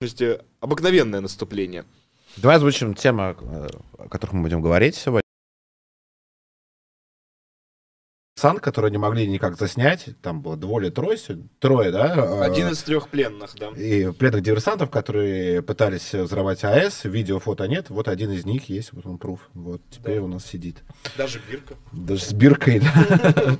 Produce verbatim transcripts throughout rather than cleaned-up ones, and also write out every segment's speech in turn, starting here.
обыкновенное наступление. Давай озвучим тему, о которых мы будем говорить сегодня. Которые не могли никак заснять, там было двое или трое, трое, да? Один из трех пленных, да. И пленных диверсантов, которые пытались взорвать АЭС, видео, фото нет, вот один из них есть, вот он пруф, вот теперь да. У нас сидит. Даже бирка. Даже с биркой, да.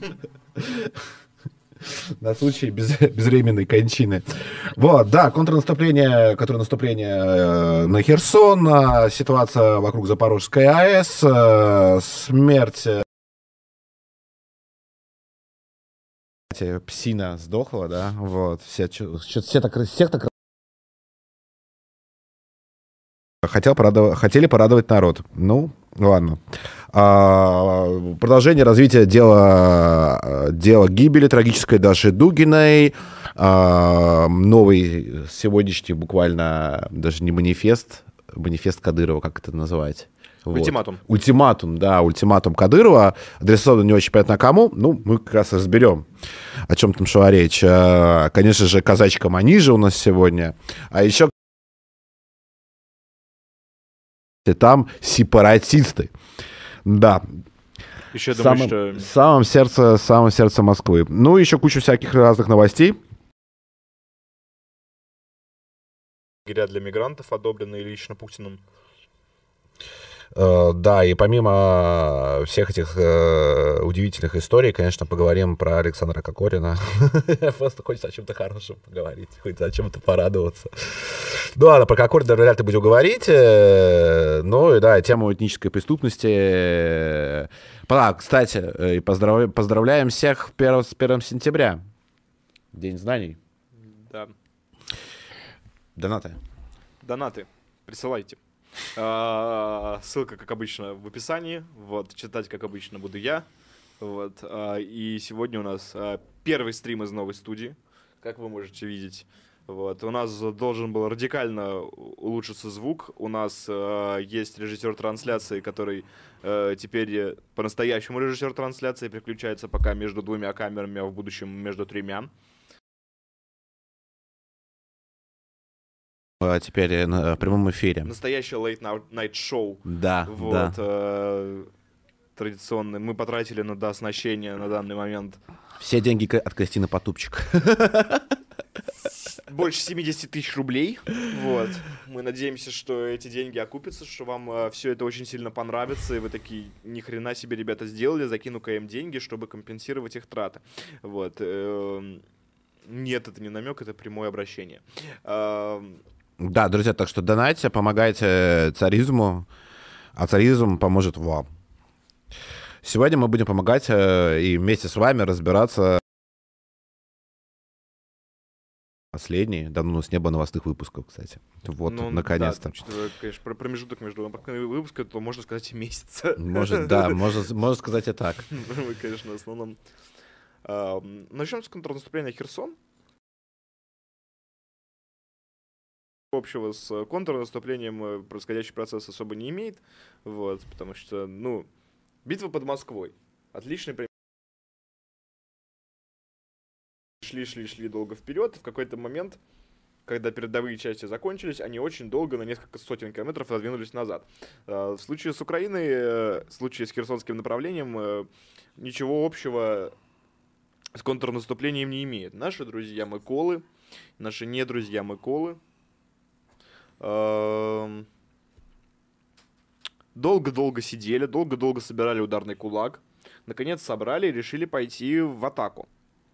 На случай без, безвременной кончины. Вот, да, контрнаступление, которое наступление на Херсон, ситуация вокруг Запорожской АЭС, смерть... Псина сдохла, да, вот, все, все так, всех так хотел порадов... хотели порадовать народ. Ну, ладно. А, продолжение развития дела, дела гибели трагической Даши Дугиной. А, новый сегодняшний буквально даже не манифест, манифест Кадырова, как это называть? Вот. Ультиматум. Ультиматум, да, ультиматум Кадырова. Адресован не очень понятно кому. Ну, мы как раз разберем, о чем там шла речь. Конечно же, казачка Манижа у нас сегодня. А еще там сепаратисты. Да. Еще думаю, самом, что... В самом сердце, в самом сердце Москвы. Ну, еще кучу всяких разных новостей. Лагеря для мигрантов, одобренные лично Путиным. Uh, да, и помимо всех этих uh, удивительных историй, конечно, поговорим про Александра Кокорина. Просто хочется о чем-то хорошем поговорить, хочется о чем-то порадоваться. Ну ладно, про Кокорина вряд ли будем говорить. Ну и да, тему этнической преступности. А, кстати, поздрав... поздравляем всех с первым сентября. День знаний. Да. Донаты. Донаты. Присылайте. А, ссылка, как обычно, в описании. Вот, читать, как обычно, буду я. Вот, а, и сегодня у нас а, первый стрим из новой студии, как вы можете видеть. Вот, у нас должен был радикально улучшиться звук. У нас а, есть режиссер трансляции, который а, теперь по-настоящему режиссер трансляции, переключается пока между двумя камерами, а в будущем между тремя. Теперь в прямом эфире. Настоящее late-night шоу. Да, вот, да. Э, традиционное. Мы потратили на дооснащение на данный момент. Все деньги от Кристины Потупчик. Больше семьдесят тысяч рублей. Вот. Мы надеемся, что эти деньги окупятся, что вам э, все это очень сильно понравится, и вы такие, ни хрена себе, ребята, сделали, закину-ка им деньги, чтобы компенсировать их траты. Вот. Э, нет, это не намек, это прямое обращение. Э, Да, друзья, так что донайте, помогайте царизму, а царизм поможет вам. Сегодня мы будем помогать и вместе с вами разбираться. Последний, давно у нас не было новостных выпусков, кстати. Вот, ну, наконец-то. Да, учитывая, конечно, про промежуток между выпусками, то можно сказать и месяц. Может, да, можно, можно сказать и так. Мы, конечно, в основном. Начнем с контрнаступления на Херсон. Общего с контрнаступлением происходящий процесс особо не имеет, вот, потому что, ну, битва под Москвой. Отличный пример. Шли, шли, шли долго вперед, в какой-то момент, когда передовые части закончились, они очень долго, на несколько сотен километров, продвинулись назад. В случае с Украиной, в случае с херсонским направлением, ничего общего с контрнаступлением не имеет. Наши друзья-мыколы, наши недрузья-мыколы долго-долго сидели, долго-долго собирали ударный кулак. Наконец собрали и решили пойти в атаку.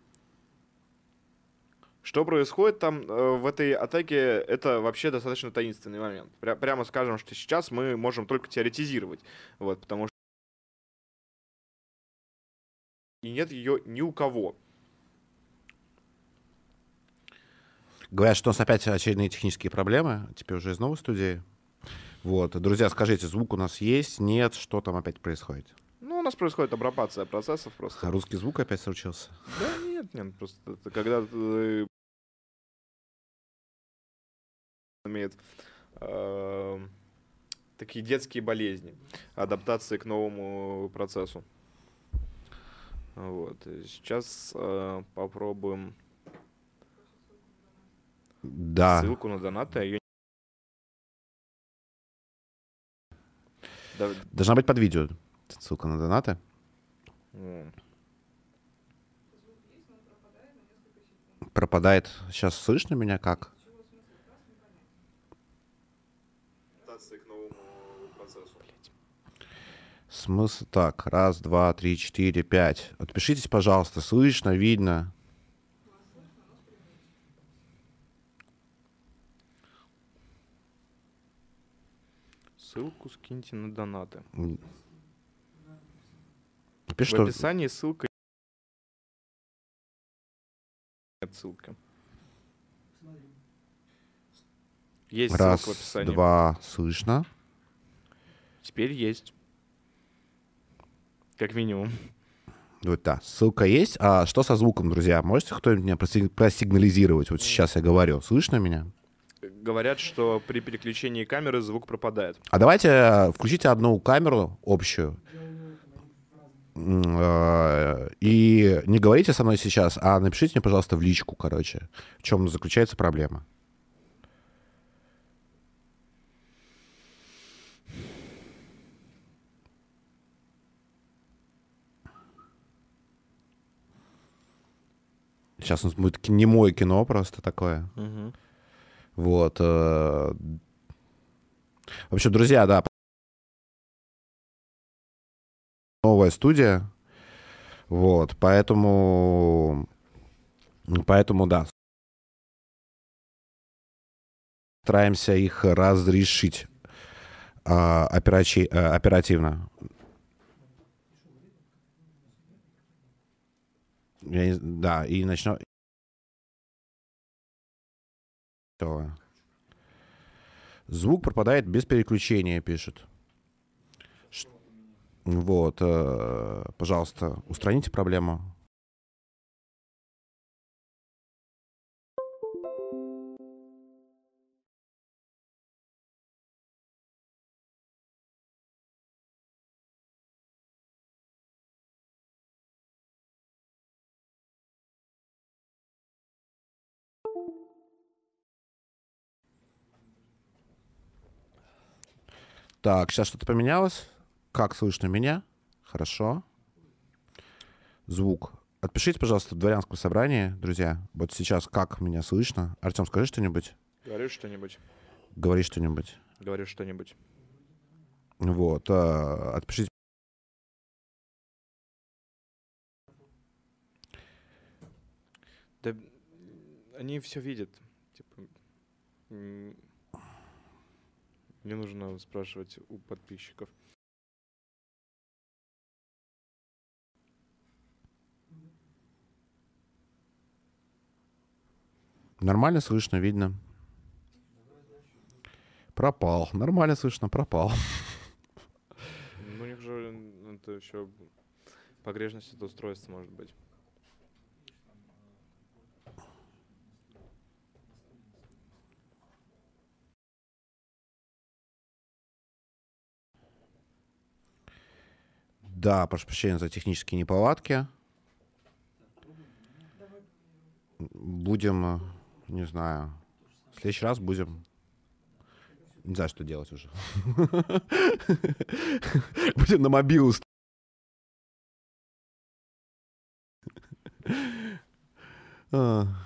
Что происходит там э, в этой атаке, это вообще достаточно таинственный момент. Пря- прямо скажем, что сейчас мы можем только теоретизировать. Вот, потому что и нет ее ни у кого. Говорят, что у нас опять очередные технические проблемы, теперь уже из новой студии. Вот, друзья, скажите, звук у нас есть, нет, что там опять происходит? Ну, у нас происходит обрабатывация процессов просто. А русский звук опять случился? Да нет, нет, просто это когда э, имеет э, такие детские болезни, адаптации к новому процессу. Вот, сейчас э, попробуем. Да. ссылку на донаты, а ее... Да, Должна быть под видео ссылка на донаты. м, Пропадает. Сейчас слышно меня как? адаптация к новому процессу. Смысл так. Раз, два, три, четыре, пять. Отпишитесь, пожалуйста. Слышно, видно. Ссылку скиньте на донаты. Пиши, В что... описании ссылка. Нет ссылки. Есть Раз, ссылка в описании. два, слышно. Теперь есть. Как минимум. Вот, да, ссылка есть. А что со звуком, друзья? Можете кто-нибудь мне проси- просигнализировать? Вот сейчас я говорю. Слышно меня? Говорят, что при переключении камеры звук пропадает. А давайте э, включите одну камеру общую. М, э, И не говорите со мной сейчас, а напишите мне, пожалуйста, в личку, короче, в чем заключается проблема. Сейчас у нас будет ки- немое кино просто такое. Угу. Вот. э. В общем, друзья, да, новая студия. Вот, поэтому... Поэтому, да, стараемся их разрешить а, операчи- а, оперативно. Я не- Да, и начнем... Звук пропадает без переключения, пишет. Ш- Вот, э, пожалуйста, устраните проблему. Так, сейчас что-то поменялось. Как слышно меня? Хорошо. Звук. Отпишите, пожалуйста, в дворянском собрании, друзья. Вот сейчас как меня слышно? Артем, скажи что-нибудь. Говоришь что-нибудь? Говори что-нибудь. Говоришь что-нибудь? Вот. э, Отпишите. Да они все видят. Типа, м, не нужно спрашивать у подписчиков. Нормально слышно, видно. Пропал. Нормально слышно, пропал. Ну, у них же м, это еще погрешность это устройство может быть. Да, прошу прощения за технические неполадки. Будем, э, не знаю, в следующий раз будем... Не знаю, что делать уже. Будем на мобилу. А.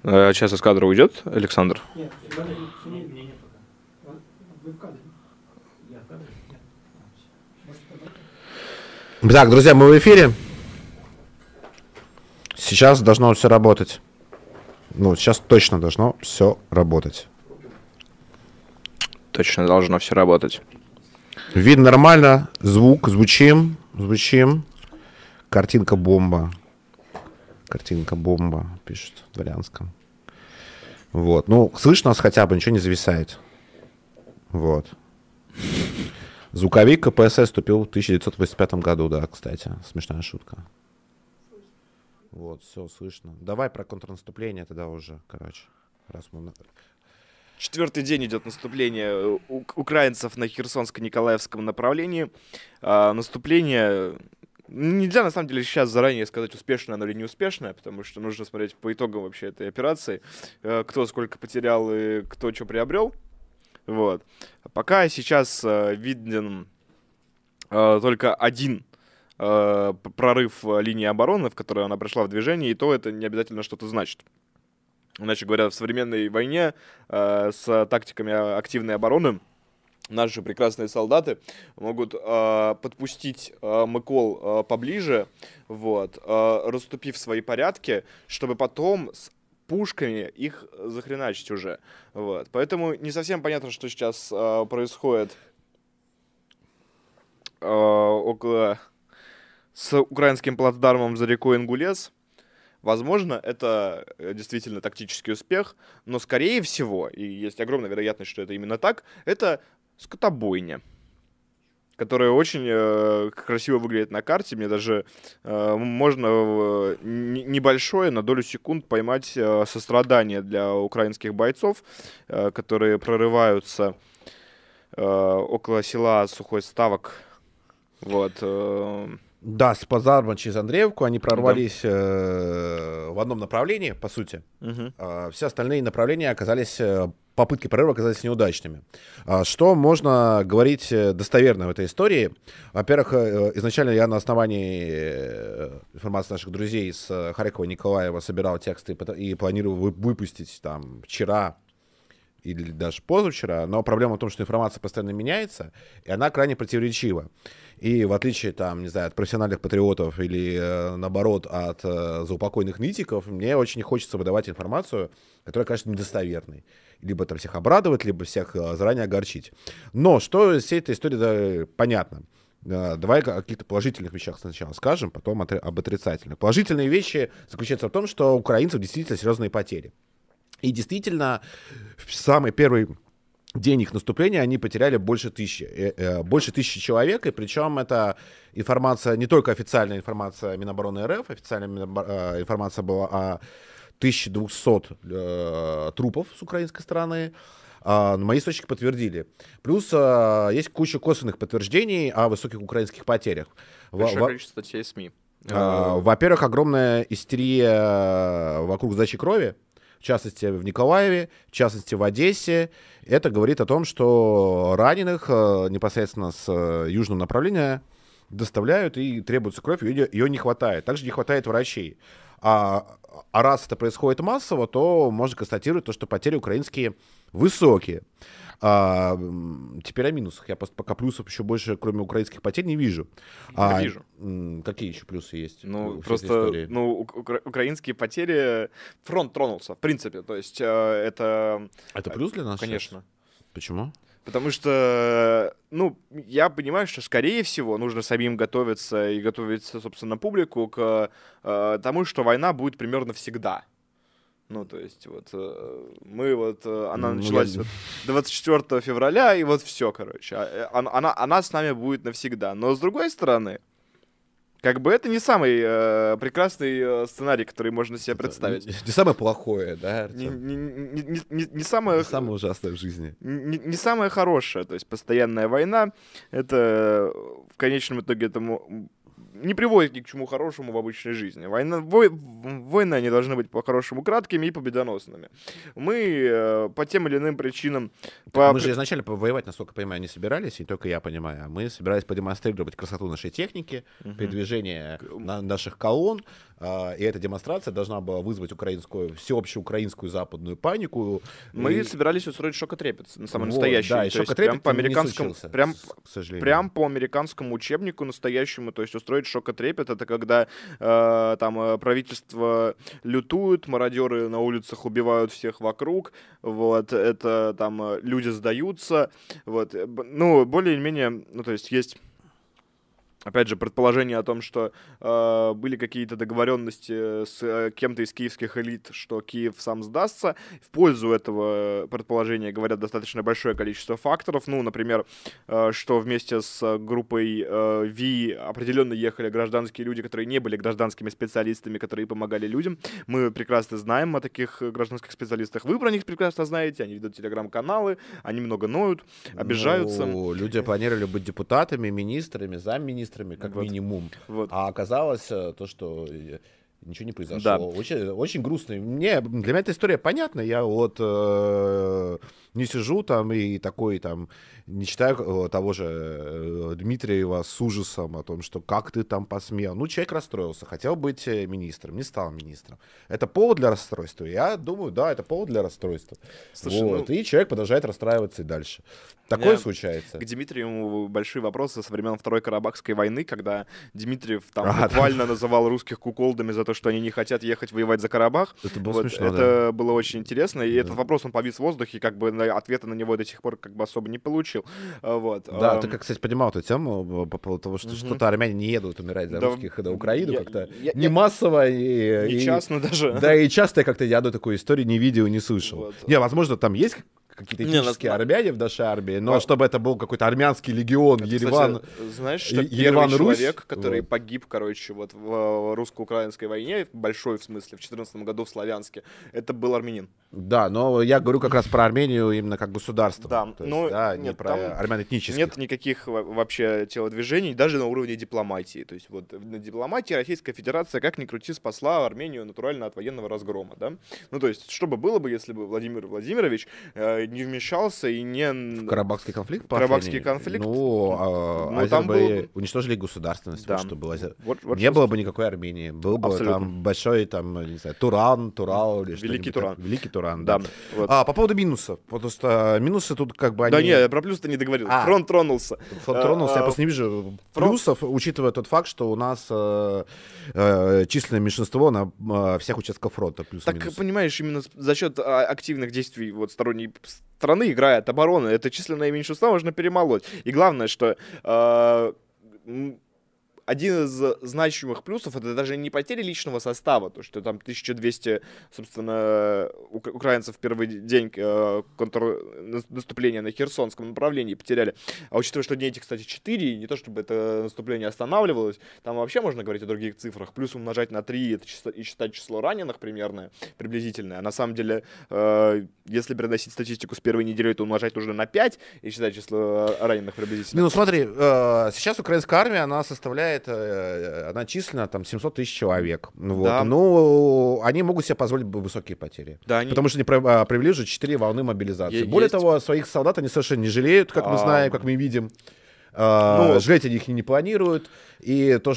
А сейчас из кадра уйдет Александр? Нет, мне нет пока. Вы в кадре? Я в кадре? Нет. Так, друзья, мы в эфире. Сейчас должно все работать. Ну, сейчас точно должно все работать. Точно должно все работать. Вид нормально, звук, звучим, звучим. Картинка бомба. Картинка бомба, пишет в дворянском. Вот. Ну, слышно нас хотя бы, ничего не зависает. Вот. Звуковик ка пэ эс эс вступил в тысяча девятьсот восемьдесят пятом году, да, кстати. Смешная шутка. Вот, все слышно. Давай про контрнаступление тогда уже, короче. Раз мы... Четвертый день идет наступление у- украинцев на Херсонско-Николаевском направлении. А, наступление... Нельзя, на самом деле, сейчас заранее сказать, успешное оно или неуспешное, потому что нужно смотреть по итогам вообще этой операции, э, кто сколько потерял и кто что приобрел. Вот. Пока сейчас э, виден э, только один э, п- прорыв э, линии обороны, в которой она пришла в движение, и то это не обязательно что-то значит. Иначе говоря, в современной войне э, с тактиками а- активной обороны наши прекрасные солдаты могут э, подпустить э, Мыкол э, поближе, вот, э, расступив свои порядки, чтобы потом с пушками их захреначить уже. Вот. Поэтому не совсем понятно, что сейчас э, происходит э, около с украинским плацдармом за рекой Ингулец. Возможно, это э, действительно тактический успех, но скорее всего, и есть огромная вероятность, что это именно так, это скотобойня, которая очень э, красиво выглядит на карте. Мне даже э, можно э, н- небольшое, на долю секунд поймать э, сострадание для украинских бойцов, э, которые прорываются э, около села Сухой Ставок. Вот. Э, Да, с плацдарма через Андреевку они прорвались э, в одном направлении, по сути. мгм. А все остальные направления оказались, э, попытки прорыва оказались неудачными. А Что можно говорить э, достоверно в этой истории? Во-первых, э, изначально я на основании э, информации наших друзей из э, Харькова, Николаева собирал тексты и пыта- и планировал вы- выпустить там вчера или даже позавчера, но проблема в том, что информация постоянно меняется, и она крайне противоречива. И в отличие, там, не знаю, от профессиональных патриотов или, э, наоборот, от э, заупокойных нытиков, мне очень не хочется выдавать информацию, которая, конечно, недостоверной. Либо там всех обрадовать, либо всех э, заранее огорчить. Но что из всей этой истории, да, понятно. Э, Давай о каких-то положительных вещах сначала скажем, потом отри- об отрицательных. Положительные вещи заключаются в том, что у украинцев действительно серьезные потери. И действительно, в самый первый день их наступления они потеряли больше тысячи, э, э, больше тысячи человек, и причем это информация, не только официальная информация Минобороны эр эф, официальная Минобо- э, информация была о тысяче двухстах э, трупов с украинской стороны, а, но мои источники подтвердили. Плюс э, есть куча косвенных подтверждений о высоких украинских потерях. Во- Большое во- количество статей СМИ. а, Э, Во-первых, огромная истерия вокруг сдачи крови, в частности в Николаеве, в частности в Одессе. Это говорит о том, что раненых э, непосредственно с э, южного направления доставляют и требуется кровь, ее, ее не хватает. Также не хватает врачей. А, а раз это происходит массово, то можно констатировать то, что потери украинские высокие. А, м, теперь о минусах. Я просто пока плюсов еще больше, кроме украинских потерь, не вижу. Я А, вижу. м, какие еще плюсы есть? Ну, у всей этой просто, истории? ну, ук- укра- украинские потери, фронт тронулся, в принципе, то есть э, это, Это плюс для нас? конечно, сейчас? Почему? потому что, ну, я понимаю, что, скорее всего, нужно самим готовиться и готовить, собственно, публику к э, тому, что война будет примерно всегда. Ну, то есть, вот, э, мы вот, э, она Ну, началась я- вот двадцать четвёртого февраля, и вот все, короче. А, э, Она, она, она с нами будет навсегда. Но, с другой стороны, как бы это не самый э, прекрасный э, сценарий, который можно себе представить. Не, не самое плохое, да, Не, Артём? не, не, не, не- не самое, Не самое ужасное в жизни. не, не самое хорошее. То есть постоянная война, это э, в конечном итоге это мо- не приводит ни к чему хорошему в обычной жизни. Война, вой, войны, они должны быть по-хорошему краткими и победоносными. Мы э, по тем или иным причинам... По... Мы же изначально воевать, насколько я понимаю, не собирались, и только я понимаю. Мы собирались продемонстрировать красоту нашей техники, угу. передвижение на наших колонн, э, и эта демонстрация должна была вызвать украинскую, всеобщую украинскую западную панику. Мы и... собирались устроить шок-отрепет, на самом вот, настоящий. Да, и шок-отрепет по американскому, не случился, прям, к сожалению. Прям по американскому учебнику настоящему, то есть устроить шок-отрепет, это когда э, там правительство лютует, мародеры на улицах убивают всех вокруг, вот, это там люди сдаются, вот, ну, более-менее, ну, то есть есть... Опять же, предположение о том, что э, были какие-то договоренности с э, кем-то из киевских элит, что Киев сам сдастся. В пользу этого предположения говорят достаточно большое количество факторов. Ну, например, э, что вместе с группой э, Ви определенно ехали гражданские люди, которые не были гражданскими специалистами, которые помогали людям. Мы прекрасно знаем о таких гражданских специалистах. Вы про них прекрасно знаете. Они ведут телеграм-каналы, они много ноют, обижаются. Ну, люди планировали быть депутатами, министрами, замминистрами, как вот. минимум. Вот. А оказалось то, что ничего не произошло. Да. Очень, очень грустно. Мне, для меня эта история понятна. Я вот э, не сижу там и такой там не читаю того же э, Дмитриева с ужасом о том, что как ты там посмел. Ну, человек расстроился, хотел быть министром, не стал министром. Это повод для расстройства? Я думаю, да, это повод для расстройства. Слушай, вот. ну... И человек продолжает расстраиваться и дальше. Такое случается. К Дмитриеву большие вопросы со времен Второй Карабахской войны, когда Дмитриев там а, буквально да. называл русских куколдами за то, что они не хотят ехать воевать за Карабах. Это было вот, смешно, Это да. было очень интересно, и да. этот вопрос, он повис в воздухе, как бы ответа на него до сих пор как бы особо не получил. Вот. Да, ты, как, кстати, понимал эту тему по поводу того, что угу. что-то армяне не едут умирать за да, русских на Украину я, как-то я, не я, массово. И, не и, частно даже. Да, и часто я как-то я одной такой истории не видел, не слышал. Вот. Не, возможно, там есть какие-то этнические не, армяне в нашей армии, но а... чтобы это был какой-то армянский легион, это, Ереван, кстати, знаешь, что Ереван, первый Русь, человек, который вот. погиб, короче, вот в русско-украинской войне, большой в смысле, в четырнадцатом году в Славянске, это был армянин. Да, но я говорю как раз про Армению именно как государство. Да, то есть, но да, нет, не про армян этнических. Нет никаких вообще телодвижений, даже на уровне дипломатии. То есть вот на дипломатии Российская Федерация, как ни крути, спасла Армению натурально от военного разгрома, да? Ну, то есть, что бы было бы, если бы Владимир Владимирович э, не вмешался и не... В Карабахский конфликт? Карабахский конфликт? Ну, а, ну азербай... там был... уничтожили государственность, да. вот, что было. Вот, вот не было бы никакой Армении. Был бы Абсолютно. Там большой, там, не знаю, Туран, Турал или Великий Туран. Так. Великий Туран, да. да. Вот. А, по поводу минусов. Потому что минусы тут как бы они... Да не, про плюс-то не договорил. А, фронт тронулся. Фронт тронулся, а, я просто не вижу фронт... плюсов, учитывая тот факт, что у нас э, э, численное меньшинство на э, всех участках фронта. Так, понимаешь, именно за счет а, активных действий вот, сторонней страны играет оборона. Это численное меньшинство можно перемолоть. И главное, что... Э, один из значимых плюсов — это даже не потеря личного состава, то, что там тысяча двести, собственно, ук- украинцев в первый день э, контрнаступления на Херсонском направлении потеряли. А учитывая, что дней этих, кстати, четыре, не то чтобы это наступление останавливалось, там вообще можно говорить о других цифрах. Плюс умножать на три это число, и считать число раненых примерно, приблизительное. А на самом деле, э, если переносить статистику с первой недели, то умножать нужно на пять и считать число раненых приблизительно. Ну, смотри, э, сейчас украинская армия, она составляет она численно там семьсот тысяч человек. Вот. Да. Ну, они могут себе позволить высокие потери. Да, они... Потому что они провели уже четыре волны мобилизации. Е- Более есть... того, своих солдат они совершенно не жалеют, как а... мы знаем, как мы видим. Ну, жалеть они их не планируют. И то,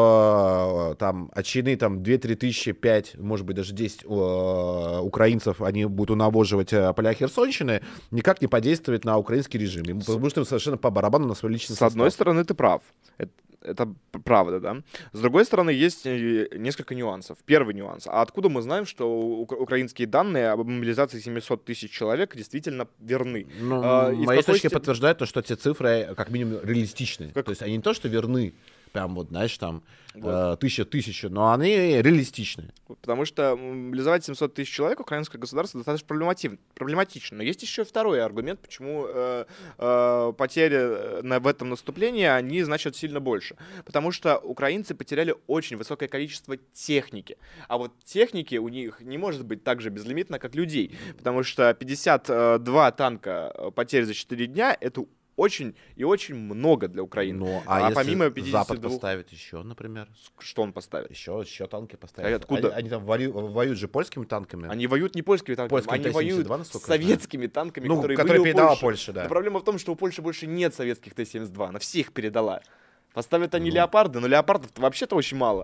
что там от чины там две-три тысячи, пять, может быть, даже десять украинцев они будут унавоживать поля Херсонщины, никак не подействует на украинский режим. Им потому что им совершенно по барабану на свой личный С состав. одной стороны, ты прав. Это, это правда, да. С другой стороны, есть несколько нюансов. Первый нюанс. А откуда мы знаем, что украинские данные об мобилизации семисот тысяч человек действительно верны? Ну, а, мои источники степ... подтверждают то, что эти цифры как минимум реалистичны. Как... То есть они не то, что верны, прям вот, знаешь, там, вот. э, тысяча, тысяча, но они реалистичны. Потому что мобилизовать семьсот тысяч человек украинское государство достаточно проблематив... проблематично. Но есть еще второй аргумент, почему э, э, потери на, в этом наступлении, они значат сильно больше. Потому что украинцы потеряли очень высокое количество техники. А вот техники у них не может быть так же безлимитно, как людей. Потому что пятьдесят два танка потерь за четыре дня — это очень и очень много для Украины. Ну, а, а если помимо пятидесяти двух... Запад поставит еще, например? Что он поставит? Еще, еще танки поставят. А откуда? Они, они там воюют, воюют же польскими танками. Они воюют не польскими танками, Польскими они Т семьдесят два, воюют с насколько я знаю. советскими танками, Ну, которые, которые были у передала Польши. Польша, да. Но проблема в том, что у Польши больше нет советских Т семьдесят два, она всех передала. Поставят они Ну. леопарды, но леопардов вообще-то очень мало.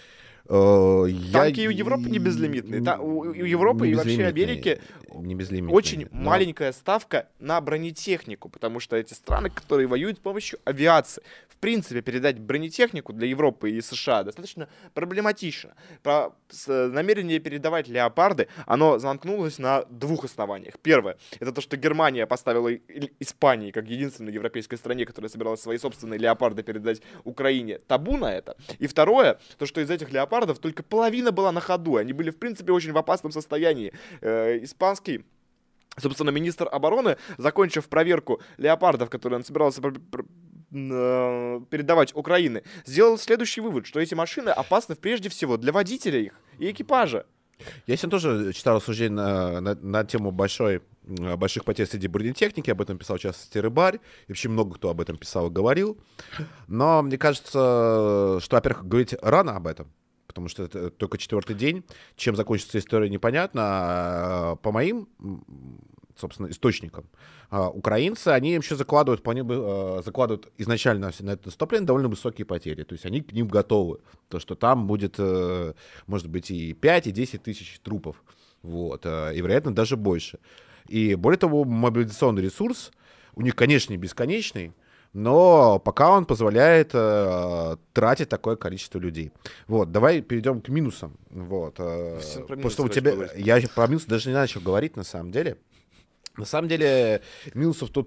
Э, Танки я- и у Европы не безлимитные. Та- у, у Европы Не и вообще безлимитные, Америки не безлимитные, очень но- маленькая ставка на бронетехнику, потому что эти страны, которые воюют с помощью авиации, в принципе, передать бронетехнику для Европы и США достаточно проблематично. Про с- намерение передавать леопарды, оно замкнулось на двух основаниях. Первое, это то, что Германия поставила и- и- Испании, как единственной европейской стране, которая собиралась свои собственные леопарды передать Украине, табу на это. И второе, то, что из этих леопардов только половина была на ходу, они были, в принципе, очень в опасном состоянии. Э, испанский, собственно, министр обороны, закончив проверку леопардов, которые он собирался пр- пр- э, передавать Украине, сделал следующий вывод, что эти машины опасны прежде всего для водителя их и экипажа. Я сегодня тоже читал рассуждение на, на, на тему большой, м, больших потерь среди бронетехники, об этом писал, в частности, Рыбарь, и вообще много кто об этом писал и говорил. Но мне кажется, что, во-первых, говорить рано об этом, потому что это только четвертый день. Чем закончится история, непонятно. А по моим, м, собственно, источникам, а, украинцы, они еще закладывают, по ним, э, закладывают изначально на это наступление довольно высокие потери. То есть они к ним готовы. То, что там будет, э, может быть, и пять, и десять тысяч трупов. Вот. э, И, вероятно, даже больше. И, более того, мобилизационный ресурс у них, конечно, не бесконечный, но пока он позволяет э, тратить такое количество людей. Вот, давай перейдем к минусам. Вот, э, Все про потому минусы что у давайте тебя, поговорим. я про минусы даже не начал говорить, на самом деле. На самом деле, минусов тут...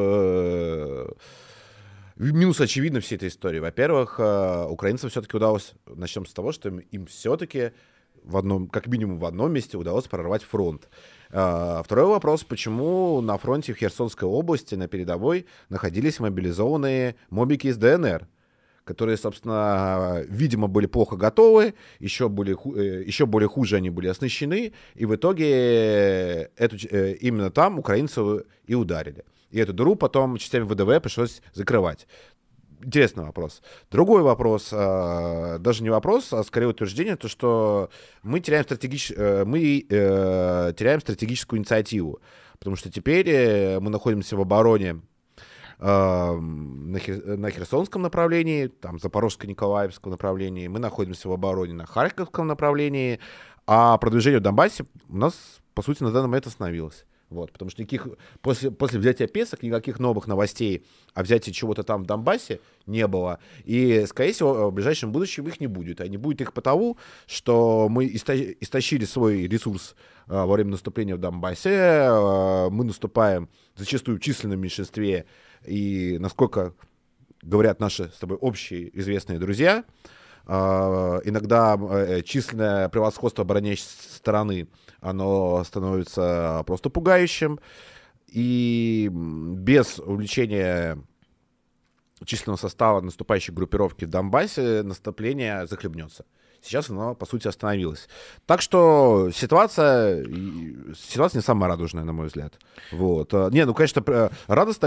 э, Минус очевидно всей этой истории. Во-первых, э, украинцам все-таки удалось, начнем с того, что им, им все-таки в одном, как минимум в одном месте удалось прорвать фронт. Э, Второй вопрос, почему на фронте в Херсонской области на передовой находились мобилизованные мобики из ДНР, которые, собственно, видимо, были плохо готовы, еще более, ху- э, еще более хуже они были оснащены, и в итоге эту, ч- э, именно там украинцев и ударили. И эту дыру потом частями ВДВ пришлось закрывать. Интересный вопрос. Другой вопрос, э, даже не вопрос, а скорее утверждение, то, что мы теряем, стратегич... э, мы, э, теряем стратегическую инициативу, потому что теперь э, мы находимся в обороне э, на, Хер... на Херсонском направлении, там, Запорожско-Николаевском направлении, мы находимся в обороне на Харьковском направлении, а продвижение в Донбассе у нас, по сути, на данный момент остановилось. Вот, потому что никаких, после, после взятия Песок никаких новых новостей о взятии чего-то там в Донбассе не было. И, скорее всего, в ближайшем будущем их не будет. А не будет их потому, что мы исто- истощили свой ресурс а, во время наступления в Донбассе. А, мы наступаем зачастую в численном меньшинстве. И, насколько говорят наши с тобой общие известные друзья, а, иногда э, численное превосходство обороняющей стороны, оно становится просто пугающим, и без увеличения численного состава наступающей группировки в Донбассе наступление захлебнется. Сейчас оно, по сути, остановилось. Так что ситуация, и- ситуация не самая радужная, на мой взгляд. Вот. А, Не, ну, конечно, пр- радостно,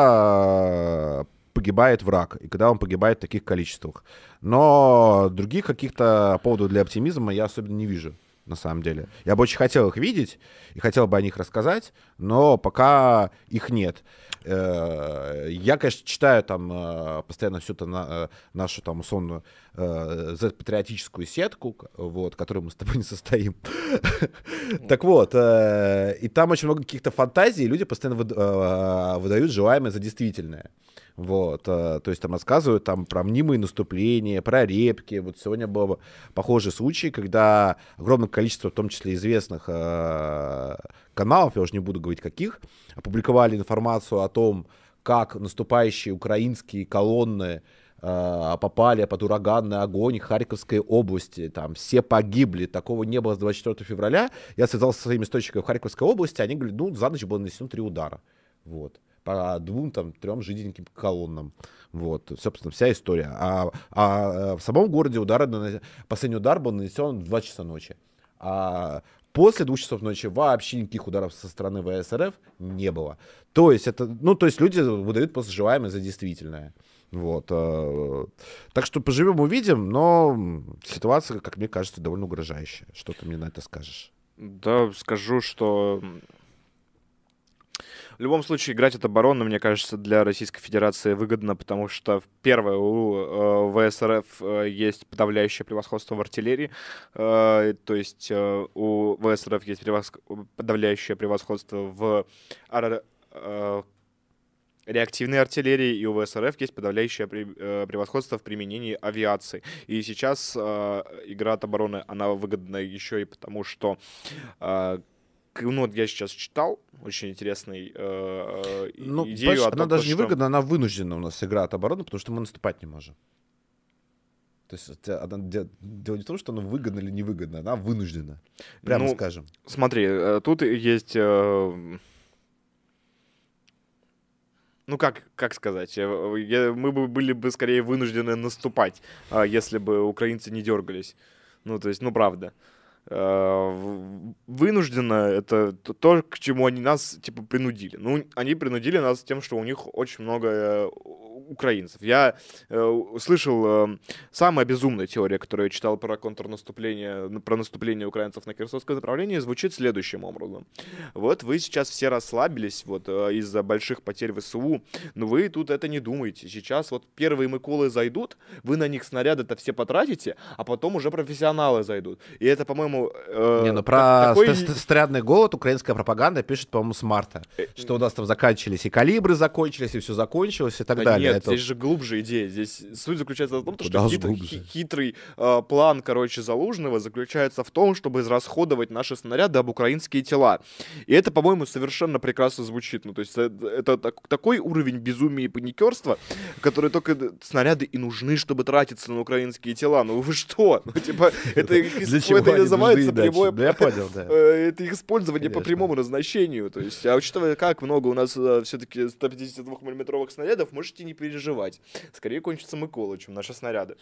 когда погибает враг, и когда он погибает в таких количествах. Но других каких-то поводов для оптимизма я особенно не вижу, на самом деле. Я бы очень хотел их видеть, и хотел бы о них рассказать, но пока их нет. Э, Я, конечно, читаю там э, постоянно всю эту на- э, нашу там условную э, Z-патриотическую сетку, к- вот, в которой мы с тобой не состоим. Так вот, э, и там очень много каких-то фантазий, и люди постоянно выд- э, выдают желаемое за действительное. Вот, э, то есть там рассказывают там про мнимые наступления, про репки. Вот сегодня был похожий случай, когда огромное количество, в том числе известных э, каналов, я уже не буду говорить каких, опубликовали информацию о том, как наступающие украинские колонны э, попали под ураганный огонь Харьковской области, там все погибли, такого не было с двадцать четвёртого февраля. Я связался со своими источниками в Харьковской области, они говорят, ну, за ночь было нанесено три удара, вот, по двум, там, трем жиденьким колоннам. Вот, собственно, вся история. А, а в самом городе удар, последний удар был нанесен в два часа ночи. А После двух часов ночи вообще никаких ударов со стороны ВСРФ не было. То есть это, ну, то есть люди выдают просто желаемое за действительное. Вот. Так что поживем, увидим, но ситуация, как мне кажется, довольно угрожающая. Что ты мне на это скажешь? Да, скажу, что в любом случае играть от обороны, мне кажется, для Российской Федерации выгодно, потому что, первое, у э, ВСРФ э, есть подавляющее превосходство в артиллерии, э, то есть э, у ВСРФ есть превоск... подавляющее превосходство в ар... э, реактивной артиллерии, и у ВСРФ есть подавляющее при... э, превосходство в применении авиации. И сейчас э, игра от обороны, она выгодна еще и потому, что э, ну, вот я сейчас читал очень интересный э, ну, идею о том, она даже что... не выгодна, она вынуждена у нас игра от обороны, потому что мы наступать не можем. То есть она, дело не в том, что она выгодна или невыгодна, она вынуждена. Прямо ну, скажем. Смотри, тут есть... Э, ну, как, как сказать, я, мы бы были бы скорее вынуждены наступать, если бы украинцы не дергались. Ну, то есть, ну, правда. Вынужденно это то, к чему они нас, типа, принудили. Ну, они принудили нас тем, что у них очень много украинцев. Я э, слышал э, самая безумная теория, которую я читал про контрнаступление, про наступление украинцев на Херсонское направление, звучит следующим образом. Вот вы сейчас все расслабились вот, э, из-за больших потерь ВСУ, но вы тут это не думаете. Сейчас вот первые Миколы зайдут, вы на них снаряды-то все потратите, а потом уже профессионалы зайдут. И это, по-моему... Э, не, ну про такой... стрядный голод украинская пропаганда пишет, по-моему, с марта. Что у нас там заканчивались и калибры закончились, и все закончилось, и так да далее. Нет, это... здесь же глубже идея. Здесь суть заключается в том, Куда что хитрый, хитрый э, план, короче, Залужного заключается в том, чтобы израсходовать наши снаряды об украинские тела. И это, по-моему, совершенно прекрасно звучит. Ну, то есть это, это так, такой уровень безумия и паникерства, который только снаряды и нужны, чтобы тратиться на украинские тела. Ну вы что? Ну, типа, это называется прямое... Да, я понял, да. Это их использование по прямому назначению. То есть, а учитывая, как много у нас все-таки сто пятьдесят двухмиллиметровых снарядов, можете не переживать. Скорее кончится Микола, чем наши снаряды.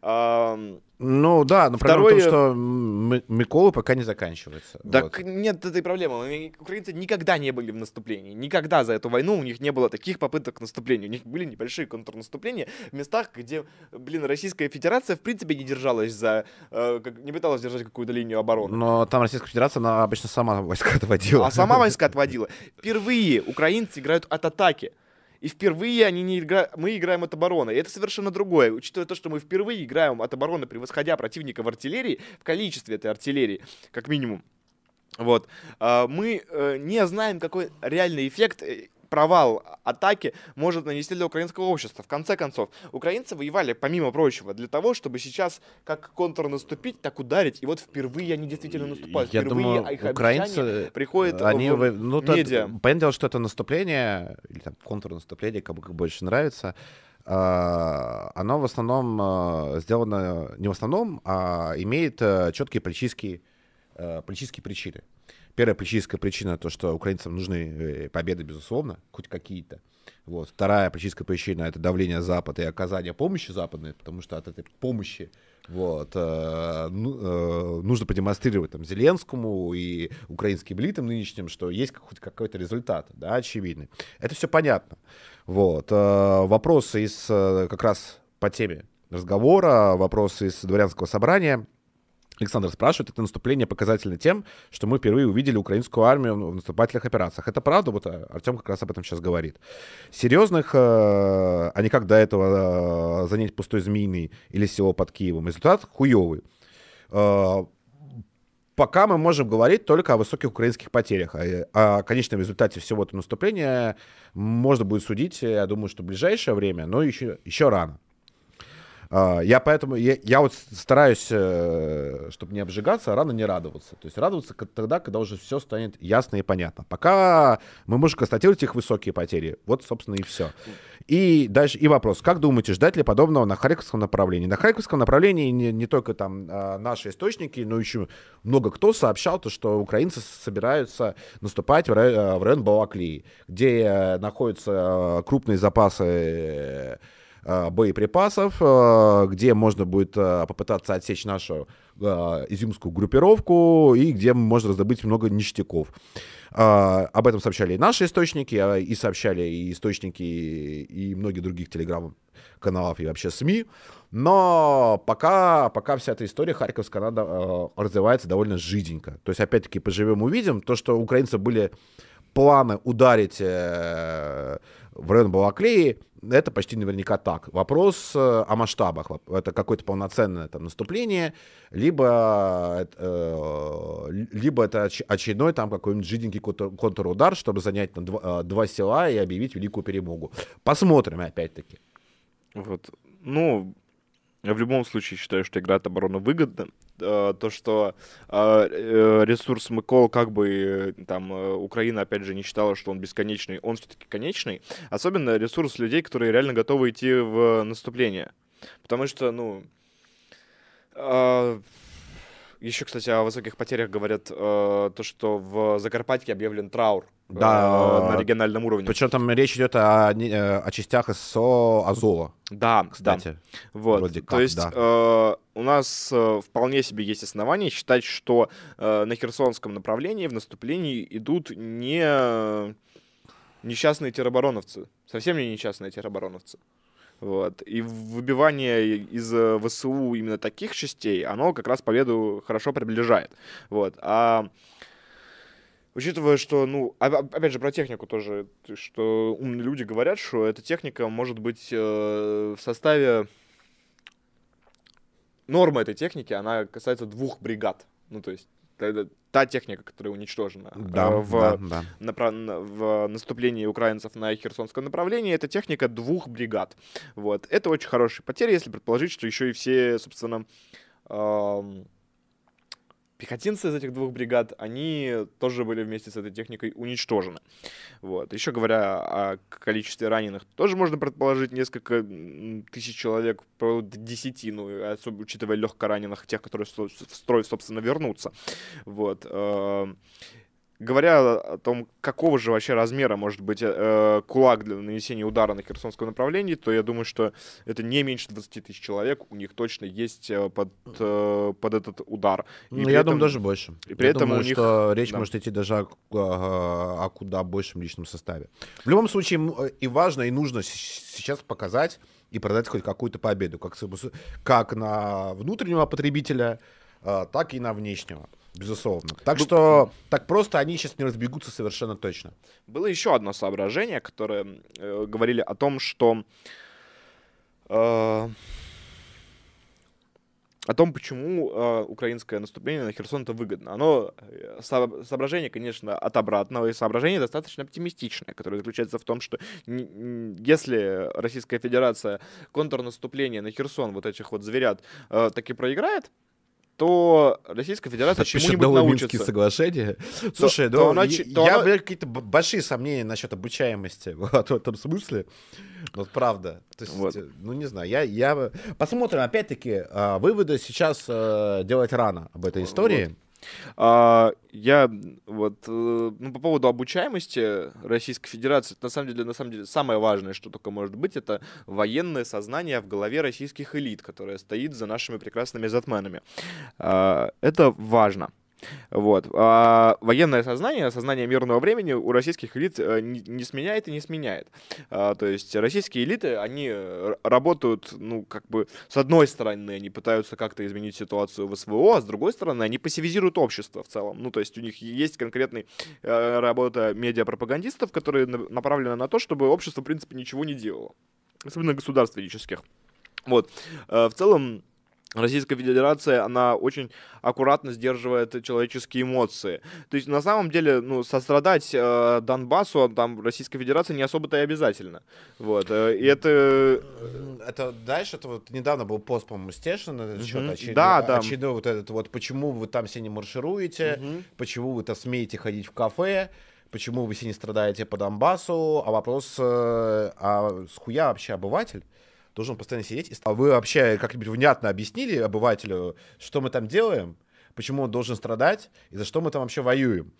А, ну да, но второе... проблема в том, что Микола пока не заканчивается. Так вот. Нет этой проблемы. Украинцы никогда не были в наступлении. Никогда за эту войну у них не было таких попыток наступления. У них были небольшие контрнаступления в местах, где, блин, Российская Федерация в принципе не держалась за... Э, как, не пыталась держать какую-то линию обороны. Но там Российская Федерация, она обычно сама войска отводила. А сама войска отводила. Впервые украинцы играют от атаки. И впервые они не игра... мы играем от обороны. И это совершенно другое. Учитывая то, что мы впервые играем от обороны, превосходя противника в артиллерии, в количестве этой артиллерии, как минимум. Вот. Мы не знаем, какой реальный эффект провал атаки может нанести для украинского общества. В конце концов, украинцы воевали, помимо прочего, для того, чтобы сейчас как контрнаступить, так ударить. И вот впервые они действительно наступают. Я впервые думаю, их украинцы приходят они, в ну, медиа. Понятное дело, что это наступление, или там контрнаступление, кому как больше нравится, оно в основном сделано, не в основном, а имеет четкие политические, политические причины. Первая политическая причина — то, что украинцам нужны победы, безусловно, хоть какие-то. Вот. Вторая политическая причина — это давление Запада и оказание помощи западной, потому что от этой помощи вот, э, ну, э, нужно продемонстрировать там, Зеленскому и украинским элитам нынешним, что есть хоть какой-то результат, да, очевидный. Это все понятно. Вот. Э, вопросы из, как раз по теме разговора, вопросы из дворянского собрания. Александр спрашивает, это наступление показательно тем, что мы впервые увидели украинскую армию в наступательных операциях. Это правда? Вот Артем как раз об этом сейчас говорит. Серьезных, э, а не как до этого э, занять пустой Змеиный или село под Киевом. Результат хуёвый. Э, пока мы можем говорить только о высоких украинских потерях. О, о конечном результате всего этого наступления можно будет судить, я думаю, что в ближайшее время, но еще, еще рано. Я поэтому, я, я вот стараюсь, чтобы не обжигаться, а рано не радоваться. То есть радоваться тогда, когда уже все станет ясно и понятно. Пока мы можем констатировать их высокие потери. Вот, собственно, и все. И дальше, и вопрос. Как думаете, ждать ли подобного на Харьковском направлении? На Харьковском направлении не, не только там наши источники, но еще много кто сообщал, то, что украинцы собираются наступать в район, в район Балаклии, где находятся крупные запасы э, боеприпасов, э, где можно будет э, попытаться отсечь нашу э, изюмскую группировку и где можно раздобыть много ништяков. Э, об этом сообщали и наши источники, э, и сообщали и источники, и многие других телеграм-каналов, и вообще СМИ. Но пока, пока вся эта история харьковская, она э, развивается довольно жиденько. То есть, опять-таки, поживем увидим. То, что у украинцев были планы ударить э, в район Балаклеи, это почти наверняка так. Вопрос э, о масштабах. Это какое-то полноценное там наступление, либо, э, либо это очередной там какой-нибудь жиденький контр- контрудар, чтобы занять там, два, два села и объявить великую перемогу. Посмотрим, опять-таки. Вот. Ну, я в любом случае считаю, что игра от обороны выгодна. То, что ресурс Микол, как бы там Украина, опять же, не считала, что он бесконечный, он все-таки конечный. Особенно ресурс людей, которые реально готовы идти в наступление. Потому что, ну... Еще, кстати, о высоких потерях говорят э, то, что в Закарпатье объявлен траур да, э, на региональном уровне. Причем там речь идет о, о частях ССО Азова. Да, кстати. Да. Вот. Вроде как, то есть да. э, у нас э, вполне себе есть основания считать, что э, на Херсонском направлении в наступлении идут не несчастные теробороновцы. Совсем не несчастные теробороновцы. Вот. И выбивание из ВСУ именно таких частей, оно как раз победу хорошо приближает. Вот. А учитывая, что, ну, опять же, про технику тоже, что умные люди говорят, что эта техника может быть э, в составе... Норма этой техники, она касается двух бригад. Ну, то есть это та техника, которая уничтожена да, э, в, да, да. Напра- в наступлении украинцев на Херсонском направлении. Это техника двух бригад. Вот. Это очень хорошие потери, если предположить, что еще и все, собственно, э- пехотинцы из этих двух бригад, они тоже были вместе с этой техникой уничтожены. Вот. Еще говоря о количестве раненых, тоже можно предположить несколько тысяч человек, до десяти, ну, особенно учитывая легкораненых, тех, которые в строй, собственно, вернутся. Вот. Говоря о том, какого же вообще размера может быть э, кулак для нанесения удара на Херсонском направлении, то я думаю, что это не меньше двадцати тысяч человек у них точно есть под, э, под этот удар. И я этом, думаю, даже больше. И при я этом думаю, у них, что речь да. может идти даже о, о, о куда большем личном составе. В любом случае и важно, и нужно сейчас показать и продать хоть какую-то победу, как, как на внутреннего потребителя, так и на внешнего. Безусловно. Так ну, что так просто они сейчас не разбегутся совершенно точно. Было еще одно соображение, которое э, говорили о том, что э, о том, почему э, украинское наступление на Херсон это выгодно. Оно со- соображение, конечно, от обратного, и соображение достаточно оптимистичное, которое заключается в том, что н- если Российская Федерация контрнаступление на Херсон вот этих вот зверят э, таки проиграет, то Российская Федерация чему-нибудь научится. Минские соглашения. Слушай, то, ну, то она, я, то я она... блядь, какие-то большие сомнения насчет обучаемости вот, в этом смысле. Вот правда. То есть, вот. Ну, не знаю, я, я... Посмотрим, опять-таки, выводы сейчас делать рано об этой истории. Вот. А, я вот ну, по поводу обучаемости Российской Федерации, на самом деле, на самом деле, самое важное, что только может быть, это военное сознание в голове российских элит, которое стоит за нашими прекрасными затменами. А, это важно. Вот. А военное сознание, сознание мирного времени у российских элит не, не сменяет и не сменяет. А, то есть российские элиты, они работают, ну, как бы, с одной стороны, они пытаются как-то изменить ситуацию в СВО, а с другой стороны, они пассивизируют общество в целом. Ну, то есть у них есть конкретная э, работа медиапропагандистов, которая направлена на то, чтобы общество, в принципе, ничего не делало. Особенно государственнических. Вот. Э, в целом, Российская Федерация, она очень аккуратно сдерживает человеческие эмоции. То есть, на самом деле, ну, сострадать э, Донбассу, там, Российской Федерации не особо-то и обязательно. Вот. Э, и это... Это, знаешь, это вот недавно был пост, по-моему, Стешина, на этот счет, Mm-hmm. очередной, да, да. очередной вот этот вот, почему вы там все не маршируете, Mm-hmm. почему вы-то смеете ходить в кафе, почему вы все не страдаете по Донбассу, а вопрос, э, а схуя вообще обыватель должен постоянно сидеть. И... А вы вообще как-нибудь внятно объяснили обывателю, что мы там делаем, почему он должен страдать и за что мы там вообще воюем?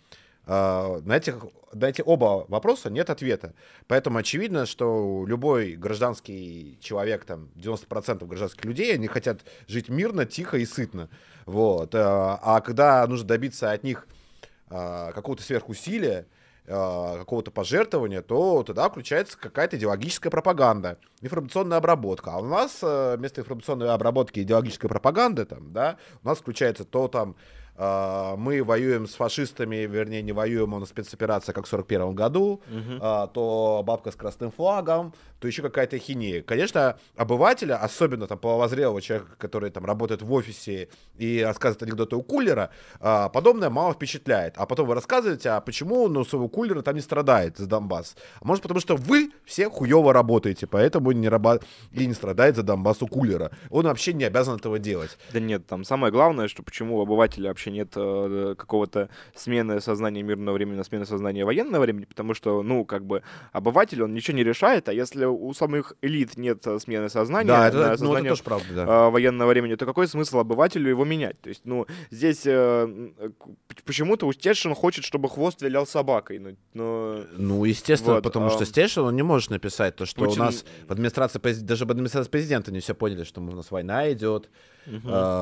э, на, этих, на эти оба вопроса нет ответа. Поэтому очевидно, что любой гражданский человек, там, девяносто процентов гражданских людей, они хотят жить мирно, тихо и сытно. Вот. А когда нужно добиться от них э, какого-то сверхусилия, какого-то пожертвования, то тогда включается какая-то идеологическая пропаганда, информационная обработка. А у нас вместо информационной обработки идеологической пропаганды, там, да, у нас включается то там мы воюем с фашистами, вернее, не воюем, у нас спецоперация, как в сорок первом году, uh-huh. а, то бабка с красным флагом, то еще какая-то хинея. Конечно, обывателя, особенно там половозрелого человека, который там работает в офисе и рассказывает анекдоты у кулера, а, подобное мало впечатляет. А потом вы рассказываете, а почему ну, своего кулера там не страдает за Донбасс? А может, потому что вы все хуево работаете, поэтому не раба... и не страдает за Донбасс у кулера. Он вообще не обязан этого делать. Да нет, там самое главное, что почему у обывателя вообще нет э, какого-то смены сознания мирного времени на смену сознания военного времени, потому что, ну, как бы, обыватель, он ничего не решает, а если у самых элит нет смены сознания, да, это, на ну, это тоже правда, да. э, военного времени, то какой смысл обывателю его менять? То есть, ну, здесь э, почему-то у Стешин хочет, чтобы хвост вилял собакой. Ну, но... ну естественно, вот, потому а... что Стешин, он не может написать то, что Путин... у нас в администрации, даже в администрации президента не все поняли, что у нас война идет, Uh-huh.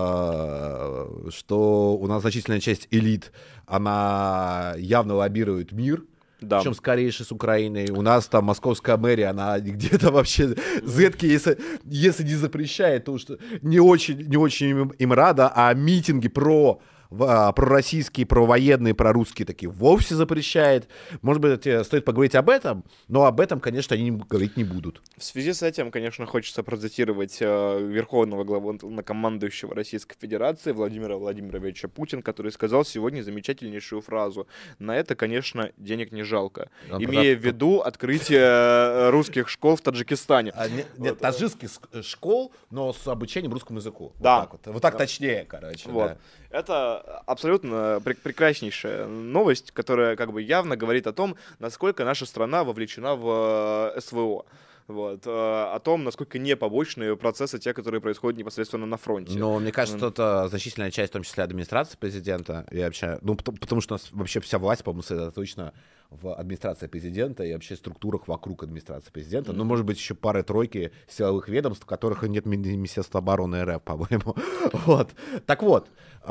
а, что у нас значительная часть элит, она явно лоббирует мир, да. Причем скорейший с Украиной. У нас там московская мэрия, она где-то вообще зетки, если, если не запрещает, то что не очень, не очень им, им рада, а митинги про пророссийские, провоенные, прорусские такие вовсе запрещает. Может быть, стоит поговорить об этом, но об этом, конечно, они говорить не будут. В связи с этим, конечно, хочется процитировать э, верховного главнокомандующего Российской Федерации Владимира Владимировича Путина, который сказал сегодня замечательнейшую фразу. На это, конечно, денег не жалко. Он имея в виду открытие русских школ в Таджикистане. А, нет, вот. нет, таджикских школ, но с обучением русскому языку. Да. Вот так, вот. Вот так да. точнее, короче. Вот. Да. Это абсолютно пр- прекраснейшая новость, которая как бы явно говорит о том, насколько наша страна вовлечена в э, СВО. Вот, э, о том, насколько не побочные процессы, те, которые происходят непосредственно на фронте. Но мне кажется, что это значительная часть, в том числе администрации президента. И вообще, ну, потому, потому что у нас вообще вся власть, по-моему, сосредоточена в администрации президента и вообще структурах вокруг администрации президента. Mm-hmm. Ну, может быть, еще пары-тройки силовых ведомств, в которых нет Министерства обороны РФ, по-моему. Вот. Так вот,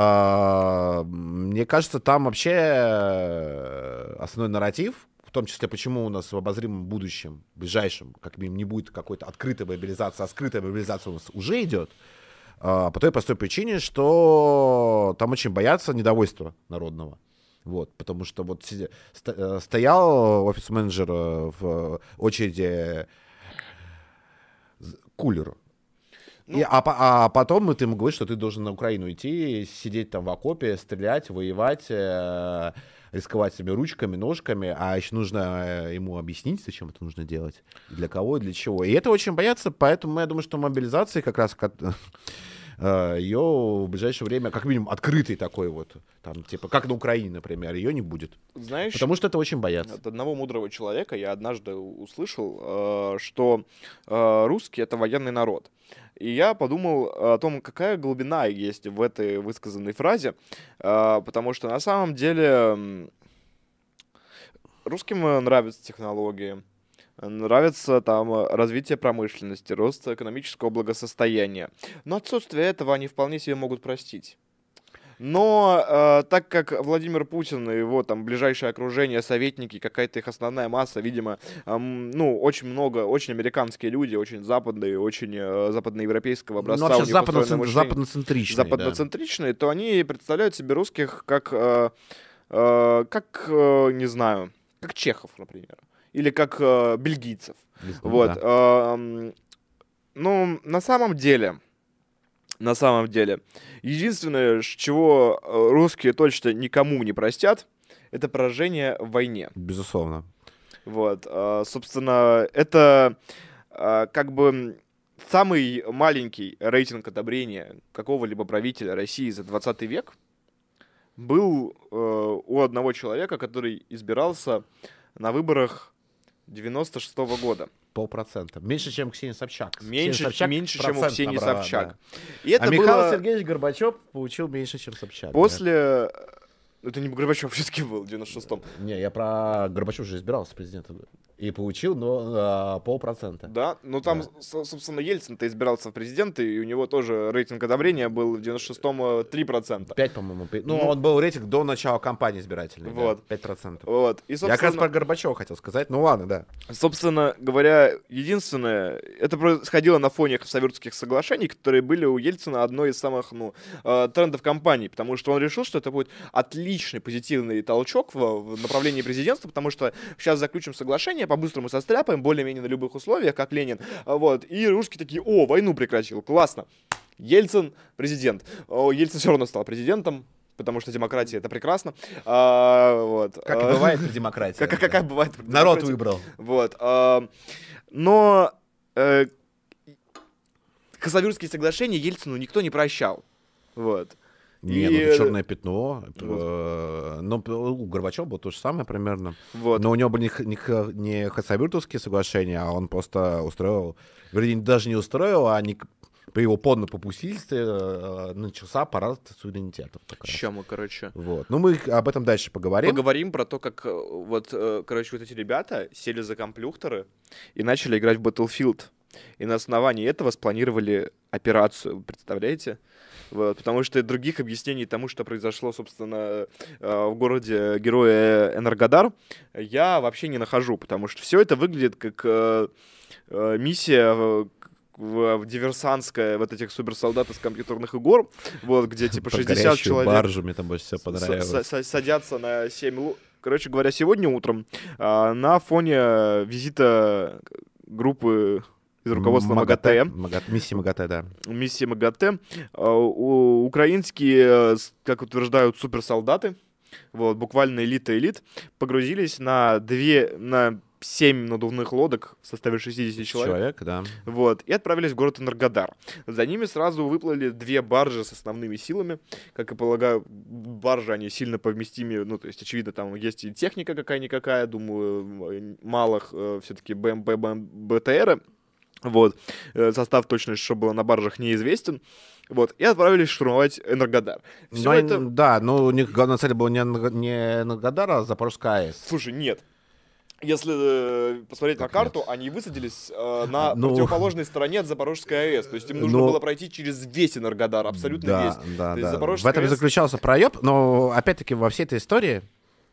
мне кажется, там вообще основной нарратив, в том числе, почему у нас в обозримом будущем, в ближайшем, как минимум, не будет какой-то открытой мобилизации, а скрытая мобилизация у нас уже идет, по той простой причине, что там очень боятся недовольства народного. Вот, потому что вот сидя, стоял офис-менеджер в очереди к кулеру. Ну, и, а, а потом ты ему говоришь, что ты должен на Украину идти, сидеть там в окопе, стрелять, воевать, э, рисковать себе ручками, ножками, а еще нужно ему объяснить, зачем это нужно делать, и для кого, и для чего. И это очень боятся, поэтому я думаю, что мобилизация как раз... ее в ближайшее время, как минимум, открытый такой вот, там, типа, как на Украине, например, ее не будет. Знаешь, потому что это очень боятся. От одного мудрого человека я однажды услышал, что русские — это военный народ. И я подумал о том, какая глубина есть в этой высказанной фразе, потому что на самом деле русским нравятся технологии, нравится там развитие промышленности, рост экономического благосостояния. Но отсутствие этого они вполне себе могут простить. Но э, так как Владимир Путин и его там ближайшее окружение, советники, какая-то их основная масса, видимо, э, ну, очень много, очень американские люди, очень западные, очень э, западноевропейского образца. Ну, вообще западно- западноцентричные. Западноцентричные, да. То они представляют себе русских как, э, э, как э, не знаю, как чехов, например. Или как э, бельгийцев. Безумно, вот. Да. Э, ну, на самом деле, на самом деле, единственное, чего русские точно никому не простят, это поражение в войне. Безусловно. Вот. Э, собственно, это э, как бы самый маленький рейтинг одобрения какого-либо правителя России за двадцатый век был э, у одного человека, который избирался на выборах девяносто шестого года. Полпроцента. Меньше, чем Ксения Собчак. Меньше, Собчак меньше чем у Ксении набрала, Собчак. Да. И это а было... Михаил Сергеевич Горбачев получил меньше, чем Собчак. После... Да? Это не Горбачев все-таки был в девяносто шестом. Не, я про Горбачев же избирался президентом. И получил, но а, полпроцента. Да, ну там, Да. с- собственно, Ельцин-то избирался в президенты, и у него тоже рейтинг одобрения был в девяносто шестом три процента. пять, по-моему. пи- Ну, Ну. он был рейтинг до начала кампании избирательной. Вот. Да, пять процентов. Вот. И, Я как раз собственно, про Горбачева хотел сказать. Ну ладно, да. собственно говоря, единственное, это происходило на фоне Хасавюртских соглашений, которые были у Ельцина одной из самых, ну, э, трендов кампании, потому что он решил, что это будет отличный позитивный толчок в, в направлении президентства, потому что сейчас заключим соглашение, по-быстрому состряпаем, более-менее на любых условиях, как Ленин, а, вот, и русские такие: о, войну прекратил, классно. Ельцин президент. О, Ельцин все равно стал президентом, потому что демократия — это прекрасно. А, вот. Как и А, бывает при демократии. Как, как, как бывает. при Народ демократии. выбрал. Вот. а, Но э, Хасавюртские соглашения Ельцину никто не прощал. Вот. Не, И, ну э, это черное пятно. вот. э, Но у Горбачева было то же самое примерно. Вот. Но у него были не, х- не, х- не хасавюртовские соглашения, а он просто устроил, вернее, даже не устроил, а они к- при его подном попустительстве э, начался парад суверенитетов. как раз. Ща мы, короче, Вот. Ну, мы об этом дальше поговорим. поговорим про то, как, э, вот, э, короче, вот эти ребята сели за компьютеры и начали играть в Battlefield. И на основании этого спланировали операцию, вы представляете? Вот, потому что других объяснений тому, что произошло, собственно, э, в городе героя Энергодар, я вообще не нахожу, потому что все это выглядит как э, э, миссия в, в- в диверсантская вот этих суперсолдат из компьютерных игр, вот, где типа Про шестьдесят горящую человек баржу мне там больше всего с- понравилось. с- с- садятся на семь лу... Короче говоря, сегодня утром а, на фоне визита группы из руководства МАГАТЭ, МАГАТЭ, миссия МАГАТЭ, да. миссии МАГАТЭ, а, у- украинские, э, с- как утверждают, суперсолдаты, вот, буквально элита-элит, погрузились на две, на семь надувных лодок в составе шестьдесят человек. Человек, да. Вот, и отправились в город Энергодар. За ними сразу выплыли две баржи с основными силами. Как и полагаю, баржи, они сильно повместимы. Ну, то есть, очевидно, там есть и техника какая-никакая. Думаю, э, малых э, все-таки БМП, БТРы. Вот. Э, Состав точно, что было на баржах, неизвестен. Вот. И отправились штурмовать Энергодар. Всё Но, это... Да, но у них главная цель была не Энерго- не Энергодар, а Запорожская АЭС. Слушай, нет. Если э, посмотреть Как на карту, они высадились э, на А, ну- противоположной стороне от Запорожской АЭС. То есть им нужно Ну- было пройти через весь Энергодар, абсолютно да, весь. Да, То есть да. Запорожская В этом и АЭС- заключался проеб, но опять-таки во всей этой истории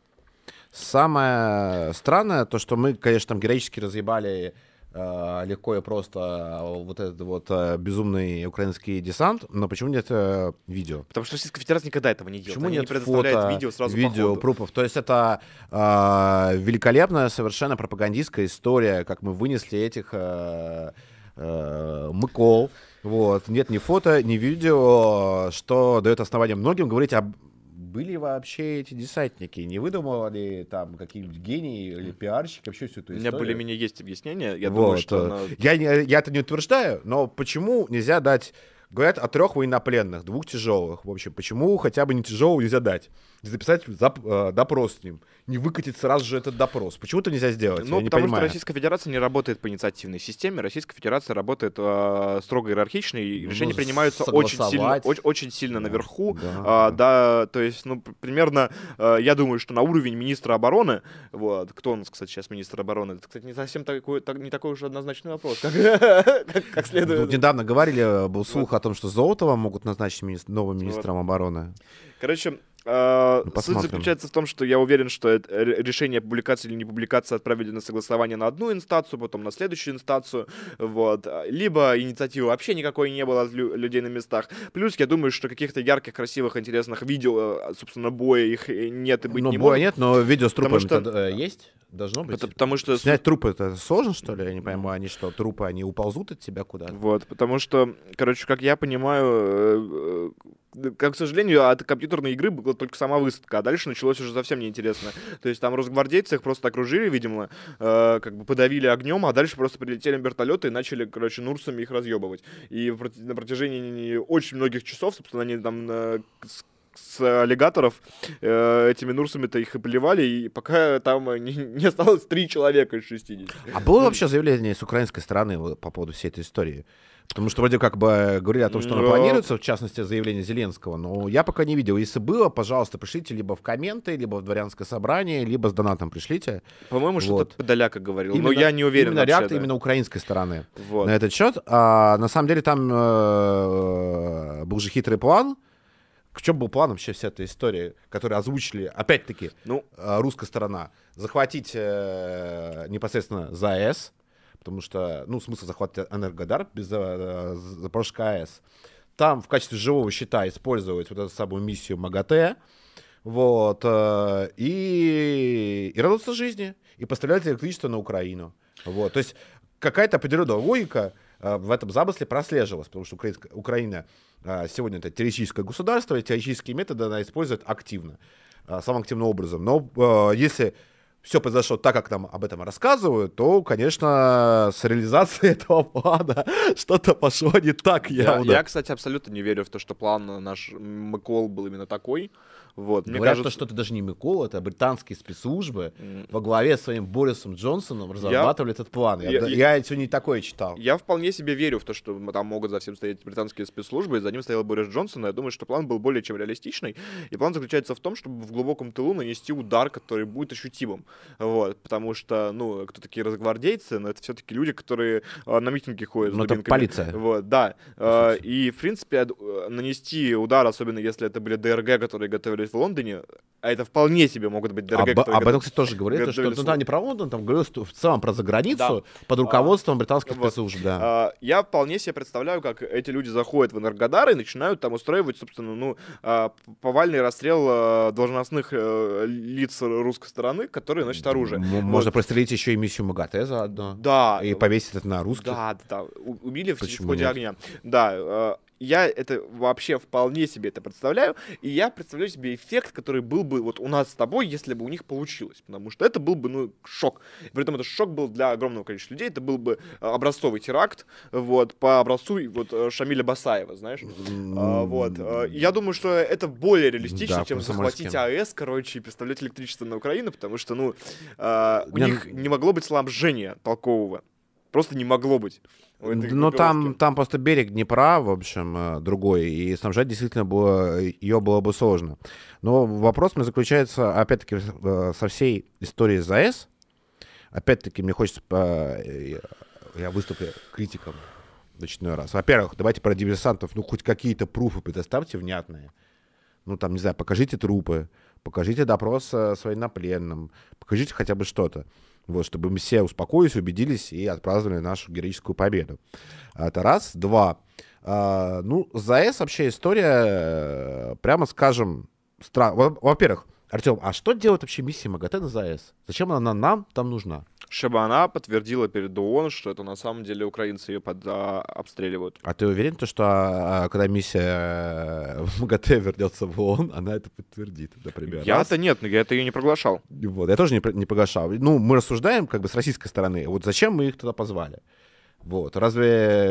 самое странное, то, что мы, конечно, там героически разъебали э, легко и просто э, вот этот вот э, безумный украинский десант, но почему нет э, видео? Потому что Российская Федерация никогда этого не делает. Почему Они нет не предоставляют фото, видео сразу по видео, ходу. пруфов? То есть это э, великолепная совершенно пропагандистская история, как мы вынесли этих э, э, мыкол. Вот. Нет ни фото, ни видео, что дает основание многим говорить об были вообще эти десантники, не выдумывали там какие-нибудь гении или пиарщики вообще всю эту У историю? меня более-менее есть объяснение. Я Вот, думаю, что э, она... я, не- я это не утверждаю, но почему нельзя дать... Говорят о трех военнопленных, двух тяжелых. В общем, почему хотя бы не тяжелого нельзя дать? Записать зап- э, допрос с ним. Не выкатить сразу же этот допрос. Почему это нельзя сделать? Ну, я не потому понимаю. что Российская Федерация не работает по инициативной системе. Российская Федерация работает э, строго иерархично, и Ну, решения с- принимаются очень сильно, согласовать. очень, очень сильно Да, наверху. да, А, да. да, то есть, ну, п- примерно, э, я думаю, что на уровень министра обороны, вот, кто у нас, кстати, сейчас министр обороны, это, кстати, не совсем такой, так- не такой уж однозначный вопрос, как, как, как следует. Тут недавно говорили, был слух о том, что Золотова могут назначить мини- новым министром обороны. Короче, э, Ну, суть посмотрим. заключается в том, что я уверен, что это р- решение публикации или не публикации отправили на согласование на одну инстанцию, потом на следующую инстанцию, вот. Либо инициативы вообще никакой не было от лю- людей на местах. Плюс, я думаю, что каких-то ярких, красивых, интересных видео, э, собственно, боя их э, нет и быть Ну, не боя может. нет, но видео с Потому трупами что- э, есть? Должно быть. Это потому что... Снять трупы это сложно, что ли? Я не пойму, они что, трупы, они уползут от тебя куда-то? Вот, потому что, короче, как я понимаю, э, э, как, к сожалению, от компьютерной игры была только сама высадка, а дальше началось уже совсем неинтересно. То есть там росгвардейцы их просто окружили, видимо, э, как бы подавили огнем, а дальше просто прилетели вертолеты и начали, короче, нурсами их разъебывать. И в проти- на протяжении очень многих часов, собственно, они там э, с- с аллигаторов э, этими нурсами-то их и поливали, и пока там не, не осталось три человека из шестидесяти. А было вообще заявление с украинской стороны вот по поводу всей этой истории? Потому что вроде как бы говорили о том, что она планируется, в частности, заявление Зеленского, но я пока не видел. Если было, пожалуйста, пришлите либо в комменты, либо в дворянское собрание, либо с донатом пришлите. По-моему, Вот. что-то Подоляка говорил, Именно- но я не уверен Именно вообще, реакция да. именно украинской стороны Вот. на этот счет. А на самом деле там э, был же хитрый план. В чем был план вообще вся эта история, которую озвучили, опять-таки, Ну, э, русская сторона? Захватить э, непосредственно ЗАЭС, потому что, ну, смысл захватить Энергодар без э, Запорожской АЭС. Там в качестве живого щита использовать вот эту самую миссию МАГАТЭ, вот, э, и, и радоваться жизни, и поставлять электричество на Украину. Вот, то есть какая-то определенная логика э, в этом замысле прослеживалась, потому что украинская, Украина э, сегодня это террористическое государство, и террористические методы она использует активно, э, самым активным образом. Но э, если все произошло так, как нам об этом рассказывают, то, конечно, с реализацией этого плана что-то пошло не так я, явно. я, кстати, абсолютно не верю в то, что план наш Микол был именно такой. Вот, мне Говорят, кажется, то, что это даже не Микола, это британские спецслужбы м, во главе с своим Борисом Джонсоном разрабатывали этот план. Я, я- я, я сегодня не такое читал. я вполне себе верю в то, что там могут за всем стоять британские спецслужбы, и за ним стоял Борис Джонсон. и Я думаю, что план был более чем реалистичный. И план заключается в том, чтобы в глубоком тылу нанести удар, который будет ощутимым. Вот, потому что, ну, кто такие разгвардейцы, но это все-таки люди, которые а, на митинги ходят с Ну, это дубинками. полиция. Вот, да. А, и, в принципе, ад- э, нанести удар, особенно если это были ДРГ, которые готовились в Лондоне, а это вполне себе могут быть ДРГ, Об, которые об этом, готов- кстати, тоже говорили, то, что готовились ну, в там не про Лондон, там говорилось что в целом про заграницу Да. под руководством британских вот. спецслужб, да. А, я вполне себе представляю, как эти люди заходят в Энергодар и начинают там устраивать, собственно, ну, а, п- повальный расстрел а, должностных э, лиц русской стороны, которые носят оружие. М- Можно прострелить еще и миссию МАГАТЭ заодно. Да. И повесить это на русских. Да, да, да. У- Убили в, в Почему ходе нет? огня. Да, э, я это вообще вполне себе это представляю, и я представляю себе эффект, который был бы вот у нас с тобой, если бы у них получилось, потому что это был бы, ну, шок. При этом это шок был для огромного количества людей, это был бы э, образцовый теракт, вот, по образцу вот э, Шамиля Басаева, знаешь. А, вот. э, и Я думаю, что это более реалистично, Да, чем Комсомольске. захватить АЭС, короче, и представлять электричество на Украину, потому что, ну, э, у Я- них не могло быть снабжения толкового. Просто не могло быть. у этой Ну, там, группировки. там просто берег Днепра, в общем, э, другой, и снабжать действительно было, ее было бы сложно. Но вопрос мне заключается, опять-таки, э, со всей историей ЗАЭС. Опять-таки, мне хочется, э, я выступлю критиком в очередной раз. Во-первых, давайте про диверсантов, ну, хоть какие-то пруфы предоставьте внятные. Ну, там, не знаю, покажите трупы, покажите допрос э, с военнопленным, покажите хотя бы что-то. Вот, чтобы мы все успокоились, убедились и отпраздновали нашу героическую победу. Это раз. Два. А, ну, ЗАЭС вообще история, э, прямо скажем, стра... Во- Во-первых, Артем, а что делает вообще миссия МАГАТЭ на ЗАЭС? Зачем она нам там нужна? Чтобы она подтвердила перед ООН, что это на самом деле украинцы ее под, а, обстреливают. А ты уверен, то, что а, когда миссия э, МАГАТЭ вернется в ООН, она это подтвердит, например? Раз. Я-то нет, но я это ее не проглашал. Вот, я тоже не, про- не приглашал. Ну, мы рассуждаем как бы с российской стороны. Вот зачем мы их туда позвали? Вот. Разве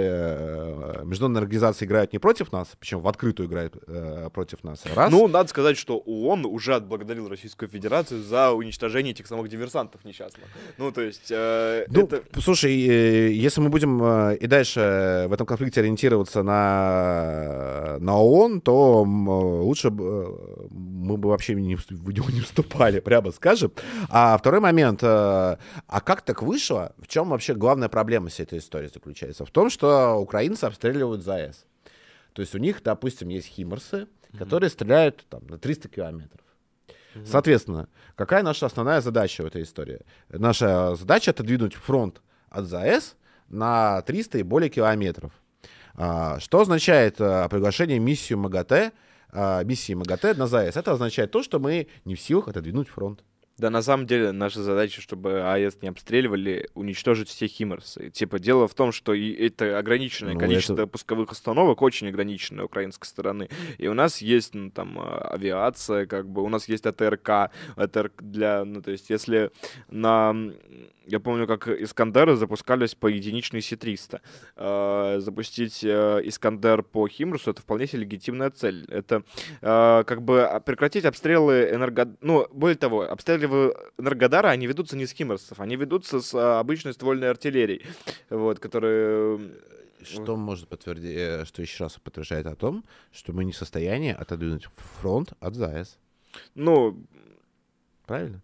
э, международные организации играют не против нас? Причем в открытую играют э, против нас. Раз. Ну, надо сказать, что ООН уже отблагодарил Российскую Федерацию за уничтожение этих самых диверсантов несчастных. Ну, то есть, э, Ну, это... слушай, э, если мы будем э, и дальше в этом конфликте ориентироваться на, на ООН, то м, лучше бы э, мы бы вообще не, вст- в него не вступали, прямо скажем. А второй момент. э, А как так вышло? В чем вообще главная проблема всей этой истории заключается? В том, что украинцы обстреливают ЗАЭС. То есть у них, допустим, есть химарсы, которые стреляют там, на триста километров. Соответственно, какая наша основная задача в этой истории? Наша задача — это двинуть фронт от ЗАЭС на триста и более километров. А, Что означает а, приглашение миссию МАГАТЭ, а, миссии МАГАТЭ на ЗАЭС? Это означает то, что мы не в силах отодвинуть фронт. Да, на самом деле, наша задача, чтобы АЭС не обстреливали, уничтожить все химарсы. Типа, дело в том, что и это ограниченное Ну, количество это... пусковых установок, очень ограниченное украинской стороны. И у нас есть, ну, там, а, авиация, как бы, у нас есть АТРК, АТРК для, ну, то есть, если на... м, Я помню, как Искандеры запускались по единичной С триста. Э, Запустить э, Искандер по Химарсу — это вполне себе легитимная цель. Это э, как бы а, прекратить обстрелы энерго... Ну, более того, обстрелы Энергодара, они ведутся не с Химарсов, они ведутся с а, обычной ствольной артиллерией, вот, которая... Что может подтвердить, э, что еще раз подтверждает о том, что мы не в состоянии отодвинуть фронт от ЗАЭС. Ну, Правильно?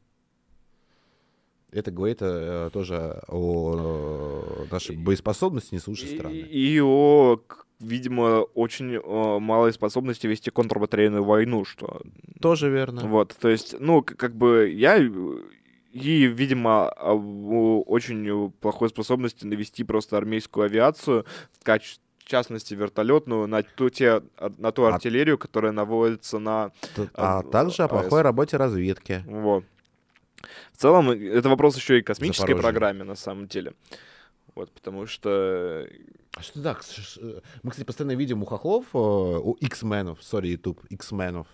Это говорит э, тоже о э, нашей боеспособности не лучшей и, страны. и о, к- видимо, очень э, малой способности вести контрбатарейную войну, что... Тоже верно. Вот, то есть, ну, к- как бы я... э, И, видимо, а, у- очень плохой способности навести просто армейскую авиацию, в качестве в частности, вертолетную, на ту, те, а, на ту А, артиллерию, которая наводится на т- а, а также о АЭС. плохой работе разведки Вот. В целом, э, это вопрос еще и в космической Запорожье. программе, на самом деле. Вот, потому что... А что так? ш- ш- э, Мы, кстати, постоянно видим у хохлов, э, у X-менов, сори, YouTube, X-менов,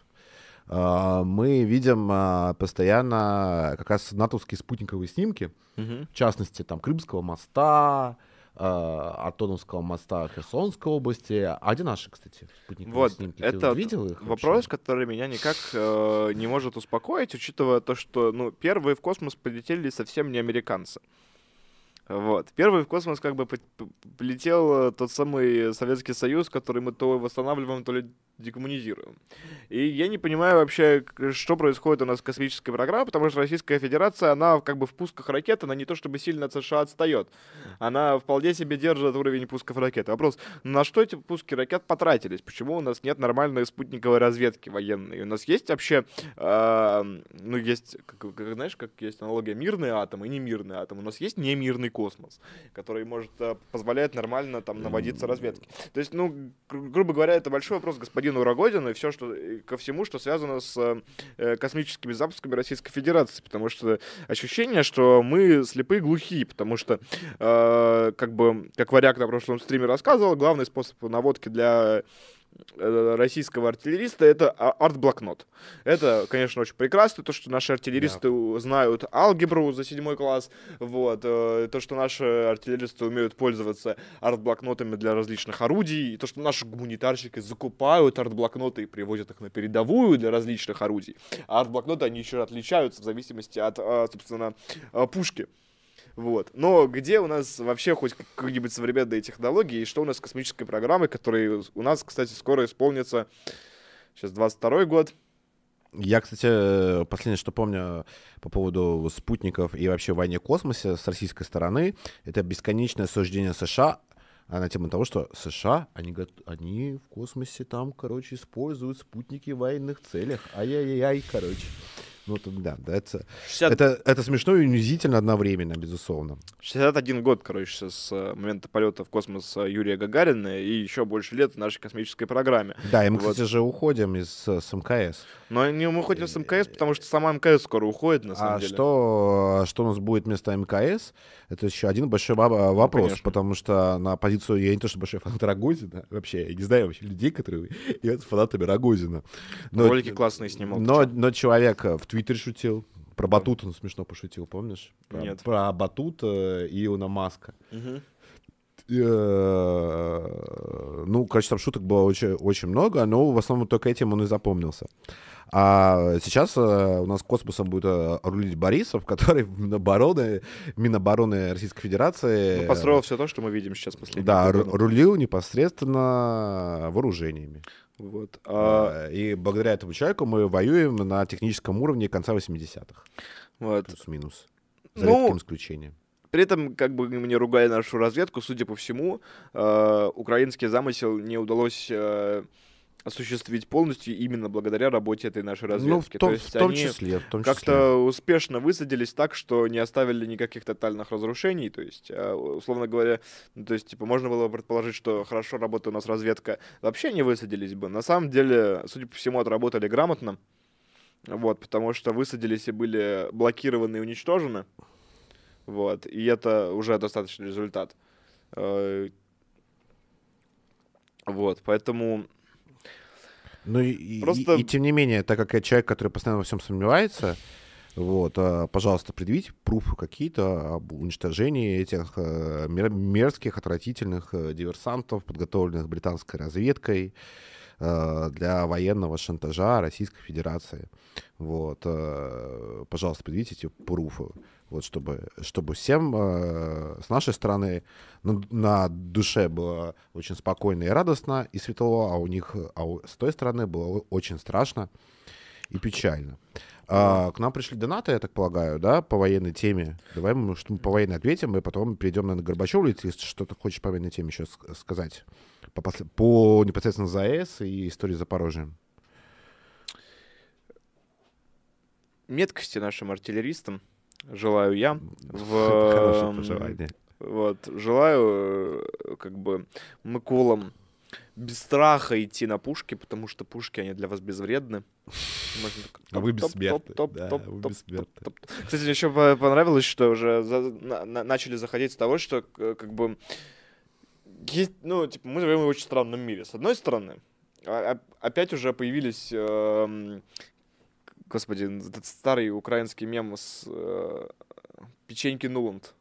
а, мы видим а, постоянно как раз натовские спутниковые снимки, Мгм. в частности, там, Крымского моста, а, Антоновского моста Херсонской области. А где наши, кстати, спутниковые Вот, снимки? Ты это видел их вопрос, вообще? который меня никак э, не может успокоить, учитывая то, что, ну, первые в космос полетели совсем не американцы. Вот. Первый в космос как бы п- п- полетел э, тот самый Советский Союз, который мы то восстанавливаем, то ли декоммунизируем. И я не понимаю вообще, к- что происходит у нас в космической программе, потому что Российская Федерация, она как бы в пусках ракет, она не то чтобы сильно от США отстает. Она вполне себе держит уровень пусков ракет. Вопрос, на что эти пуски ракет потратились? Почему у нас нет нормальной спутниковой разведки военной? У нас есть вообще, э, ну, есть, как, как, знаешь, как есть аналогия мирный атом и немирный атом. У нас есть немирный космос, который может, э, позволяет нормально там наводиться разведки. То есть, ну, гру- грубо говоря, это большой вопрос господину Рогозину и все, что и ко всему, что связано с э, космическими запусками Российской Федерации, потому что ощущение, что мы слепые и глухие, потому что, э, как бы, как Варяг на прошлом стриме рассказывал, главный способ наводки для э, российского артиллериста — это а- арт-блокнот. Это, конечно, очень прекрасно, то, что наши Да. артиллеристы у- знают алгебру за седьмой класс, вот, э, то, что наши артиллеристы умеют пользоваться арт-блокнотами для различных орудий, и то, что наши гуманитарщики закупают арт-блокноты и привозят их на передовую для различных орудий. А арт-блокноты, они еще отличаются в зависимости от, а, собственно, а, пушки. Вот. Но где у нас вообще хоть какие-нибудь современные технологии, и что у нас с космической программой, которой у нас, кстати, скоро исполнится, сейчас двадцать второй год. Я, кстати, последнее, что помню по поводу спутников и вообще войне в космосе с российской стороны, это бесконечное суждение США а, на тему того, что США, они, гот- они в космосе там, короче, используют спутники в военных целях. Ай-яй-яй, короче. Ну, тогда, да, это, шестьдесят это, это смешно и унизительно одновременно, безусловно. шестьдесят один год, короче, с э, момента полета в космос э, Юрия Гагарина, и еще больше лет в нашей космической программе. Да, и мы, Вот. кстати, же уходим из э, с МКС. Но не мы уходим с МКС, потому что сама МКС скоро уходит, на самом А деле. что, что у нас будет вместо МКС, это еще один большой ва- вопрос, конечно. потому что на позицию, я не то что большой фанат Рогозина, вообще, я не знаю вообще людей, которые являются фанатами Рогозина. Но, Ролики классные снимал. ты но, чё? но человек э, в Твиттере шутил, про Батута он смешно пошутил, помнишь? Про, Нет. Про Батута и Илона Маска. Мгм. Э, Ну, короче, там шуток было очень, очень много, но в основном только этим он и запомнился. А сейчас э, у нас космосом будет э, рулить Борисов, который в Минобороны, Минобороны Российской Федерации Ну, построил все то, что мы видим сейчас последние да, годы. ру- рулил непосредственно вооружениями. Вот. А, Э, И благодаря этому человеку мы воюем на техническом уровне конца восьмидесятых. вот. Плюс-минус. За Ну, редким исключением. При этом, как бы мне ругали нашу разведку, судя по всему, э, украинский замысел не удалось э, осуществить полностью именно благодаря работе этой нашей Ну, в разведки. том, То в есть том они числе. В том числе. как-то успешно высадились так, что не оставили никаких тотальных разрушений. То есть, э, условно говоря, ну, то есть, типа, можно было бы предположить, что хорошо работает у нас разведка, вообще не высадились бы. На самом деле, судя по всему, отработали грамотно. Вот, потому что высадились и были блокированы и уничтожены. Вот, и это уже достаточный результат. Э, Вот, поэтому... Ну и, и- Просто- и тем не менее, так как я человек, который постоянно во всем сомневается, вот, а, пожалуйста, предъявите пруфы какие-то об уничтожении этих э, мер- мерзких, отвратительных э, диверсантов, подготовленных британской разведкой э, для военного шантажа Российской Федерации. Вот, э, пожалуйста, предъявите эти пруфы. Вот, чтобы, чтобы всем э, с нашей стороны на, на душе было очень спокойно и радостно, и светло, а у них а у- с той стороны было очень страшно и печально. А, к нам пришли донаты, я так полагаю, да, по военной теме. Давай мы, что мы по военной ответим, и потом перейдем, наверное, к Горбачеву, если что ты хочешь по военной теме еще ск- сказать. По, пос- по непосредственно ЗАЭС и истории с Запорожьем. Меткости нашим артиллеристам желаю я. В, Хорошее эм, пожелание. Вот, желаю, э, как бы, Миколам без страха идти на пушки, потому что пушки, они для вас безвредны. Можно так А вы топ, топ, бессмертны. топ, Да, топ, вы топ, бессмертны. топ, топ. Кстати, мне еще по- понравилось, что уже за- на- на- начали заходить с того, что, к- как бы, есть, ну, типа, мы живем в очень странном мире. С одной стороны, а- а- опять уже появились, эм, господи, этот старый украинский мем с э, печеньки Нуланд.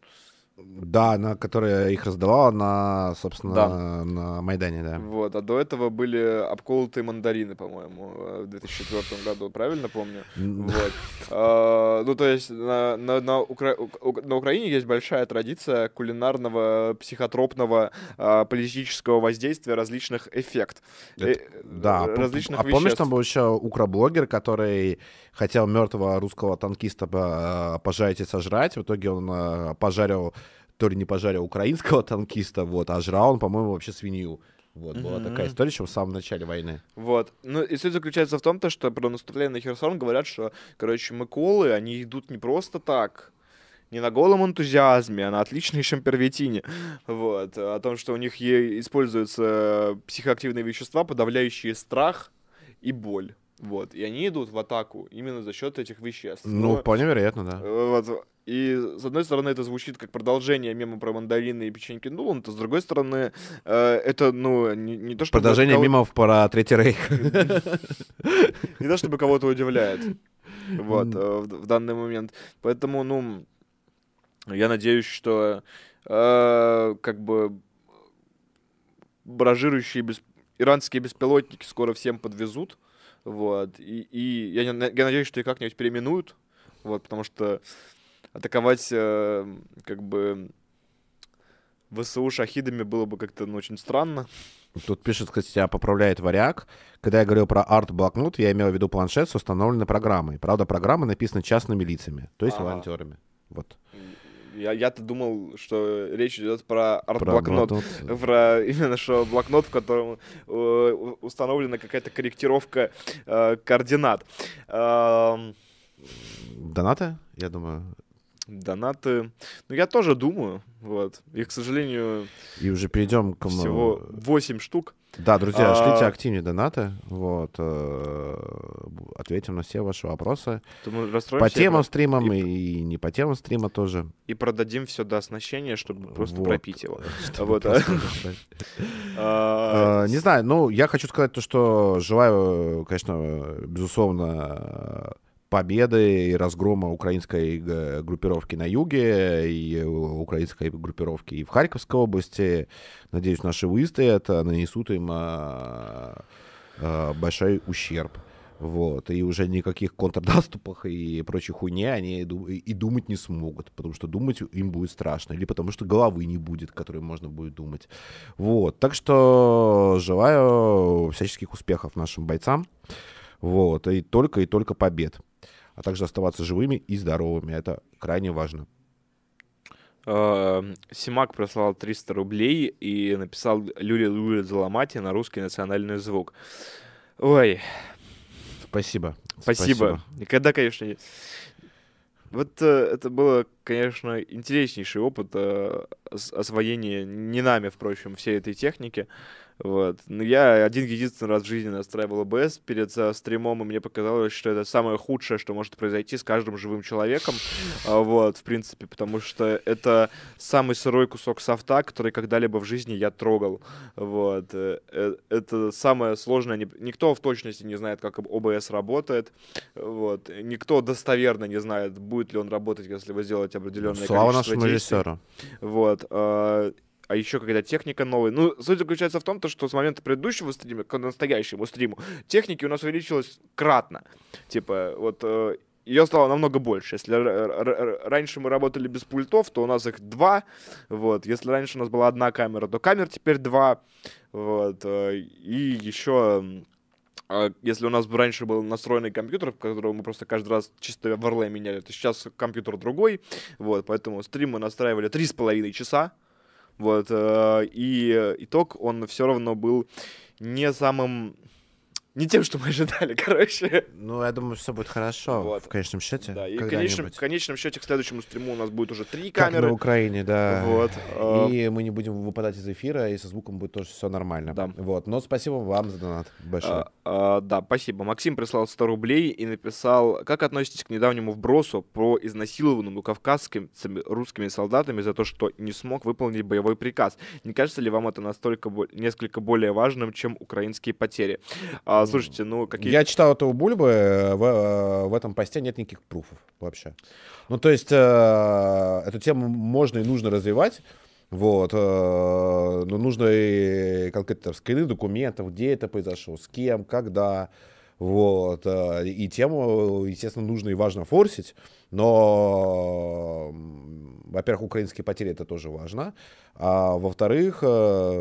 Да, на которая их раздавала на, собственно, Да. на Майдане, да. Вот, а до этого были обколотые мандарины, по-моему, э, в две тысячи четвёртом году, правильно помню? М, Вот. А, Ну, то есть на, на, на, Укра- у- на Украине есть большая традиция кулинарного, психотропного, а, политического воздействия различных эффект. Это- э, Да, э, а пом- различных а помнишь, веществ. там был еще укроблогер, который хотел мертвого русского танкиста э, пожарить и сожрать. В итоге он э, пожарил, то ли не пожарил украинского танкиста, вот, а жрал он, по-моему, вообще свинью. Вот, была такая Мгм. история еще в самом начале войны. Вот. Ну, и суть заключается в том, то, что про наступление на Херсон говорят, что, короче, Миколы, они идут не просто так, не на голом энтузиазме, а на отличнейшем первитине. Вот. О том, что у них е- используются психоактивные вещества, подавляющие страх и боль. Вот. И они идут в атаку именно за счет этих веществ. Ну, Но, вполне вероятно, да. э, вот. И с одной стороны это звучит как продолжение мема про мандарины и печеньки Нуланд, а с другой стороны э, это, ну, не, не то, чтобы... Продолжение кого- мемов про Третий Рейх. Не то, чтобы кого-то удивляет. Вот, М. э, в, в данный момент. Поэтому, ну, я надеюсь, что э, как бы баражирующие бес- иранские беспилотники скоро всем подвезут. Вот. И, и я, не- я надеюсь, что их как-нибудь переименуют. Вот, потому что атаковать э, как бы ВСУ шахидами было бы как-то, ну, очень странно. Тут пишет, кстати, тебя поправляет варяг. Когда я говорил про арт-блокнот, я имел в виду планшет с установленной программой. Правда, программа написана частными лицами, то есть Ага. волонтерами. Вот. Я, я-то думал, что речь идет про Про арт-блокнот. блокнот. Про именно что блокнот, в котором э, у- установлена какая-то корректировка э, координат. Эм, Донаты, я думаю. Донаты. Ну, я тоже думаю. Вот. Их, к сожалению, И уже перейдем к... м- всего восемь штук. Да, друзья, А- шлите активнее донаты. Вот. э, Ответим на все ваши вопросы. То мы По расстроимся и темам про- стримам и- и не по темам стрима тоже. и продадим все до оснащения, чтобы просто Вот. пропить его. Чтобы Вот, просто а. достать. А, Э, Не знаю, ну, я хочу сказать то, что желаю, конечно, безусловно, победы и разгрома украинской г- группировки на юге и украинской группировки и в Харьковской области. Надеюсь, наши выстоят, а, нанесут им а, а, большой ущерб. Вот. И уже никаких контрнаступах и прочей хуйне они и ду- и думать не смогут, потому что думать им будет страшно, или потому что головы не будет, которой можно будет думать. Вот. Так что желаю всяческих успехов нашим бойцам. Вот. И только и только побед. А также оставаться живыми и здоровыми. Это крайне важно. э, Симак прислал триста рублей и написал «Люля Люля Заламати» на русский национальный звук. Ой, Спасибо. спасибо. Никогда, конечно, не... Вот э, это было, конечно, интереснейший опыт э, ос- освоения не нами, впрочем, всей этой техники. Вот. Но я один единственный раз в жизни настраивал о бэ эс перед э, стримом, и мне показалось, что это самое худшее, что может произойти с каждым живым человеком. А, Вот, в принципе, потому что это самый сырой кусок софта, который когда-либо в жизни я трогал. Вот. э, э, Это самое сложное. Ни- Никто в точности не знает, как о бэ эс работает. Вот. Никто достоверно не знает, будет ли он работать, если вы сделаете определенное Слава количество нашему действий. режиссеру. Вот. а а еще когда техника новая. Ну, суть заключается в том, то, что с момента предыдущего стрима к настоящему стриму техники у нас увеличилось кратно. Типа, вот э, ее стало намного больше. Если р- р- р- раньше мы работали без пультов, то у нас их два. Вот. Если раньше у нас была одна камера, то камер теперь два. Вот. э, И еще... а Если у нас бы раньше был настроенный компьютер, которого мы просто каждый раз чисто в орле меняли, то сейчас компьютер другой. Вот, поэтому стрим мы настраивали три с половиной часа. Вот, э, и итог, он все равно был не самым... Не тем, что мы ожидали, короче. Ну, я думаю, все будет хорошо Вот. в конечном счете. Да, и в конечном, когда-нибудь. в конечном счете к следующему стриму у нас будет уже три Как камеры. на Украине, да. Вот, э, И мы не будем выпадать из эфира, и со звуком будет тоже все нормально. Да. Вот. Но спасибо вам за донат большое. А, а, да, спасибо. Максим прислал сто рублей и написал: как относитесь к недавнему вбросу про изнасилованному кавказскими русскими солдатами за то, что не смог выполнить боевой приказ? Не кажется ли вам это настолько бо- несколько более важным, чем украинские потери? А, слушайте, ну какие... Я читал это у Бульбы, э, в, э, в этом посте нет никаких пруфов вообще. Ну, то есть, э, эту тему можно и нужно развивать, вот, э, но нужно и конкретно скрины документов, где это произошло, с кем, когда, вот, э, и тему, естественно, нужно и важно форсить, но, м, во-первых, украинские потери — это тоже важно, а во-вторых, э,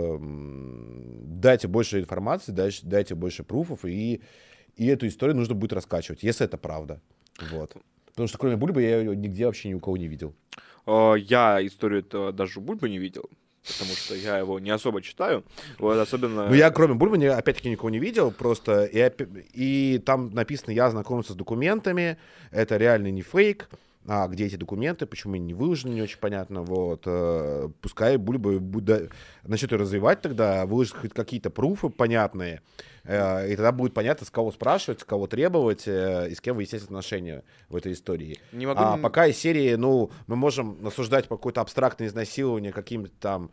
м, дайте больше информации, дайте, дайте больше пруфов, и И эту историю нужно будет раскачивать, если это правда. Вот. Потому что кроме Бульбы я ее нигде вообще ни у кого не видел. А, я историю это даже у Бульбы не видел, потому что я его не особо читаю. Вот, особенно... Ну, я кроме Бульбы ни- опять-таки никого не видел, просто и, опи- и там написано: я ознакомился с документами, это реально не фейк. А где эти документы, почему они не выложены, не очень понятно. Вот. э, Пускай Бульба будет начнет ее развивать тогда, выложит хоть какие-то пруфы понятные, э, и тогда будет понятно, с кого спрашивать, с кого требовать, э, и с кем выяснять отношения в этой истории. Не могу... А н- пока из серии, ну, мы можем осуждать по какое-то абстрактное изнасилование какими-то там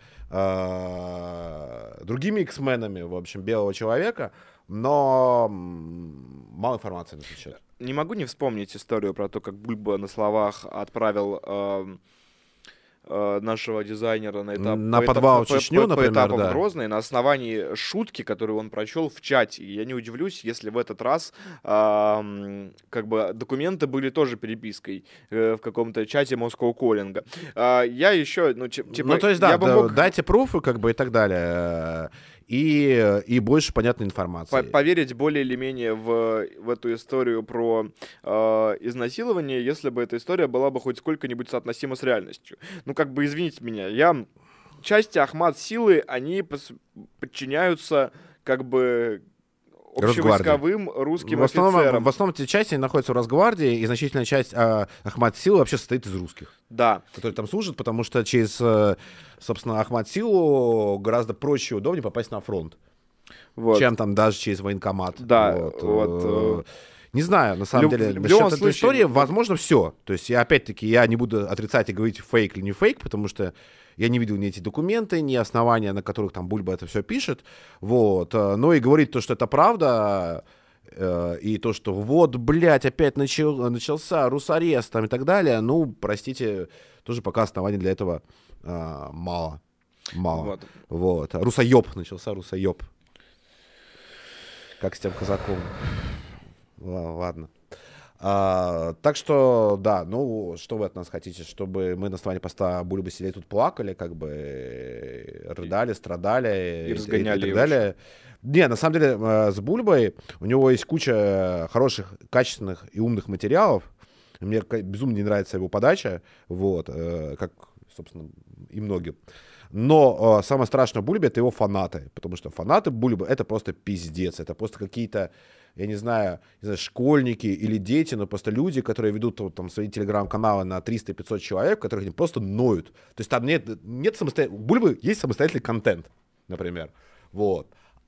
э, другими X-менами, в общем, белого человека, но м, мало информации на этот счет. Не могу не вспомнить историю про то, как Бульба на словах отправил эм, э, нашего дизайнера на этап... На по подвал этап- по- Чечню, по- по например, этапам да. Грозной на основании шутки, которую он прочел в чате. И я не удивлюсь, если в этот раз ам, как бы документы были тоже перепиской э, в каком-то чате Moscow Calling. А, я еще, ну, чи- типа, Ну, то есть, да, я бы да, мог дайте пруфы, как бы, и так далее. И, и больше понятной информации. по- поверить более или менее в, в эту историю про э, изнасилование, если бы эта история была бы хоть сколько-нибудь соотносима с реальностью. Ну, как бы, извините меня, я... Части Ахмат Силы, они пос- подчиняются, как бы, общевойсковым русским в основном, офицерам. в основном эти части находятся в Росгвардии, и значительная часть а, Ахмат Силы вообще состоит из русских, Да. которые там служат, потому что через, э, собственно, Ахмат Силу гораздо проще и удобнее попасть на фронт, Вот. чем там даже через военкомат. Да, Вот, вот, э, Не знаю, на самом Люб- деле, в насчет любом этой случае, истории, ну, возможно, все. То есть, я опять-таки, я не буду отрицать и говорить, фейк или не фейк, потому что я не видел ни эти документы, ни основания, на которых там Бульба это все пишет. Вот. э, Но и говорить то, что это правда, э, и то, что вот, блядь, опять начал, начался русарест там и так далее, ну, простите, тоже пока оснований для этого э, мало. Мало. Вот. Вот. Русоеб начался, русоеб. Как с тем казаком. Ла- Ладно. А, так что, да, ну, что вы от нас хотите? Чтобы мы на основании поста Бульбы сидели тут плакали, как бы, э, рыдали, страдали И разгоняли так его далее. Не, на самом деле, э, с Бульбой у него есть куча хороших, качественных и умных материалов. Мне ка- безумно не нравится его подача, вот, э, как, собственно, и многим. Но э, самое страшное в Бульбе — это его фанаты, потому что фанаты Бульбы — это просто пиздец, это просто какие-то, я не знаю, не знаю, школьники или дети, но просто люди, которые ведут вот, там свои телеграм-каналы на триста-пятьсот человек, которых они просто ноют. То есть там нет, нет самостоятельного... У Бульбы есть самостоятельный контент, например. Вот.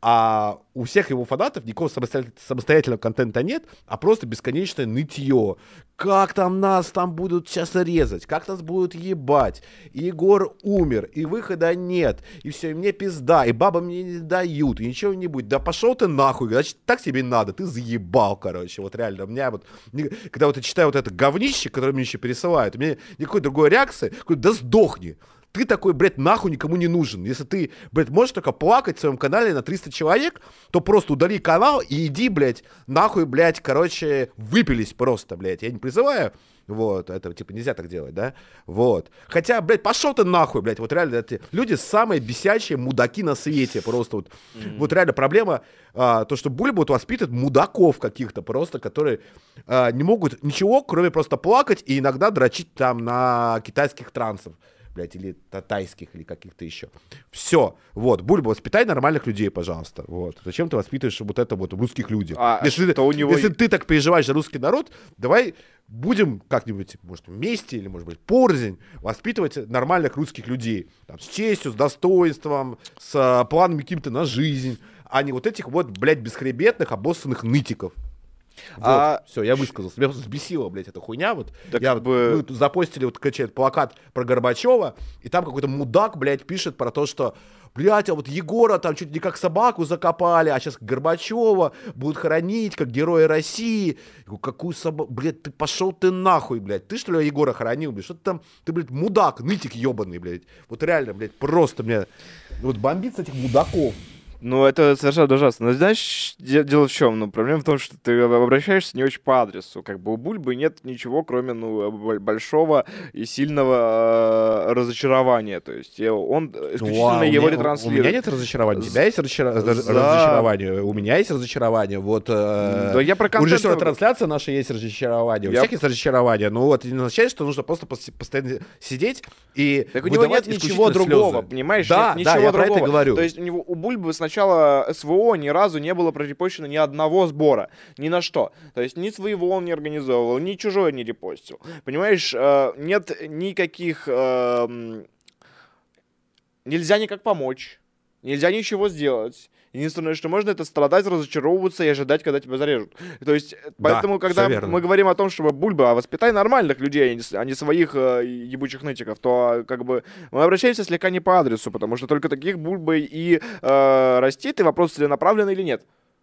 А у всех его фанатов никакого самостоятельного, самостоятельного контента нет, а просто бесконечное нытье. Как там нас там будут сейчас резать, как нас будут ебать. И Егор умер, и выхода нет, и все, и мне пизда, и баба мне не дают, и ничего не будет. Да пошел ты нахуй, значит, так тебе надо, ты заебал, короче. Вот реально, у меня вот, когда вот я читаю вот это говнище, которое мне еще пересылают, у меня никакой другой реакции, говорю, да сдохни. Ты такой, блядь, нахуй никому не нужен. Если ты, блядь, можешь только плакать в своем канале на триста человек, то просто удали канал и иди, блядь, нахуй, блядь, короче, выпились просто, блядь. Я не призываю, вот, это, типа, нельзя так делать, да, вот. Хотя, блядь, пошел ты нахуй, блядь, вот реально, это, люди самые бесячие мудаки на свете, просто вот, mm-hmm. вот реально проблема, а, то, что Бульба вот воспитывает мудаков каких-то просто, которые а, не могут ничего, кроме просто плакать и иногда дрочить там на китайских трансов. Блядь, или татайских, или каких-то еще. Все, вот, Бульба, воспитай нормальных людей, пожалуйста, вот. Зачем ты воспитываешь вот это вот в русских людях? А, если ты, у него... если ты так переживаешь за русский народ, давай будем как-нибудь, может, вместе, или, может быть, порознь, воспитывать нормальных русских людей. Там, с честью, с достоинством, с а, планами каким-то на жизнь, а не вот этих вот, блядь, бесхребетных, обоссанных нытиков. Вот, а... все, я высказался. Меня просто взбесила, блядь, эта хуйня. Вот. Так я, бы... Мы тут запостили вот, короче, плакат про Горбачева, и там какой-то мудак, блядь, пишет про то, что, блядь, а вот Егора там чуть не как собаку закопали, а сейчас Горбачева будут хоронить как героя России. Я говорю, какую собаку? Блядь, ты пошел ты нахуй, блядь. Ты, что ли, Егора хоронил, блядь? Что ты там? Ты, блядь, мудак, нытик ебаный, блядь. Вот реально, блядь, просто меня вот бомбит с этих мудаков. Ну, это совершенно ужасно. Но знаешь, дело в чем? Ну, проблема в том, что ты обращаешься не очень по адресу. Как бы у Бульбы нет ничего, кроме, ну, большого и сильного э, разочарования. То есть он исключительно ну, его меня, ретранслирует. У меня нет разочарования. У тебя есть разочар... За... разочарование. У меня есть разочарование. Вот, э... да, я про контент... У режиссера трансляции нашей есть разочарование. У я... всех есть разочарование. Ну, вот, это не означает, что нужно просто постоянно сидеть и так у него нет ничего другого, слезы. Понимаешь? Да, нет да, ничего я другого. про это говорю. То есть у него у Бульбы сначала Сначала СВО ни разу не было прорепощено ни одного сбора, ни на что. То есть ни своего он не организовывал, ни чужое не репостил. Понимаешь, нет никаких... Нельзя никак помочь, нельзя ничего сделать. Единственное, что можно, это страдать, разочаровываться и ожидать, когда тебя зарежут. То есть, поэтому, да, когда мы говорим о том, что Бульба, а воспитай нормальных людей, а не своих э, ебучих нытиков, то как бы мы обращаемся слегка не по адресу, потому что только таких Бульбой и э, растит, и вопрос, целенаправленный или нет.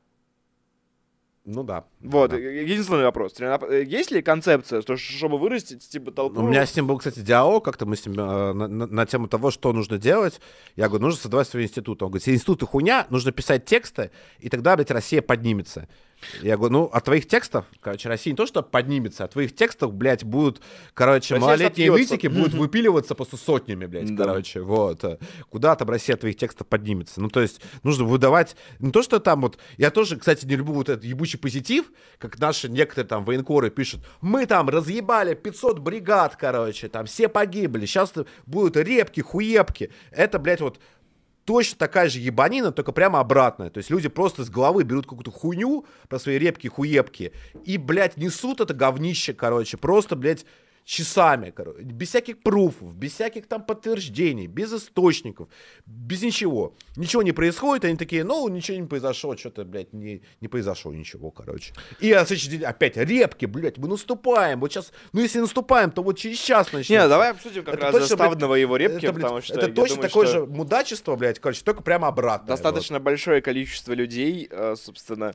Ну да. Вот, да. Единственный вопрос. Есть ли концепция, что, чтобы вырастить типа толпу? У меня с ним был, кстати, диалог, как-то мы с ним э, на, на, на тему того, что нужно делать. Я говорю, нужно создавать свой институт. Он говорит, если институты хуйня, нужно писать тексты, и тогда, блядь, Россия поднимется. Я говорю, ну, от твоих текстов, короче, Россия не то, что поднимется, от твоих текстов, блядь, будут, короче, Россия малолетние нытики будут выпиливаться просто сотнями, блядь, да. короче, вот. Куда там Россия от твоих текстов поднимется? Ну, то есть, нужно выдавать, не то, что там вот, я тоже, кстати, не люблю вот этот ебучий позитив, как наши некоторые там военкоры пишут, мы там разъебали пятьсот бригад, короче, там все погибли, сейчас будут репки, хуепки. Это, блядь, вот точно такая же ебанина, только прямо обратная. То есть люди просто с головы берут какую-то хуйню про свои репки-хуепки и, блядь, несут это говнище, короче, просто, блядь, часами, короче, без всяких пруфов, без всяких там подтверждений, без источников, без ничего. Ничего не происходит, они такие, ну, ничего не произошло, что-то, блядь, не, не произошло ничего, короче. И на следующий день опять репки, блядь, мы наступаем, вот сейчас, ну, если наступаем, то вот через час начнется. Не, давай обсудим как это раз точно, заставного блядь, его репки, это, потому что это точно думаю, такое что... же мудачество, блядь, короче, только прямо обратно. Достаточно вот. Большое количество людей, собственно,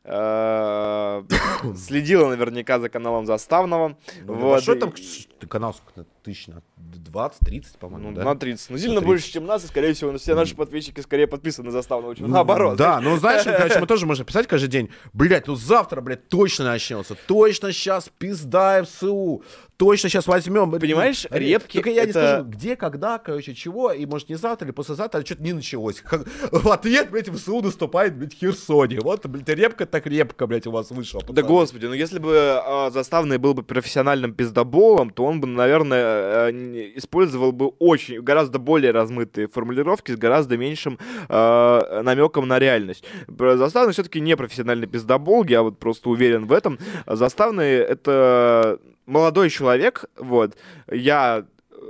следила наверняка за каналом Заставного. Ну, вот. Что там канал сколько? Тысяч на двадцать-тридцать, по-моему, ну, да? На тридцать. Ну, сильно больше, чем нас, и, скорее всего, все наши подписчики скорее подписаны на Заставного, чем наоборот. Да, ну, знаешь, короче, мы тоже можем писать каждый день, блядь, ну, завтра, блядь, точно начнется, точно сейчас пизда ФСУ, точно сейчас возьмем. Понимаешь, ну, репки только я это... не скажу, где, когда, короче, чего, и, может, не завтра или послезавтра, что-то не началось. Как... В ответ, блядь, ФСУ наступает, блядь, в Херсоне. Вот, блядь, репка так репка, блядь, у вас вышла. Да, господи, ну, если бы э, Заставный был бы профессиональным пиздоболом, то он бы, наверное, э, использовал бы очень, гораздо более размытые формулировки с гораздо меньшим э, намеком на реальность. Заставный все-таки не профессиональный пиздобол, я вот просто уверен в этом. Заставный — это молодой человек, вот. Я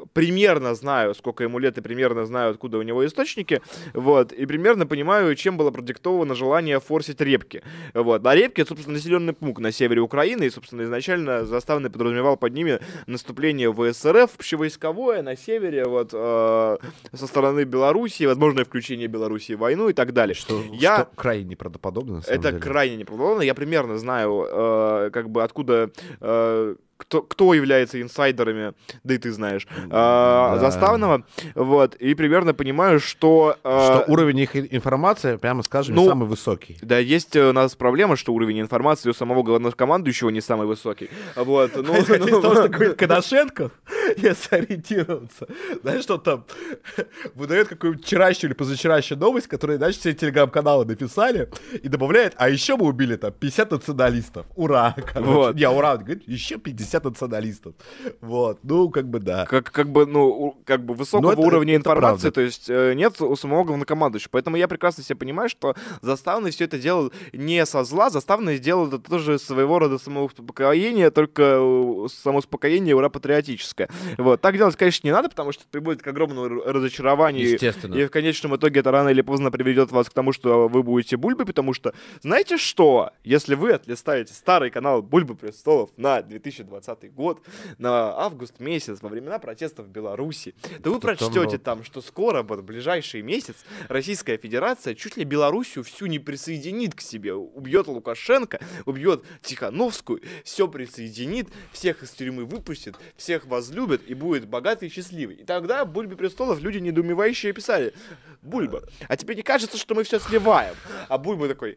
примерно знаю, сколько ему лет, и примерно знаю, откуда у него источники, вот, и примерно понимаю, чем было продиктовано желание форсить Репки. Вот. А Репки — это, собственно, населенный пункт на севере Украины, и, собственно, изначально заставный подразумевал под ними наступление ВСРФ, общевойсковое на севере, вот, э, со стороны Белоруссии, возможное включение Белоруссии в войну и так далее. Что, Я... что крайне неправдоподобно, на самом Это деле. крайне неправдоподобно. Я примерно знаю, э, как бы, откуда... Э, Кто, кто является инсайдерами, да и ты знаешь, э, Да. заставного, вот, и примерно понимаю, что... э, Что уровень их информации, прямо скажем, ну, не самый высокий. Да, есть у нас проблема, что уровень информации у самого главнокомандующего не самый высокий. Вот, ну, Из ну, того, что говорит Коношенков, если сориентироваться, знаешь, что он там выдает какую-нибудь вчерашнюю или позавчерашнюю новость, которую, знаешь, все телеграм-каналы написали, и добавляет, а еще мы убили там пятьдесят националистов. Ура! Короче. Вот. Не, ура, он говорит, еще пятьдесят националистов. Вот, ну, как бы да. Как, как бы, ну, у- как бы высокого Ну, это- уровня это информации, правда. то есть э, нет у самого главнокомандующего. Поэтому я прекрасно себе понимаю, что Заставный все это делал не со зла, Заставный сделал это тоже своего рода самоуспокоение, только э, самоуспокоение ура патриотическое. Вот. Так делать, конечно, не надо, потому что это приводит к огромному р- разочарованию. Естественно. И в конечном итоге это рано или поздно приведет вас к тому, что вы будете Бульбой, потому что, знаете что, если вы отлистаете старый канал Бульбы Престолов на две тысячи двадцатый год, на август месяц, во времена протестов в Беларуси, то вы Потом прочтете был- там, что скоро, вот, в ближайший месяц, Российская Федерация чуть ли Белоруссию всю не присоединит к себе, убьет Лукашенко, убьет Тихановскую, все присоединит, всех из тюрьмы выпустит, всех возлюбит и будет богатый и счастливый. И тогда в Бульбе Престолов люди недоумевающие писали: Бульба, а тебе не кажется, что мы все сливаем? А Бульба такой: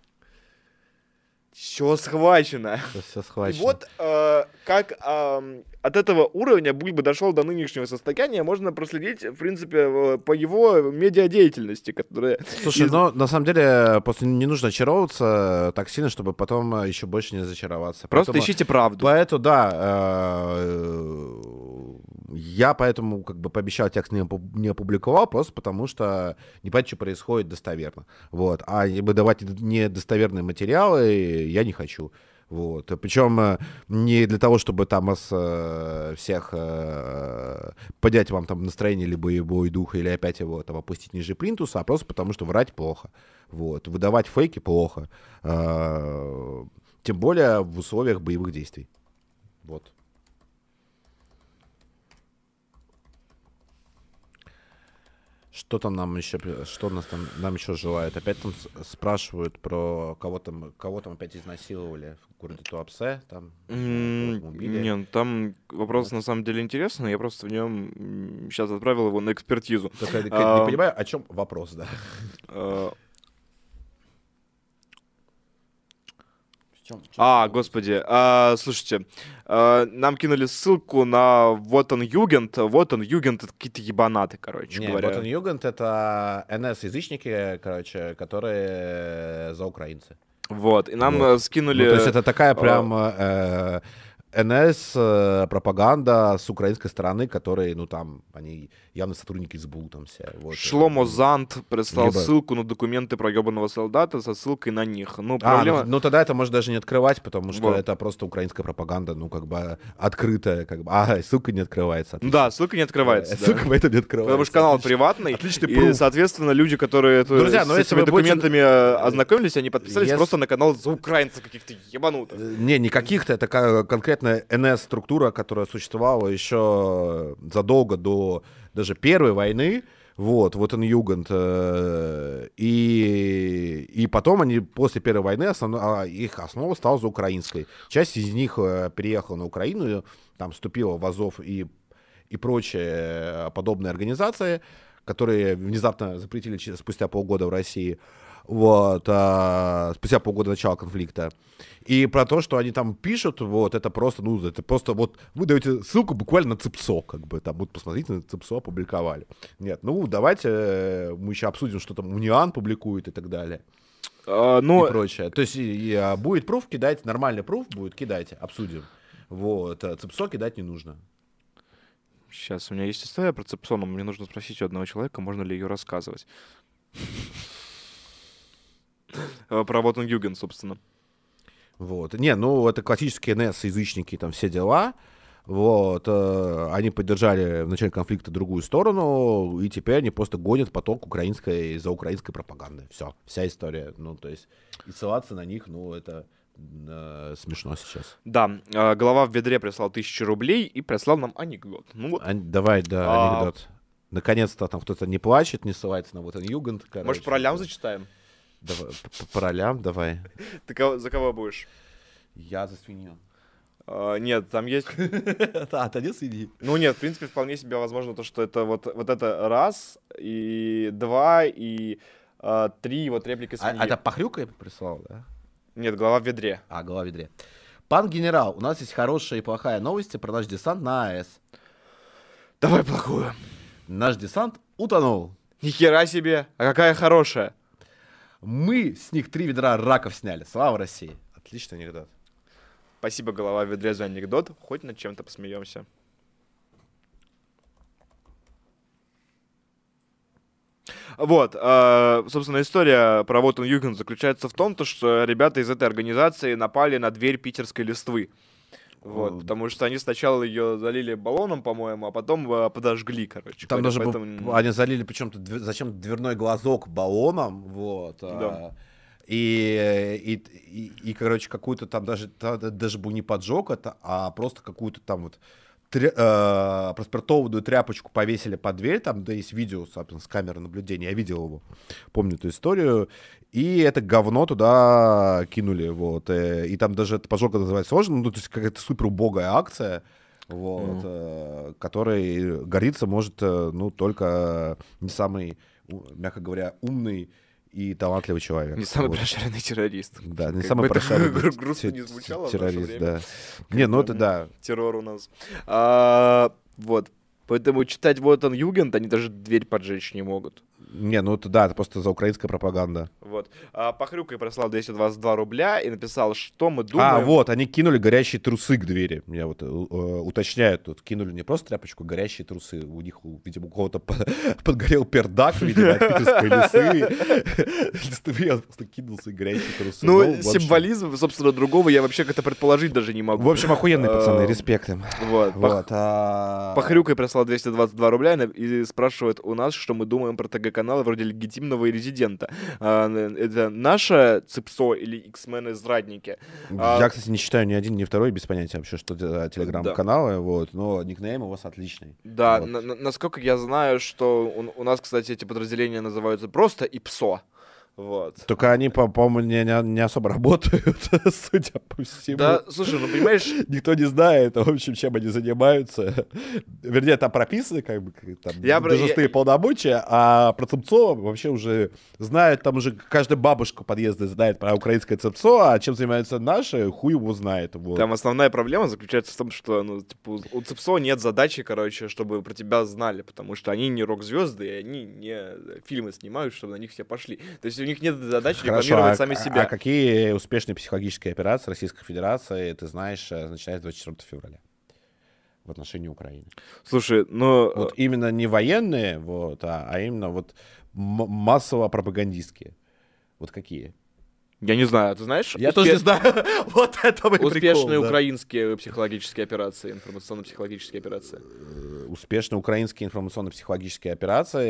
все схвачено. Все И схвачено. вот э, как э, от этого уровня Бульба дошел до нынешнего состояния, можно проследить, в принципе, э, по его медиадеятельности, которая... Слушай, из- но на самом деле просто не нужно очаровываться так сильно, чтобы потом э, еще больше не разочароваться. Просто Поэтому- ищите правду. Поэтому, да, э, я поэтому как бы пообещал, текст не опу- не опубликовал, просто потому что не понятно, что происходит достоверно. Вот. А выдавать недостоверные материалы я не хочу. Вот. Причем не для того, чтобы там вас э, всех э, поднять вам там настроение или боевой дух, или опять его там опустить ниже плинтуса, а просто потому что врать плохо. Вот. Выдавать фейки плохо. Э, тем более в условиях боевых действий. Вот. Что там нам еще, что нас там нам еще желают? Опять там с- спрашивают про кого там, кого там опять изнасиловали в городе Туапсе, там М, кого-то убили. Не, ну там вопрос Вот. на самом деле интересный, я просто в нем сейчас отправил его на экспертизу. Только я А, не понимаю, о чем вопрос, да? Э, В чём- в чём А, вопрос? господи, а, слушайте, а, нам кинули ссылку на Вот он Югент. Вот он Югент — это какие-то ебанаты, короче Не, говоря. вот он Югент — это эн эс-язычники, короче, которые за украинцы. Вот, и нам Вот. э, скинули... Ну, то есть это такая а, прям э, эн эс э, пропаганда с украинской стороны, которые, ну там, они явно сотрудники СБУ там все. Вот. Шломо Зант прислал Либо- ссылку на документы про ебаного солдата со ссылкой на них. Ну, А, проблема... ну, ну тогда это можно даже не открывать, потому что Вот. это просто украинская пропаганда, ну как бы открытая, как бы. А, ссылка не открывается. Ну да, ссылка не открывается. Э, да. Ссылка в этом не открывается. Потому что канал Отлично. приватный, отличный и, пруф. соответственно, люди, которые это- Друзья, с но если этими вы будете- документами э, ознакомились, они подписались Если- просто на канал за украинцев каких-то ебанутых. Э, Не, не каких-то, это ка- конкретная эн эс-структура, которая существовала еще задолго до даже Первой войны. Вот, вот он Югент. э, И, и потом они после Первой войны, основно- а, их основа стала за украинской. Часть из них э, переехала на Украину, там вступила в Азов и, и прочие э, подобные организации, которые внезапно запретили через- спустя полгода в России. Вот, а, спустя полгода начала конфликта. И про то, что они там пишут, вот, это просто, ну, это просто, вот, вы даете ссылку буквально на ЦИПСО, как бы, там, вот, посмотрите, на ЦИПСО опубликовали. Нет, ну, давайте э, мы еще обсудим, что там Униан публикует и так далее, А, ну, и прочее. То есть, и, и, а, будет пруф, кидайте, нормальный пруф будет, кидайте, обсудим. Вот, а ЦИПСО кидать не нужно. сейчас у меня есть история про Цепсон, но мне нужно спросить у одного человека, можно ли ее рассказывать. Э, Про Вот он Юген, собственно. Вот. Не, ну это классические эн эс, язычники, там все дела. Вот, э, они поддержали в начале конфликта другую сторону, и теперь они просто гонят поток украинской, за украинской пропагандой. Все, вся история. Ну, то есть, и ссылаться на них, ну, это э, смешно сейчас. Да, э, голова в ведре прислал тысячу рублей и прислал нам анекдот. Ну, вот. А, давай, да, А... анекдот. Наконец-то там кто-то не плачет, не ссылается на вот он Югент. Может, про лям зачитаем? Давай, про лям, давай. Ты кого, за кого будешь? Я за свинью. Uh, нет, там есть... А, ты не свиньи? Ну нет, в принципе, вполне себе возможно то, что это вот, вот это раз, и два, и uh, три вот реплики свиньи. А это Похрюка я прислал, да? Нет, голова в ведре. А, голова в ведре. Пан генерал, у нас есть хорошая и плохая новость про наш десант на АЭС. Давай плохую. Наш десант утонул. Ни хера себе, а какая хорошая. Мы с них три ведра раков сняли. Слава России. Отличный анекдот. Спасибо, голова в ведре, за анекдот. Хоть над чем-то посмеемся. Вот, э, собственно, история про Вот он Югент заключается в том, то, что ребята из этой организации напали на дверь питерской листвы. Вот, потому что они сначала ее залили баллоном, по-моему, а потом э, подожгли, короче. Там говоря, даже поэтому... был, они залили причем-то дв... зачем дверной глазок баллоном, вот. Да. А, и, и, и, и, короче, какую-то там даже, даже был не поджог это, а просто какую-то там вот тря... э, проспиртованную тряпочку повесили под дверь, там, да, есть видео, собственно, с камеры наблюдения, я видел его, помню эту историю, и это говно туда кинули, вот, и, и там даже это поджог называется сложно, ну, то есть какая-то супер убогая акция, вот, mm. э, которой гордиться может, ну, только не самый, мягко говоря, умный и талантливый человек. Не самый вот. прошаренный террорист. Да, не как самый прошаренный грустно не звучало террорист, да. Не, ну это да. Террор у нас. А, вот. Поэтому читать Вот он Югент, они даже дверь поджечь не могут. Не, ну это да, это просто за украинская пропаганда. Вот. А Похрюка прислал двести двадцать два рубля и написал, что мы думаем... А, вот, они кинули горящие трусы к двери. Меня вот э, уточняют тут. Кинули не просто тряпочку, а горящие трусы. У них, видимо, у кого-то подгорел пердак, видимо, от питерской лисы. Я просто кинулся и горящие трусы. Ну, символизм, собственно, другого я вообще как-то предположить даже не могу. В общем, охуенные пацаны, респект им. Вот. Вот. Похрюка прислал двести двадцать два рубля и спрашивает у нас, что мы думаем про ТГ-каналы вроде легитимного резидента. Это наше ЦИПСО или X-мены-зрадники? Я, кстати, не читаю ни один, ни второй, без понятия вообще, что это телеграм-каналы, вот, но никнейм у вас отличный. Да, вот. на- на- насколько я знаю, что у, у нас, кстати, эти подразделения называются просто ИПСО. Вот. Только они, по- по-моему, не, не, не особо работают, судя по всему. Да, слушай, ну понимаешь... Никто не знает, в общем, чем они занимаются. Вернее, там прописаны как бы там, Я про- должностные я- полномочия, а про ЦИПСО вообще уже знают, там уже каждая бабушка подъезда знает про украинское ЦИПСО, а чем занимаются наши, хуй его знает. Вот. Там основная проблема заключается в том, что ну, типа, у ЦИПСО нет задачи, короче, чтобы про тебя знали, потому что они не рок-звезды, и они не фильмы снимают, чтобы на них все пошли. То есть у них нет задачи Хорошо, рекламировать а, сами а- себя. а какие успешные психологические операции Российской Федерации, ты знаешь, начиная с двадцать четвёртого февраля в отношении Украины? Слушай, ну... Вот именно не военные, вот, а, а именно вот м- массово-пропагандистские. Вот какие? Я не знаю, ты знаешь? Я успе- тоже не знаю. Вот это мой Успешные прикол, да. украинские психологические операции, информационно-психологические операции. Э, Успешные украинские информационно-психологические операции.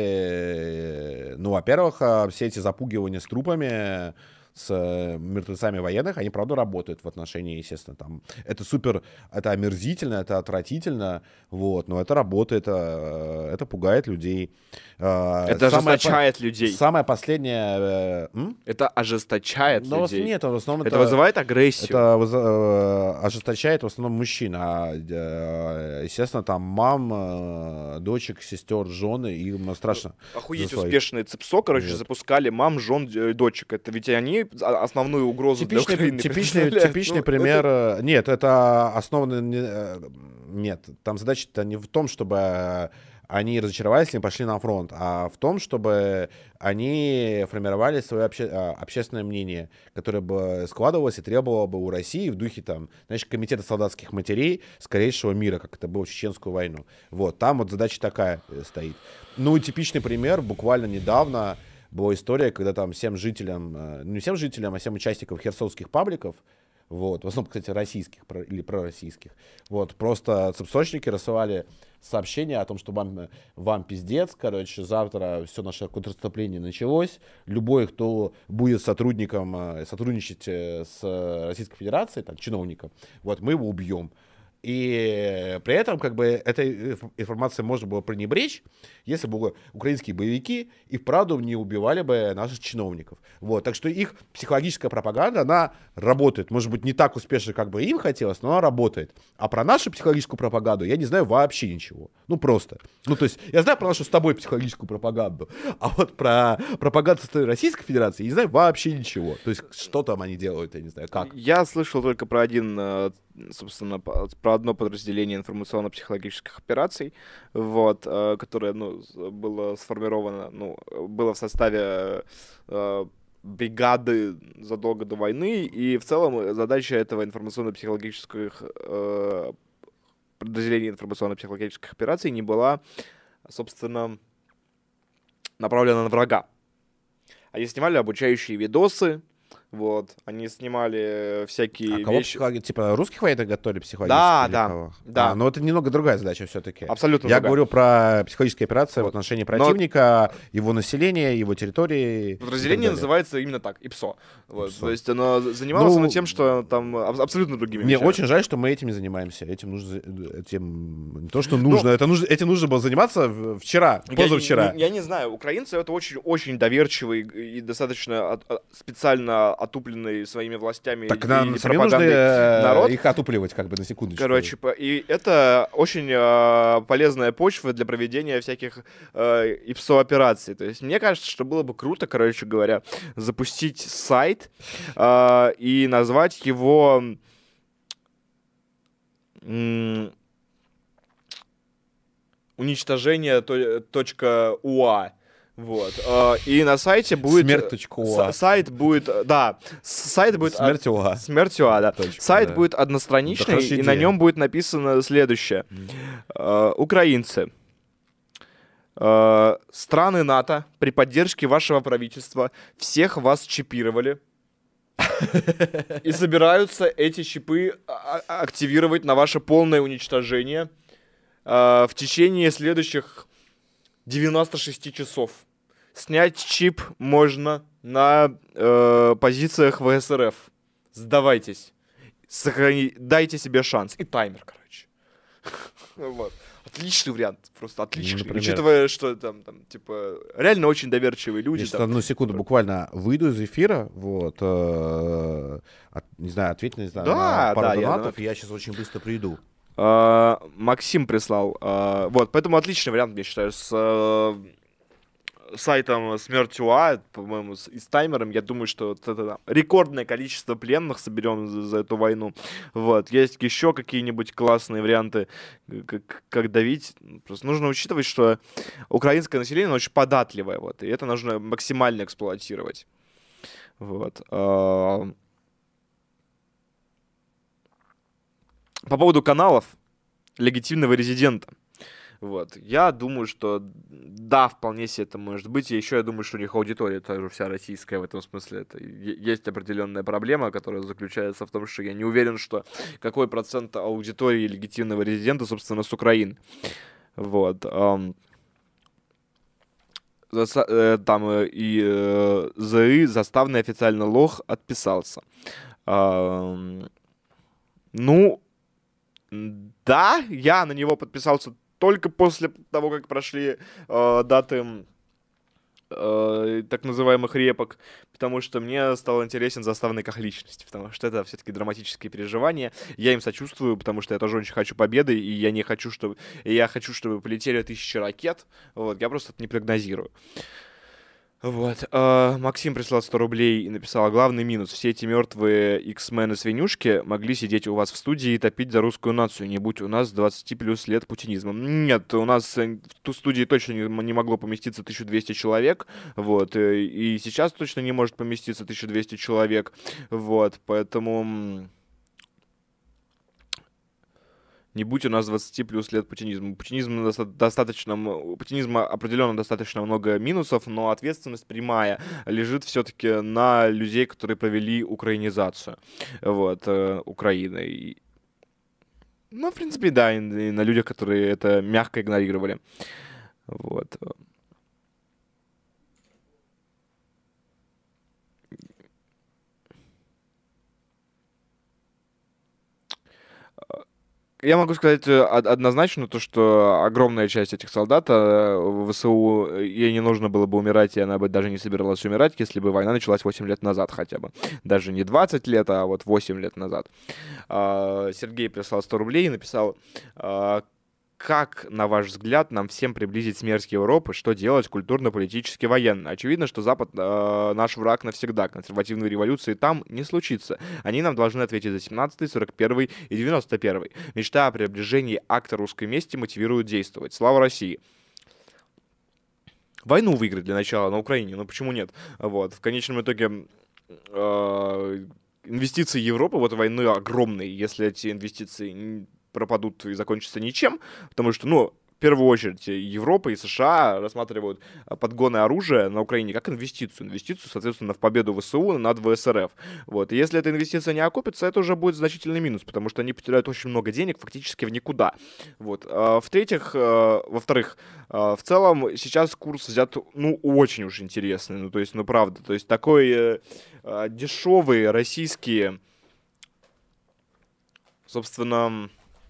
э, Ну, во-первых, а, все эти запугивания с трупами, с э, мертвецами военных, они, правда, работают в отношении, естественно, там. Это супер, это омерзительно, это отвратительно, вот, но это работает, это, это пугает людей. Э, Это самое ожесточает по- людей. Самое последнее... э, м? Это ожесточает Ну, в основном людей. нет, в основном Это вызывает агрессию. Это воз- э, ожесточает в основном мужчин, а, э, естественно, там мам, э, дочек, сестер, жены, им страшно. Охуеть, за своих. успешные ЦИПСО, короче, Вот. запускали мам, жен, э, дочек. Это ведь они а- основную угрозу для Типичный, Украины типичный, представляют. типичный Ну, пример. это- э, Нет, это основано... не- э, Нет, там задача-то не в том, чтобы э, они разочаровались и не пошли на фронт, а в том, чтобы они формировали свое обще- э, общественное мнение, которое бы складывалось и требовало бы у России в духе там, знаешь, комитета солдатских матерей скорейшего мира, как это было в Чеченскую войну. Вот, там вот задача такая э, стоит. Ну и типичный пример, буквально недавно была история, когда там всем жителям, э, не всем жителям, а всем участникам херсонских пабликов, вот, в основном, кстати, российских про- или пророссийских, вот, просто цепсочники рассылали сообщение о том, что вам, вам пиздец, короче, завтра все наше контрнаступление началось, любой, кто будет сотрудником, э, сотрудничать э, с Российской Федерацией, там, чиновником, вот, мы его убьем. И при этом, как бы, этой информацией можно было пренебречь, если бы украинские боевики и вправду не убивали бы наших чиновников. Вот. Так что их психологическая пропаганда, она работает. Может быть, не так успешно, как бы им хотелось, но она работает. А про нашу психологическую пропаганду я не знаю вообще ничего. Ну, просто. Ну, то есть, я знаю про нашу с тобой психологическую пропаганду, а вот про пропаганду со стороны Российской Федерации я не знаю вообще ничего. То есть, что там они делают, я не знаю, как. Я слышал только про один, собственно, про одно подразделение информационно-психологических операций, вот, которое, ну, было сформировано, ну, было в составе э, бригады задолго до войны, и в целом задача этого информационно-психологических э, подразделений информационно-психологических операций не была, собственно, направлена на врага. Они снимали обучающие видосы, вот, они снимали всякие А кого вещи. психологи- типа русских военных готовили психологически? Да, или да, кого? да. А, но это немного другая задача все-таки. Абсолютно Я другая. говорю про психологические операции Вот. в отношении Но- противника, его населения, его территории. и так Подразделение далее. называется именно так, ИПСО. Вот, ИПСО. то есть оно занималось Ну, оно тем, что там аб- абсолютно другими Мне вещами. очень жаль, что мы этим не занимаемся. Этим нужно, за- этим не то, что Ну, нужно, это нужно, этим нужно было заниматься в- вчера, Я позавчера. не- Я, не знаю, украинцы это очень-очень доверчивый и достаточно от- от- специально отупленный своими властями Так и, нам и самим нужно пропагандой э, народ. их отупливать, как бы на секундочку. Короче, по- и это очень э, полезная почва для проведения всяких э, ИПСО-операций. То есть мне кажется, что было бы круто, короче говоря, запустить сайт э, и назвать его м, уничтожение то- точка уа. Вот. Э, И на сайте будет... Смерть.уа. с- Сайт будет... Да. с- Сайт будет... от- Смерть УА. Смерть УА, да. Точка, Сайт да. будет Да одностраничный, хорошая и на идея. нем будет написано следующее. Э, Украинцы. Э, Страны НАТО при поддержке вашего правительства всех вас чипировали. И собираются эти чипы а- а- активировать на ваше полное уничтожение э, в течение следующих девяноста шести часов. Снять чип можно на э, позициях ВСРФ. Сдавайтесь. Сохрани... Дайте себе шанс. И таймер, короче. Вот. Отличный вариант. Просто отличный. Например? Учитывая, что там, там, типа, реально очень доверчивые люди. Я сейчас там. одну секунду буквально выйду из эфира, вот, э, от- не знаю, ответь, не знаю, Да, на пару да, я- донатов, и я сейчас очень быстро приду. А, Максим прислал. а, Вот, поэтому отличный вариант, я считаю, с э, сайтом Смерть УА, по-моему, с- и с таймером. Я думаю, что вот это да, рекордное количество пленных соберем за, за эту войну. Вот, есть еще какие-нибудь классные варианты, как, как давить. Просто нужно учитывать, что украинское население оно очень податливое, вот, и это нужно максимально эксплуатировать. Вот. а, По поводу каналов легитимного резидента. Вот. Я думаю, что да, вполне себе это может быть. И еще я думаю, что у них аудитория тоже вся российская в этом смысле. Это е- есть определенная проблема, которая заключается в том, что я не уверен, что какой процент аудитории легитимного резидента, собственно, с Украины. Вот. ам. Заса- э, Там э, и э, ЗИ, заставный официально лох, отписался. Ам, Ну, М, да, я на него подписался только после того, как прошли э, даты э, так называемых репок, потому что мне стал интересен заставный как личность, потому что это все-таки драматические переживания. Я им сочувствую, потому что я тоже очень хочу победы, и я не хочу, чтобы и я хочу, чтобы полетели тысячи ракет. Вот, я просто это не прогнозирую. Вот. э, Максим прислал сто рублей и написал: главный минус. Все эти мертвые X-мены свинюшки могли сидеть у вас в студии и топить за русскую нацию. Не будь у нас двадцать плюс лет путинизма. Нет, у нас э, в ту студии точно не, не могло поместиться тысяча двести человек. Вот. э, И сейчас точно не может поместиться тысяча двести человек. Вот. Поэтому... м, Не будь у нас двадцать плюс лет путинизма. Путинизм достаточно, у путинизма определенно достаточно много минусов, но ответственность прямая лежит все-таки на людей, которые провели украинизацию вот, э, Украины. И, ну, в принципе, да, и, и на людях, которые это мягко игнорировали. Вот. Я могу сказать однозначно то, что огромная часть этих солдат в ВСУ, ей не нужно было бы умирать, и она бы даже не собиралась умирать, если бы война началась восемь лет назад хотя бы. Даже не двадцать лет, а вот восемь лет назад. Сергей прислал сто рублей и написал: как, на ваш взгляд, нам всем приблизить смерть Европы? Что делать культурно-политически, военно? Очевидно, что Запад э, наш враг навсегда. Консервативной революции там не случится. Они нам должны ответить за семнадцатый, сорок первый и девяносто первый. Мечта о приближении акта русской мести мотивирует действовать. Слава России! Войну выиграть для начала на Украине, ну почему нет? Вот. В конечном итоге э, инвестиции Европы в эту войну огромные. Если эти инвестиции пропадут и закончатся ничем, потому что, ну, в первую очередь, Европа и США рассматривают подгоны оружия на Украине как инвестицию. Инвестицию, соответственно, в победу ВСУ над ВСРФ. Вот. И если эта инвестиция не окупится, это уже будет значительный минус, потому что они потеряют очень много денег фактически в никуда. Вот. А в-третьих, во-вторых, в целом сейчас курс взят, ну, очень уж интересный. Ну, то есть, ну, правда. То есть такой э, дешевый российские, собственно,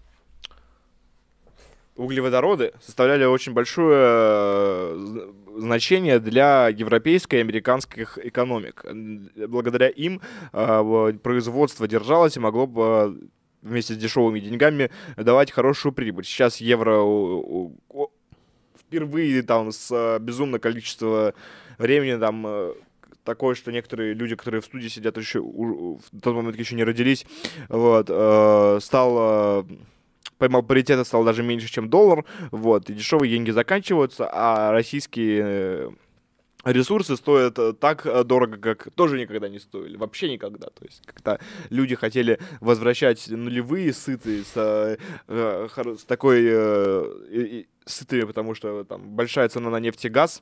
углеводороды составляли очень большое значение для европейской и американских экономик. Благодаря им производство держалось и могло бы вместе с дешевыми деньгами давать хорошую прибыль. Сейчас евро впервые там с безумного количества времени там такое, что некоторые люди, которые в студии сидят, еще в тот момент еще не родились, вот, стал... Поймал паритета, стал даже меньше, чем доллар, вот, и дешевые деньги заканчиваются, а российские ресурсы стоят так дорого, как тоже никогда не стоили, вообще никогда. То есть, когда люди хотели возвращать нулевые сытые с, с такой э, сытыми, потому что там большая цена на нефть и газ.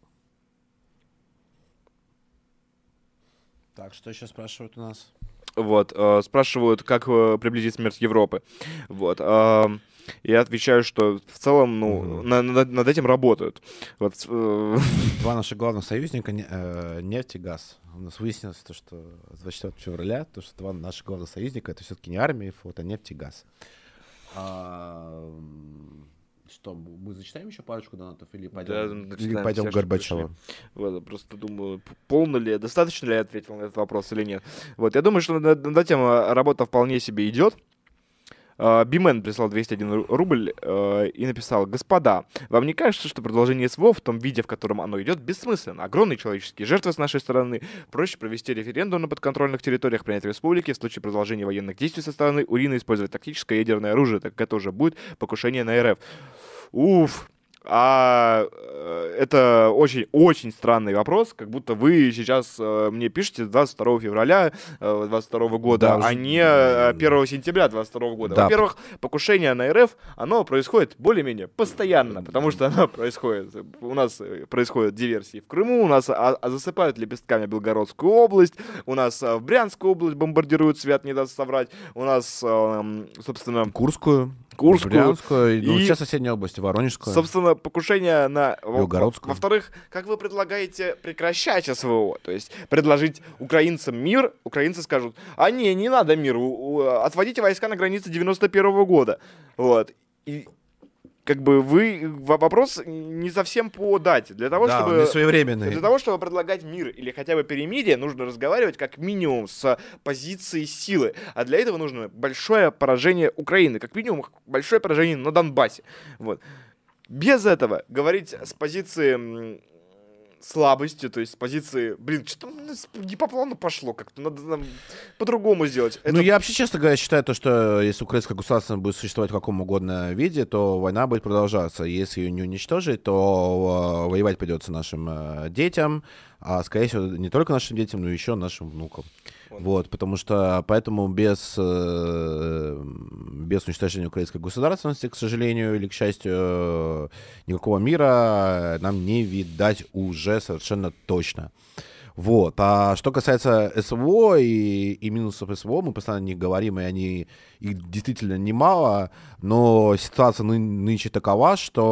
Так, что еще спрашивают у нас? Вот, э, спрашивают, как э, приблизить смерть Европы. Вот, э, я отвечаю, что в целом, ну, угу. на, на, над этим работают. Вот, э... Два наших главных союзника не, э, нефть и газ. У нас выяснилось, то, что двадцать четвёртого февраля, то, что два наших главных союзника это все-таки не армия и флот, а нефть и газ. А, что, мы зачитаем еще парочку донатов или пойдем, да, или пойдем к Горбачеву? Вот, просто думаю, полно ли, достаточно ли я ответил на этот вопрос или нет. Вот, я думаю, что над, над этим работа вполне себе идет. Бимен прислал двести один рубль э, и написал: господа, вам не кажется, что продолжение СВО в том виде, в котором оно идет, бессмысленно? Огромные человеческие жертвы с нашей стороны. Проще провести референдум на подконтрольных территориях, принять республики. В случае продолжения военных действий со стороны УРИНа использовать тактическое ядерное оружие, так как это уже будет покушение на РФ. Уф. А это очень-очень странный вопрос, как будто вы сейчас э, мне пишете двадцать второго февраля двадцать второго года, да, а не первого сентября двадцать второго года. Да. Во-первых, покушение на РФ, оно происходит более-менее постоянно, потому что оно происходит, у нас происходят диверсии в Крыму, у нас а, а засыпают лепестками Белгородскую область, у нас в Брянскую область бомбардируют, Свят не даст соврать, у нас, э, собственно... Курскую. Курскую. Брянскую, ну, и, сейчас соседние области, Воронежскую. Собственно, покушение на... Белгородскую. Во-вторых, как вы предлагаете прекращать СВО? То есть предложить украинцам мир, украинцы скажут: а не, не надо мир, отводите войска на границе девяносто первого года. Вот. И как бы вы... Вопрос не совсем по дате. Для того, да, чтобы... он не своевременный. Для того, чтобы предлагать мир или хотя бы перемирие, нужно разговаривать как минимум с позиции силы. А для этого нужно большое поражение Украины. Как минимум большое поражение на Донбассе. Вот. Без этого говорить с позиции слабости, то есть с позиции, блин, что-то не по плану пошло, как-то надо нам по-другому сделать. Это... Ну, я вообще, честно говоря, считаю то, что если украинское государство будет существовать в каком угодно виде, то война будет продолжаться. Если ее не уничтожить, то э, воевать придется нашим э, детям, а, скорее всего, не только нашим детям, но еще нашим внукам. Вот. Вот, потому что поэтому без, э, без уничтожения украинской государственности, к сожалению или к счастью, никакого мира нам не видать уже совершенно точно. Вот. А что касается СВО и, и минусов СВО, мы постоянно о них говорим, и они, их действительно немало, но ситуация ны, нынче такова,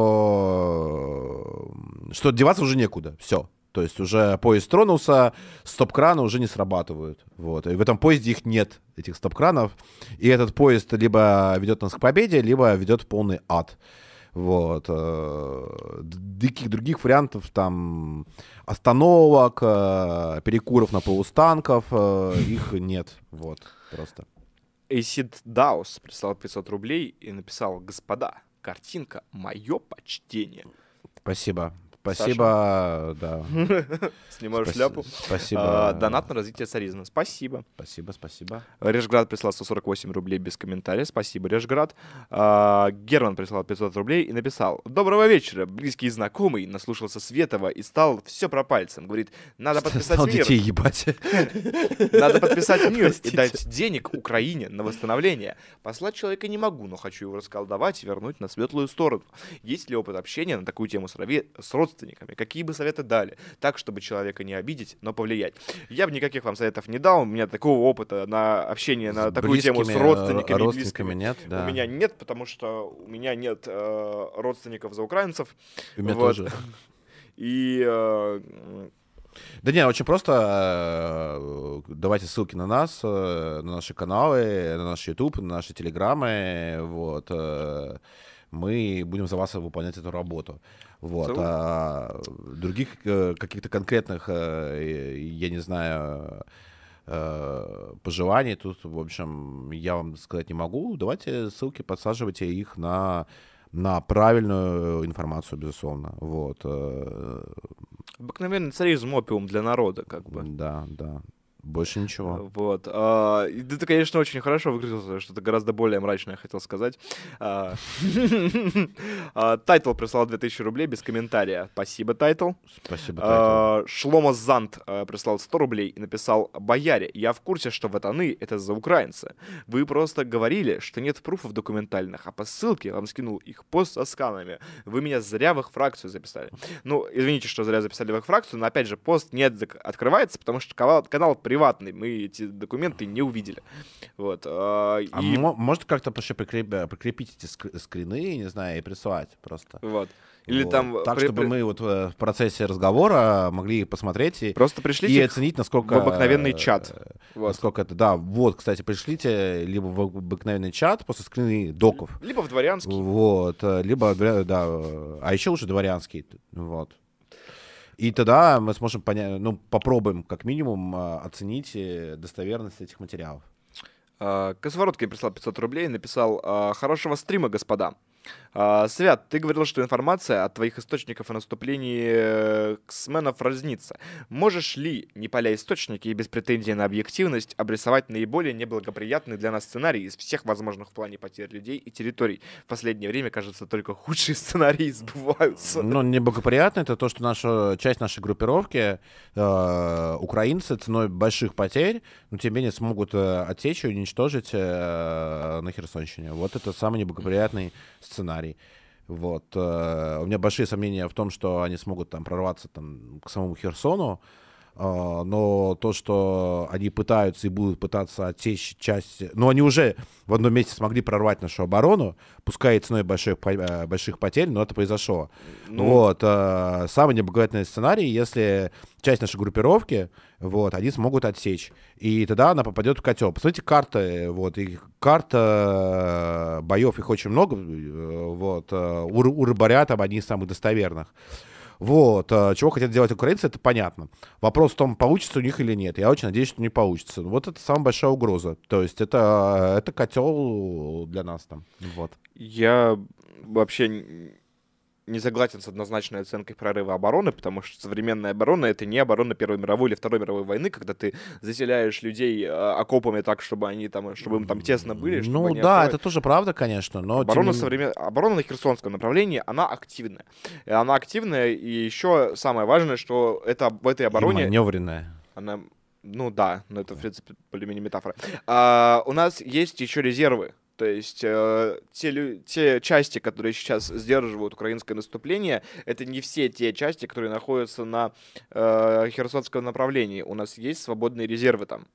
что, что деваться уже некуда. Все. То есть уже поезд тронулся, стоп-краны уже не срабатывают. Вот. И в этом поезде их нет, этих стоп-кранов. И этот поезд либо ведет нас к победе, либо ведет в полный ад. Вот. Никаких других вариантов, там, остановок, перекуров на полустанков, их нет. Вот, просто. Acid Daus прислал пятьсот рублей и написал: господа, картинка, мое почтение. Спасибо. Спасибо, да. Снимаю Спаси- шляпу. Спасибо. А, донат на развитие царизма. Спасибо. Спасибо, спасибо. Решград прислал сто сорок восемь рублей без комментариев. Спасибо, Решград. А, Герман прислал пятьсот рублей и написал: доброго вечера, близкий и знакомый наслушался Светова и стал все про пальцем. Говорит, надо подписать Стал мир. детей ебать. Надо подписать мир и Простите. дать денег Украине на восстановление. Послать человека не могу, но хочу его расколдовать и вернуть на светлую сторону. Есть ли опыт общения на такую тему с, рове- с родственниками? Какие бы советы дали? Так, чтобы человека не обидеть, но повлиять. Я бы никаких вам советов не дал. У меня такого опыта на общение на С такую тему с близкими, родственниками, э, и родственниками близкими нет, да. у меня нет, потому что у меня нет э, родственников за украинцев. У меня Вот. тоже. И э, Да не, очень просто. э, Давайте ссылки на нас, э, на наши каналы, на наш YouTube, на наши телеграммы. Вот. э, Мы будем за вас выполнять эту работу. Вот. Целую. А других э, каких-то конкретных, э, я не знаю, э, пожеланий тут, в общем, я вам сказать не могу. Давайте ссылки, подсаживайте их на, на правильную информацию, безусловно. Вот. э, обыкновенный царизм, опиум для народа, как бы. Да, да. Больше ничего. Вот. А, и ты, конечно, очень хорошо выразился, что-то гораздо более мрачное хотел сказать. А, а, Тайтл прислал две тысячи рублей без комментария. Спасибо, Тайтл. Спасибо, Тайтл. А, Шломо Зант а, прислал сто рублей и написал: бояре, я в курсе, что ватаны — это за украинцы. Вы просто говорили, что нет пруфов документальных, а по ссылке вам скинул их пост со сканами. Вы меня зря в их фракцию записали. Ну, извините, что зря записали в их фракцию, но опять же, пост не отзак- открывается, потому что канал, канал приватный, мы эти документы не увидели. Вот. а, А и- мо- может как-то еще прикреп- прикрепить эти ск- скрины, не знаю, и присылать просто? Вот. Или Вот. там... Так, при- чтобы при- мы вот э, в процессе разговора могли посмотреть и, Просто и пришлите их оценить, насколько... в обыкновенный чат. э, Вот. Насколько это... Да, вот, кстати, пришлите либо в обыкновенный чат после скрины доков. Либо в дворянский. Вот, э, либо, да, да, э, а еще уже дворянский, вот. И тогда мы сможем понять, ну, попробуем как минимум э, оценить э, достоверность этих материалов. А, Косоворотkin прислал пятьсот рублей и написал: а, хорошего стрима, господа. А, Свят, ты говорил, что информация от твоих источников о наступлении э, ксменов разнится. Можешь ли, не паля источники и без претензий на объективность, обрисовать наиболее неблагоприятный для нас сценарий из всех возможных в плане потерь людей и территорий? В последнее время, кажется, только худшие сценарии сбываются. Ну, неблагоприятно это то, что наша часть нашей группировки, э, украинцы, ценой больших потерь, но тем не менее смогут э, отсечь и уничтожить э, на Херсонщине. Вот это самый неблагоприятный сценарий. Вот. э, У меня большие сомнения в том, что они смогут там прорваться там, к самому Херсону. э, Но то, что они пытаются и будут пытаться отсечь часть... Ну, они уже в одном месте смогли прорвать нашу оборону, пускай и ценой больших, по- э, больших потерь, но это произошло. Ну, Вот. э, Самый неблагоприятный сценарий, если часть нашей группировки, вот, они смогут отсечь. И тогда она попадет в котел. Посмотрите карты, вот, и карта боев, их очень много, э, вот, э, у, Ры- у рыбаря там одни из самых достоверных. Вот, э, чего хотят делать украинцы, это понятно. Вопрос в том, получится у них или нет. Я очень надеюсь, что не получится. Вот это самая большая угроза. То есть это, это котел для нас там. Вот. я вообще н- не согласен с однозначной оценкой прорыва обороны, потому что современная оборона — это не оборона Первой мировой или Второй мировой войны, когда ты заселяешь людей э, окопами так, чтобы они там, чтобы им там тесно были. Чтобы Ну они да, открывали. это тоже правда, конечно, но... Оборона, тем не- современ... оборона на Херсонском направлении, она активная. И она активная, и еще самое важное, что это, в этой И обороне... маневренная. Она... Ну да, но это, в принципе, более-менее метафора. А, у нас есть еще резервы. То есть э, те, лю- те части, которые сейчас сдерживают украинское наступление, это не все те части, которые находятся на э, Херсонском направлении. У нас есть свободные резервы там.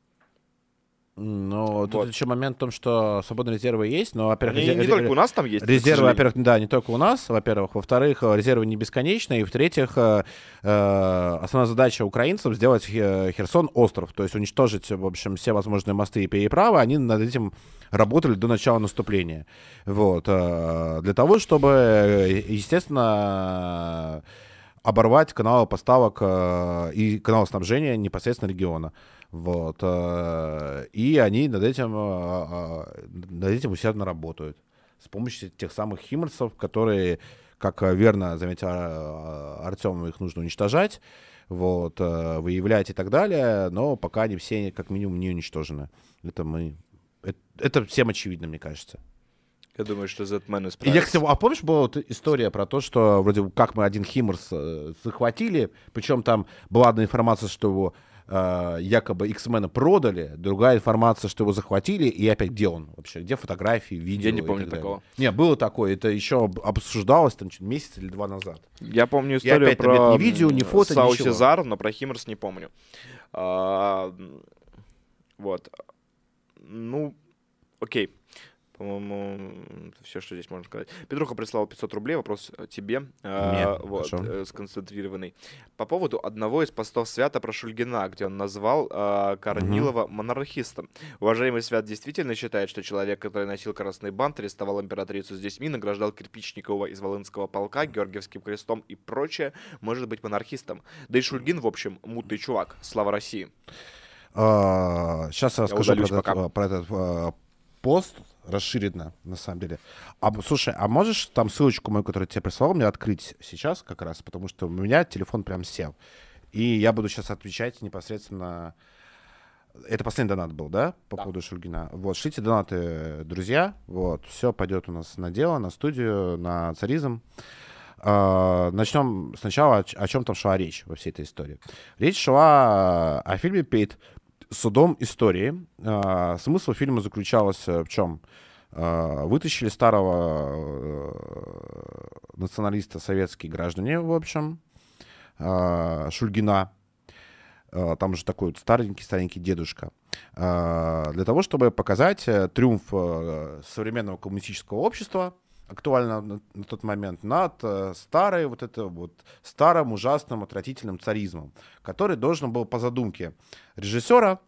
Но тут Вот. еще момент в том, что свободные резервы есть, но, во-первых, Они резер- не ре- только у нас там есть. к резервы, сожалению. во-первых, да, не только у нас, во-первых. Во-вторых, э, резервы не бесконечны. И в-третьих, э, э, основная задача украинцев сделать Хе- Херсон остров. То есть уничтожить, в общем, все возможные мосты и переправы. Они над этим работали до начала наступления. Вот. э, Для того, чтобы, э, естественно, оборвать каналы поставок э, и каналы снабжения непосредственно региона. Вот. э, И они над этим, э, э, над этим усердно работают. С помощью тех самых химмерсов, которые, как э, верно заметил э, Артем, их нужно уничтожать, вот, э, выявлять и так далее, но пока они все как минимум не уничтожены. Это мы... Это, это всем очевидно, мне кажется. Я думаю, что Z-Man И я, справится. кстати, а помнишь, была вот история про то, что вроде как мы один Химмерс э, захватили, причем там была одна информация, что его э, якобы X-мена продали, другая информация, что его захватили, и опять где он вообще, где фотографии, видео? Я не и помню так далее. такого. Не, было такое, это еще об- обсуждалось там чуть месяц или два назад. Я помню историю опять там про нет ни видео, ни фото, Сау ничего. Сезар, но про Химмерс не помню. А, вот. Ну, окей. По-моему, все, что здесь можно сказать. Петруха прислал пятьсот рублей, вопрос тебе, а, Мне, вот, хорошо. э, сконцентрированный. По поводу одного из постов Свята про Шульгина, где он назвал а, Корнилова монархистом. Уважаемый Свят действительно считает, что человек, который носил красный бант, арестовал императрицу с детьми, награждал Кирпичникова из Волынского полка, Георгиевским крестом и прочее, может быть монархистом. Да и Шульгин, в общем, мутный чувак. Слава России. Сейчас я расскажу про удалюсь этот, пока. про этот э, пост расширенно, на самом деле. А, слушай, а можешь там ссылочку мою, которую я тебе прислал, мне открыть сейчас как раз, потому что у меня телефон прям сел. И я буду сейчас отвечать непосредственно... Это последний донат был, да, по Да. поводу Шульгина? Вот, шлите донаты, друзья. Вот, все пойдет у нас на дело, на студию, на царизм. А, начнем сначала, о, ч- о чем там шла речь во всей этой истории. Речь шла о фильме «Перед судом истории». А, смысл фильма заключался в чем? А, вытащили старого э, националиста, советские граждане, в общем, а, Шульгина. А, там же такой вот старенький-старенький дедушка. А, для того, чтобы показать э, триумф э, современного коммунистического общества, актуально на, на тот момент, над э, старой вот это вот старым ужасным отвратительным царизмом, который должен был по задумке режиссера,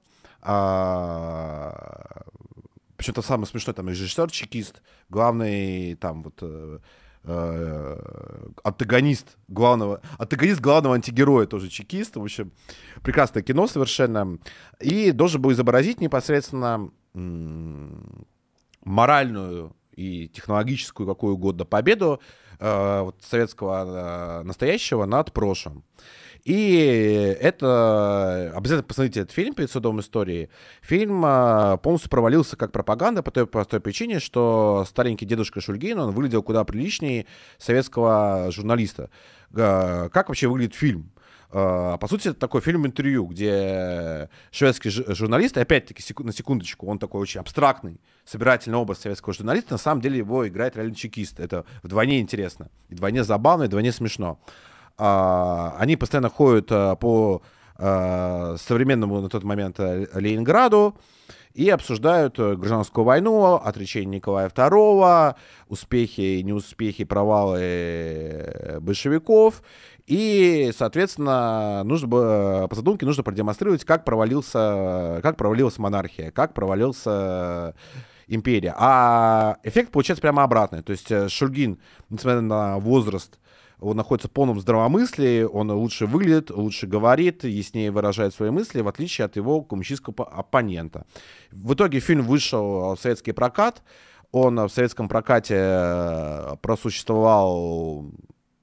а, причем-то самое смешное, там режиссер чекист, главный там вот э, э, антагонист главного, антагонист главного антигероя тоже чекист, в общем, прекрасное кино совершенно, и должен был изобразить непосредственно м- моральную и технологическую, какую угодно, победу э, вот, советского э, настоящего над прошлым. И это... Обязательно посмотрите этот фильм «Перед судом истории». Фильм э, полностью провалился как пропаганда по той простой причине, что старенький дедушка Шульгин, он выглядел куда приличнее советского журналиста. Э, как вообще выглядит фильм? Uh, по сути, это такой фильм-интервью, где шведский ж- журналист, и опять-таки, секу- на секундочку, он такой очень абстрактный, собирательный образ советского журналиста, на самом деле его играет реально чекист. Это вдвойне интересно, и вдвойне забавно, и вдвойне смешно. Uh, они постоянно ходят uh, по uh, современному на тот момент uh, Ленинграду и обсуждают uh, гражданскую войну, отречение Николая второго, успехи и неуспехи, провалы большевиков. И, соответственно, нужно было, по задумке нужно продемонстрировать, как провалился, как провалилась монархия, как провалился империя. А эффект получается прямо обратный. То есть Шульгин, несмотря на возраст, он находится в полном здравомыслии, он лучше выглядит, лучше говорит, яснее выражает свои мысли, в отличие от его коммунистического оппонента. В итоге фильм вышел в советский прокат. Он в советском прокате просуществовал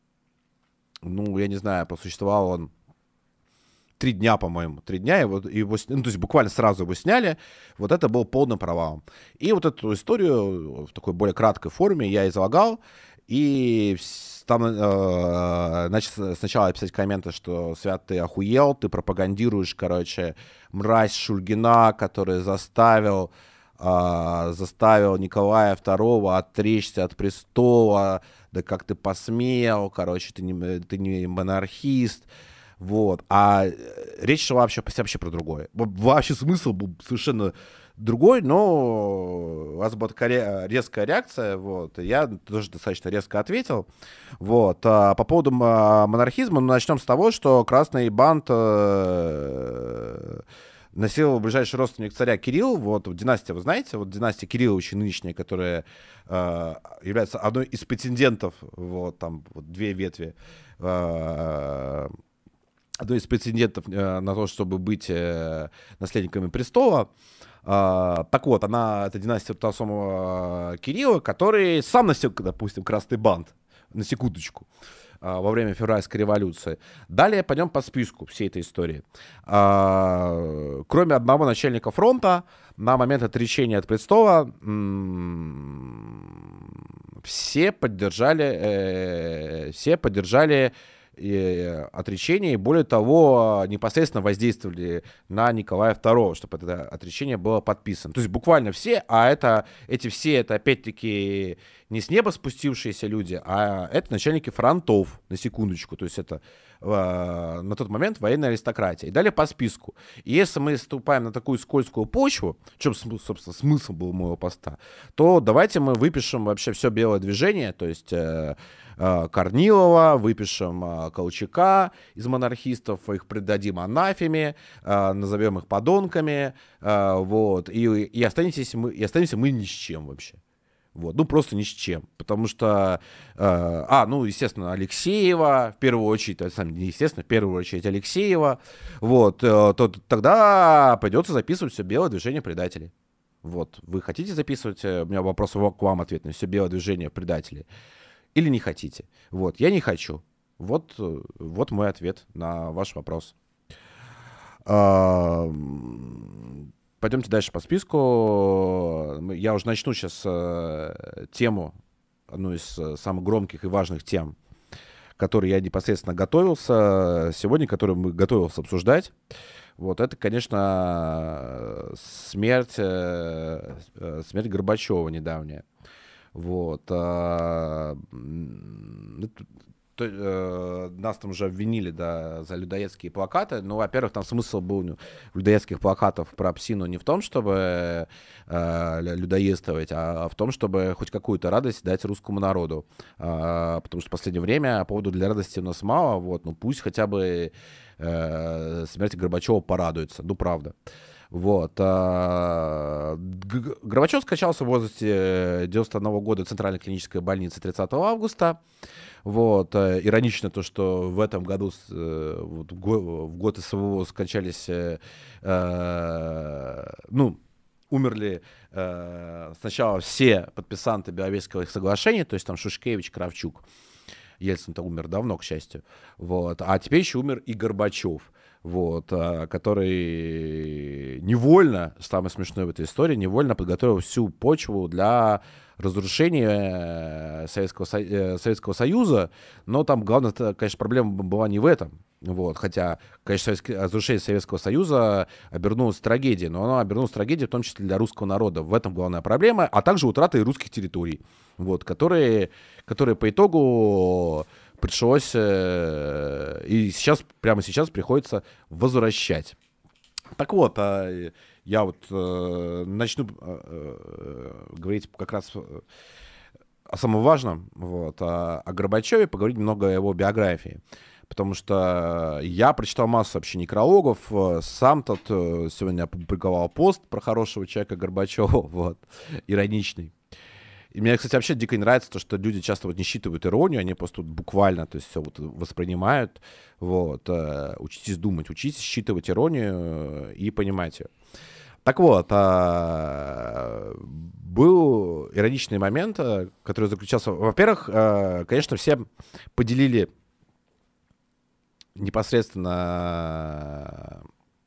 ну, я не знаю, просуществовал он три дня, по-моему, три дня, его, его, ну, то есть буквально сразу его сняли, вот это был полным провалом. И вот эту историю в такой более краткой форме я излагал, и там э, начал сначала писать комменты, что Свят, ты охуел, ты пропагандируешь, короче, мразь Шульгина, который заставил, э, заставил Николая второго отречься от престола, да как ты посмел, короче, ты не, ты не монархист. Вот. А речь шла вообще, вообще про другое. Вообще смысл был совершенно другой, но у вас была такая резкая реакция, вот, и я тоже достаточно резко ответил. Вот. А по поводу монархизма, ну, начнем с того, что Красный бант э, носил ближайший родственник царя Кирилл, вот, династия, вы знаете, вот династия Кирилловичей нынешняя, которая э, является одной из претендентов, вот, там, вот, две ветви, э, одной из претендентов э, на то, чтобы быть э, наследниками престола. Э, так вот, она, это династия того самого Кирилла, который сам носил, допустим, красный бант, на секундочку, э, во время февральской революции. Далее пойдем по списку всей этой истории. Э, кроме одного начальника фронта, на момент отречения от престола м- все поддержали, э, все поддержали и отречение, и более того, непосредственно воздействовали на Николая второго, чтобы это отречение было подписано. То есть буквально все, а это, эти все, это опять-таки не с неба спустившиеся люди, а это начальники фронтов, на секундочку, то есть это э, на тот момент военная аристократия. И далее по списку. И если мы ступаем на такую скользкую почву, в чем, собственно, смысл был моего поста, то давайте мы выпишем вообще все белое движение, то есть э, Корнилова, выпишем uh, Колчака из монархистов, их предадим анафеме, uh, назовем их подонками, uh, вот, и, и, останемся мы, и останемся мы ни с чем вообще. Вот, ну, просто ни с чем, потому что, uh, а, ну, естественно, Алексеева, в первую очередь, это сам, не естественно, в первую очередь Алексеева, вот, uh, то тогда придется записывать все белое движение предателей. Вот, вы хотите записывать, у меня вопрос к вам ответный, все белое движение предателей? Или не хотите? Вот, я не хочу. Вот, вот мой ответ на ваш вопрос. Пойдемте дальше по списку. Я уже начну сейчас тему, одну из самых громких и важных тем, которые я непосредственно готовился сегодня, которую мы готовился обсуждать. Вот это, конечно, смерть, смерть Горбачева недавняя. Вот. А, то, а, нас там уже обвинили, да, за людоедские плакаты. Ну, во-первых, там смысл был людоедских плакатов про псину не в том, чтобы а, людоедствовать, а в том, чтобы хоть какую-то радость дать русскому народу. А, потому что в последнее время поводу для радости у нас мало. Вот, ну, пусть хотя бы а, смерть Горбачева порадуется. Ну, правда. Вот. Горбачев скончался в возрасте девяносто одного года в Центральной клинической больнице тридцатого августа. Вот. Иронично то, что в этом году, вот, в год СВО скончались, э, ну, умерли э, сначала все подписанты Беловежских соглашений, то есть там Шушкевич, Кравчук. Ельцин-то умер давно, к счастью. Вот. А теперь еще умер и Горбачев. Вот, который невольно, самое смешное в этой истории, невольно подготовил всю почву для разрушения Советского, Советского Союза, но там главная, конечно, проблема была не в этом. Вот, хотя, конечно, разрушение Советского Союза обернулось трагедией, но оно обернулось трагедией в том числе для русского народа. В этом главная проблема, а также утрата русских территорий, вот, которые, которые по итогу пришлось, э, и сейчас, прямо сейчас приходится возвращать. Так вот, э, я вот э, начну э, э, говорить как раз о самом важном, вот, о, о Горбачеве, поговорить немного о его биографии. Потому что я прочитал массу вообще некрологов, сам тут сегодня опубликовал пост про хорошего человека Горбачева, вот, ироничный. И мне, кстати, вообще дико не нравится то, что люди часто вот не считывают иронию, они просто вот буквально, то есть все вот воспринимают. Вот. Учитесь думать, учитесь считывать иронию и понимать ее. Так вот, был ироничный момент, который заключался... Во-первых, конечно, все поделили непосредственно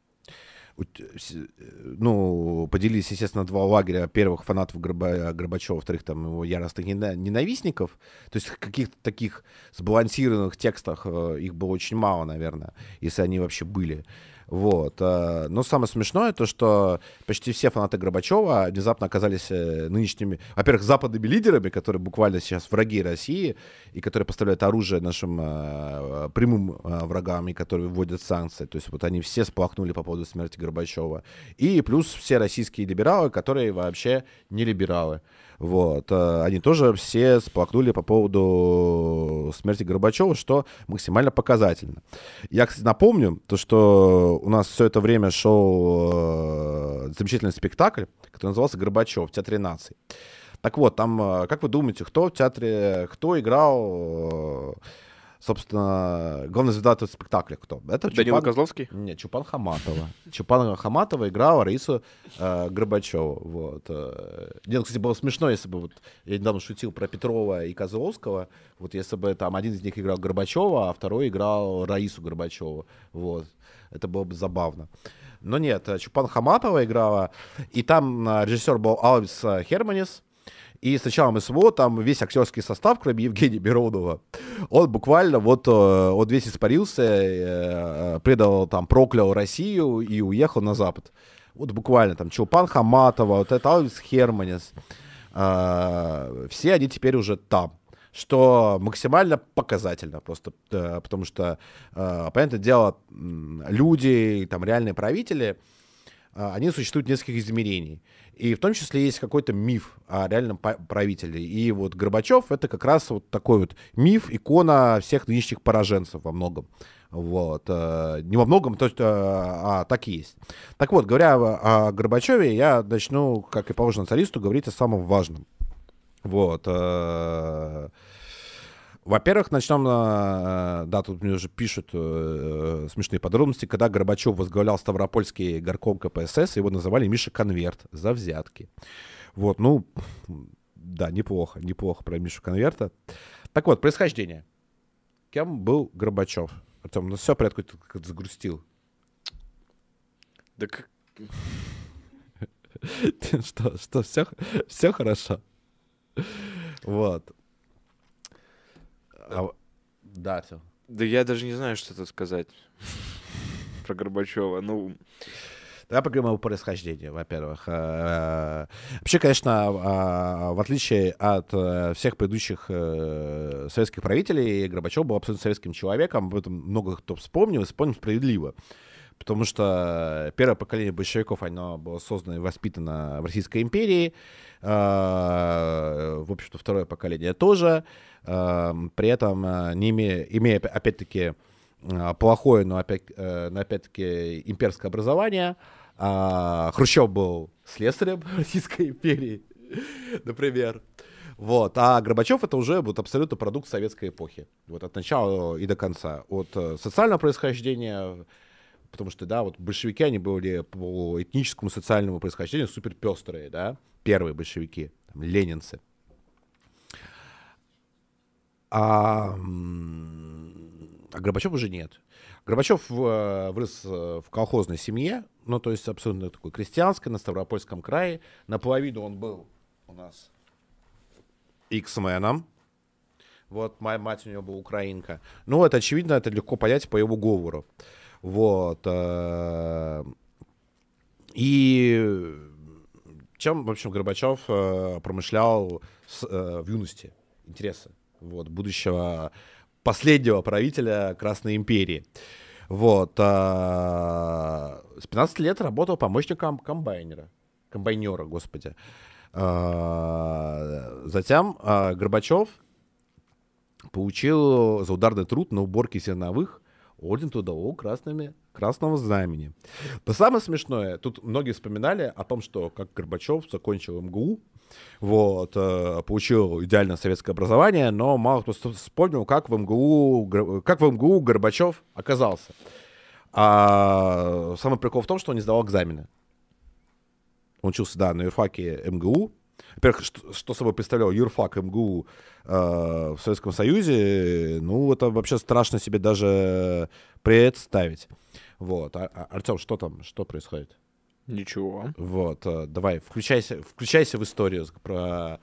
ну, поделились, естественно, два лагеря. Первых фанатов Горба- Горбачева, вторых там его яростных ненавистников. То есть каких-то таких сбалансированных текстах их было очень мало, наверное, если они вообще были. Вот. Но самое смешное то, что почти все фанаты Горбачева внезапно оказались нынешними, во-первых, западными лидерами, которые буквально сейчас враги России и которые поставляют оружие нашим э, прямым э, врагам и которые вводят санкции. То есть вот они все сплакнули по поводу смерти Горбачева. И плюс все российские либералы, которые вообще не либералы. Вот. Они тоже все сплакнули по поводу смерти Горбачева, что максимально показательно. Я, кстати, напомню, то, что у нас все это время шел замечательный спектакль, который назывался «Горбачев» в Театре наций. Так вот, там, как вы думаете, кто в театре, кто играл, собственно, главная звезда этого спектакля, кто? Это Данила Чупан... Козловский? Нет, Чупан Хаматова. Чупан Хаматова играла Раису э, Горбачеву. Вот. Нет, кстати, было смешно, если бы, вот, я недавно шутил про Петрова и Козловского, вот если бы там один из них играл Горбачева, а второй играл Раису Горбачеву. Вот. Это было бы забавно. Но нет, Чупан Хаматова играла, и там режиссер был Алвис Херманис. И с началом СВО там весь актерский состав, кроме Евгения Миронова, он буквально вот он весь испарился, предал там, проклял Россию и уехал на Запад. Вот буквально там Чулпан Хаматова, вот это Алвис Херманис, все они теперь уже там. Что максимально показательно просто, потому что, понятное дело, люди, там реальные правители, они существуют в нескольких измерений. И в том числе есть какой-то миф о реальном правителе. И вот Горбачев — это как раз вот такой вот миф, икона всех нынешних пораженцев во многом. Вот. Не во многом, то, а так и есть. Так вот, говоря о Горбачеве, я начну, как и положено царисту, говорить о самом важном. Вот. Во-первых, начнем, да, тут мне уже пишут э, смешные подробности, когда Горбачев возглавлял Ставропольский горком ка пэ эс эс, его называли Миша Конверт за взятки. Вот, ну, да, неплохо, неплохо про Мишу Конверта. Так вот, происхождение. Кем был Горбачев? Артем, ну все, порядку, ты как-то загрустил. Да как... Что, что, все, все хорошо? Вот. А, да, все. Да я даже не знаю, что тут сказать про Горбачева. Ну, давай поговорим о происхождении, во-первых. Вообще, конечно, в отличие от всех предыдущих советских правителей, Горбачев был абсолютно советским человеком. Об этом много кто вспомнил, и вспомнил справедливо. Потому что первое поколение большевиков, оно было создано и воспитано в Российской империи. В общем-то, второе поколение тоже. При этом, не имея, имея опять-таки, плохое, но, опять, но опять-таки имперское образование, Хрущев был слесарем Российской империи, например. Вот. А Горбачев — это уже вот абсолютно продукт советской эпохи. Вот от начала и до конца. От социального происхождения, потому что, да, вот большевики, они были по этническому, социальному происхождению супер пестрые, да, первые большевики, там, ленинцы. А, а Горбачев уже нет. Горбачев вырос в колхозной семье, ну, то есть абсолютно такой крестьянской, на Ставропольском крае. Наполовину он был у нас иксменом. Вот, моя мать у него была украинка. Ну, это очевидно, это легко понять по его говору. Вот. И чем, в общем, Горбачев промышлял в юности? Интересы. Вот, будущего последнего правителя Красной империи. Вот. А, с пятнадцати лет работал помощником комбайнера. Комбайнера, господи. А, затем а, Горбачев получил за ударный труд на уборке зерновых орден Трудового красными, Красного Знамени. Но самое смешное, тут многие вспоминали о том, что как Горбачев закончил эм гэ у, вот, э, получил идеальное советское образование, но мало кто вспомнил, как в эм гэ у, как в эм гэ у Горбачев оказался. А самый прикол в том, что он не сдавал экзамены. Он учился, да, на юрфаке эм гэ у, Во-первых, что, что собой представлял юрфак МГУ э, в Советском Союзе, ну, это вообще страшно себе даже представить. Вот. А, а, Артем, что там, что происходит? Ничего. Вот, э, давай, включайся, включайся в историю про,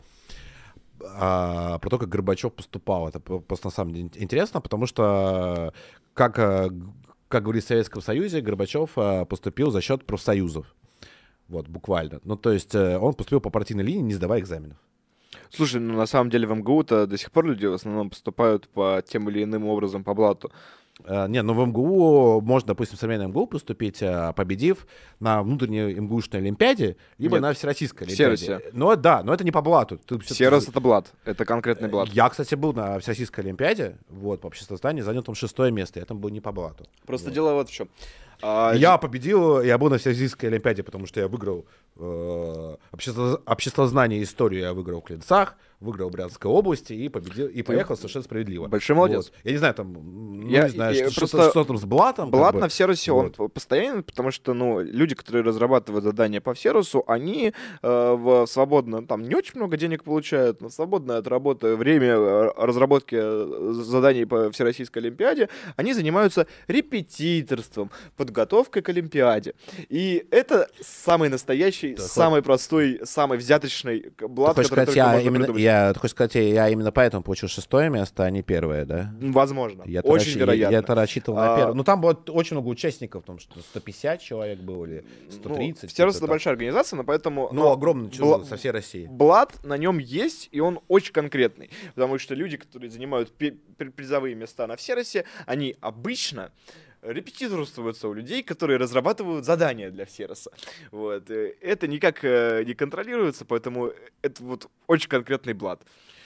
а, про то, как Горбачев поступал. Это просто на самом деле интересно, потому что, как, как говорили в Советском Союзе, Горбачев поступил за счет профсоюзов. Вот, буквально. Ну, то есть он поступил по партийной линии, не сдавая экзаменов. Слушай, ну на самом деле в МГУ-то до сих пор люди в основном поступают по тем или иным образом по блату. Uh, не, ну в МГУ можно, допустим, в современном МГУ поступить, uh, победив на внутренней МГУшной олимпиаде, либо Нет, на всероссийской олимпиаде. Серосе. Но да, но это не по блату. Ты, Серос — это блат, это конкретный блат. Я, кстати, был на всероссийской олимпиаде, вот, по обществознанию, занял там шестое место, я там был не по блату. Просто вот. дело вот в чем. А, я победил, я был на всероссийской олимпиаде, потому что я выиграл э, общество, обществознание и историю, я выиграл в Клинцах, выиграл в Брянской области и победил, и поехал совершенно справедливо. Большой молодец. Вот. Я не знаю, там, ну, я, не знаю, я, что, просто что, что там с блатом. Блат как бы. на Всеросе, вот. Он постоянно, потому что, ну, люди, которые разрабатывают задания по Всеросу, они э, в свободно, там, не очень много денег получают, но свободное от работы время разработки заданий по Всероссийской олимпиаде, они занимаются репетиторством, подготовкой к олимпиаде. И это самый настоящий, да, самый хоть... простой, самый взяточный блат, ты который сказать, только я можно именно, придумать. Я, ты хочешь сказать, я именно поэтому получил шестое место, а не первое, да? Возможно. Я очень рач... вероятно. Я, я рассчитывал на а... первое. Ну, там было очень много участников, там что сто пятьдесят человек было, или сто тридцать. Ну, Всерос — это большая организация, но поэтому... Ну, огромный, бла... со всей России. Блат на нем есть, и он очень конкретный. Потому что люди, которые занимают призовые места на Всеросе, они обычно репетиторствуются у людей, которые разрабатывают задания для Всероса. Вот. Это никак не контролируется, поэтому это вот очень конкретный блат.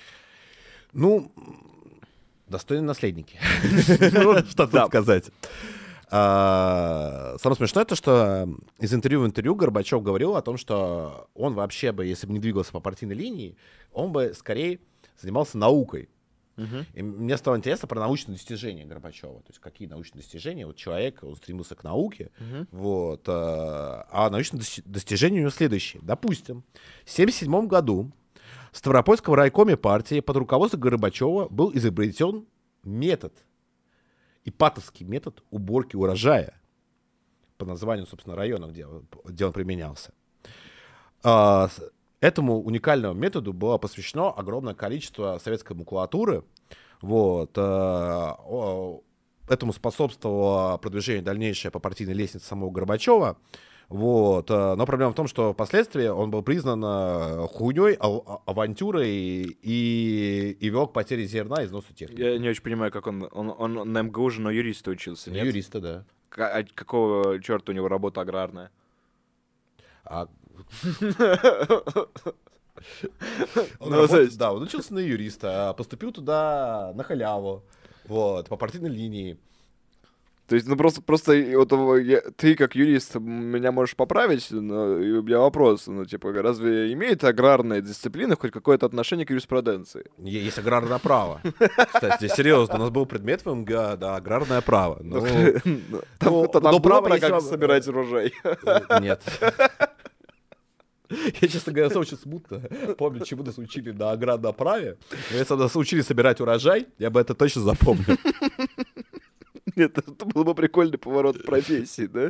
Ну, достойные наследники. Что тут сказать. Самое смешное то, что из интервью в интервью Горбачев говорил о том, что он вообще бы, если бы не двигался по партийной линии, он бы скорее занимался наукой. Uh-huh. И мне стало интересно про научные достижения Горбачева. То есть какие научные достижения. Вот человек, он стремился к науке. Uh-huh. Вот, а научные достижения у него следующие. Допустим, в тысяча девятьсот семьдесят седьмом году в Ставропольском райкоме партии под руководством Горбачева был изобретен метод, ипатовский метод уборки урожая, по названию, собственно, района, где, где он применялся. Этому уникальному методу было посвящено огромное количество советской макулатуры. Вот. Этому способствовало продвижение дальнейшее по партийной лестнице самого Горбачева. Вот. Но проблема в том, что впоследствии он был признан хуйней, авантюрой и, и вел к потере зерна и износу техники. Я не очень понимаю, как он... Он, он на МГУ же на юриста учился, нет? На юриста, да. К- а какого черта у него работа аграрная? А... он ну, работает, есть... Да, он учился на юриста, а поступил туда на халяву, вот, по партийной линии. То есть, ну просто, просто вот, я, ты как юрист меня можешь поправить, но и у меня вопрос, ну типа, разве имеет аграрная дисциплина хоть какое-то отношение к юриспруденции? Есть аграрное право. Кстати, серьезно, у нас был предмет в МГА, да, аграрное право. Там было про как собирать урожай? Нет. Я, честно говоря, очень смутно помню, чему нас учили на аграрном праве. Если нас учили собирать урожай, я бы это точно запомнил. Нет, это был бы прикольный поворот профессии, да?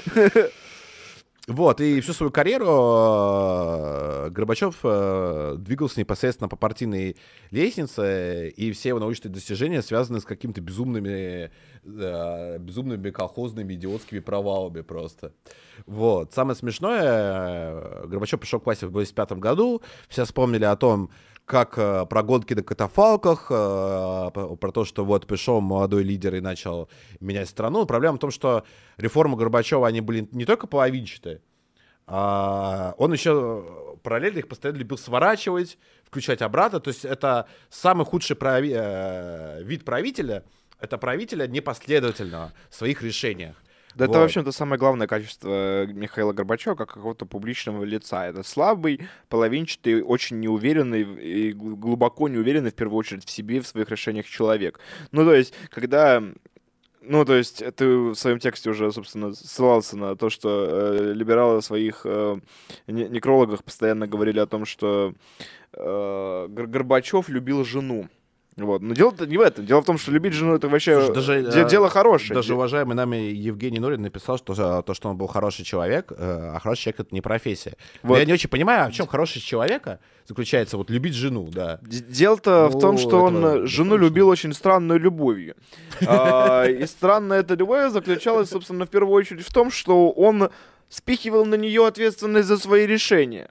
Вот, и всю свою карьеру Горбачев двигался непосредственно по партийной лестнице, и все его научные достижения связаны с какими-то безумными, безумными колхозными идиотскими провалами просто. Вот. Самое смешное, Горбачев пришел к власти в восемьдесят пятом году, все вспомнили о том, как э, про гонки на катафалках, э, про то, что вот пришел молодой лидер и начал менять страну. Проблема в том, что реформы Горбачева, они были не только половинчатые, а он еще параллельно их постоянно любил сворачивать, включать обратно. То есть это самый худший прави- э, вид правителя, это правителя непоследовательного в своих решениях. Да вот. Это, в общем-то, самое главное качество Михаила Горбачева как какого-то публичного лица. Это слабый, половинчатый, очень неуверенный и глубоко неуверенный, в первую очередь, в себе, в своих решениях человек. Ну, то есть, когда Ну, то есть ты в своем тексте уже, собственно, ссылался на то, что э, либералы в своих э, не- некрологах постоянно говорили о том, что э, Гор- Горбачев любил жену. Вот. Но дело-то не в этом. Дело в том, что любить жену — это вообще Слушай, даже, де- э, дело хорошее. Даже Де- уважаемый нами Евгений Норин написал, что э, то, что он был хороший человек, э, а хороший человек — это не профессия. Но Вот. я не очень понимаю, в чем хороший человека заключается, вот любить жену, да. Д- Дело-то в Ну, том, что он этого э, жену достаточно. любил очень странной любовью. А, И странная эта любовь заключалась, собственно, в первую очередь в том, что он спихивал на нее ответственность за свои решения.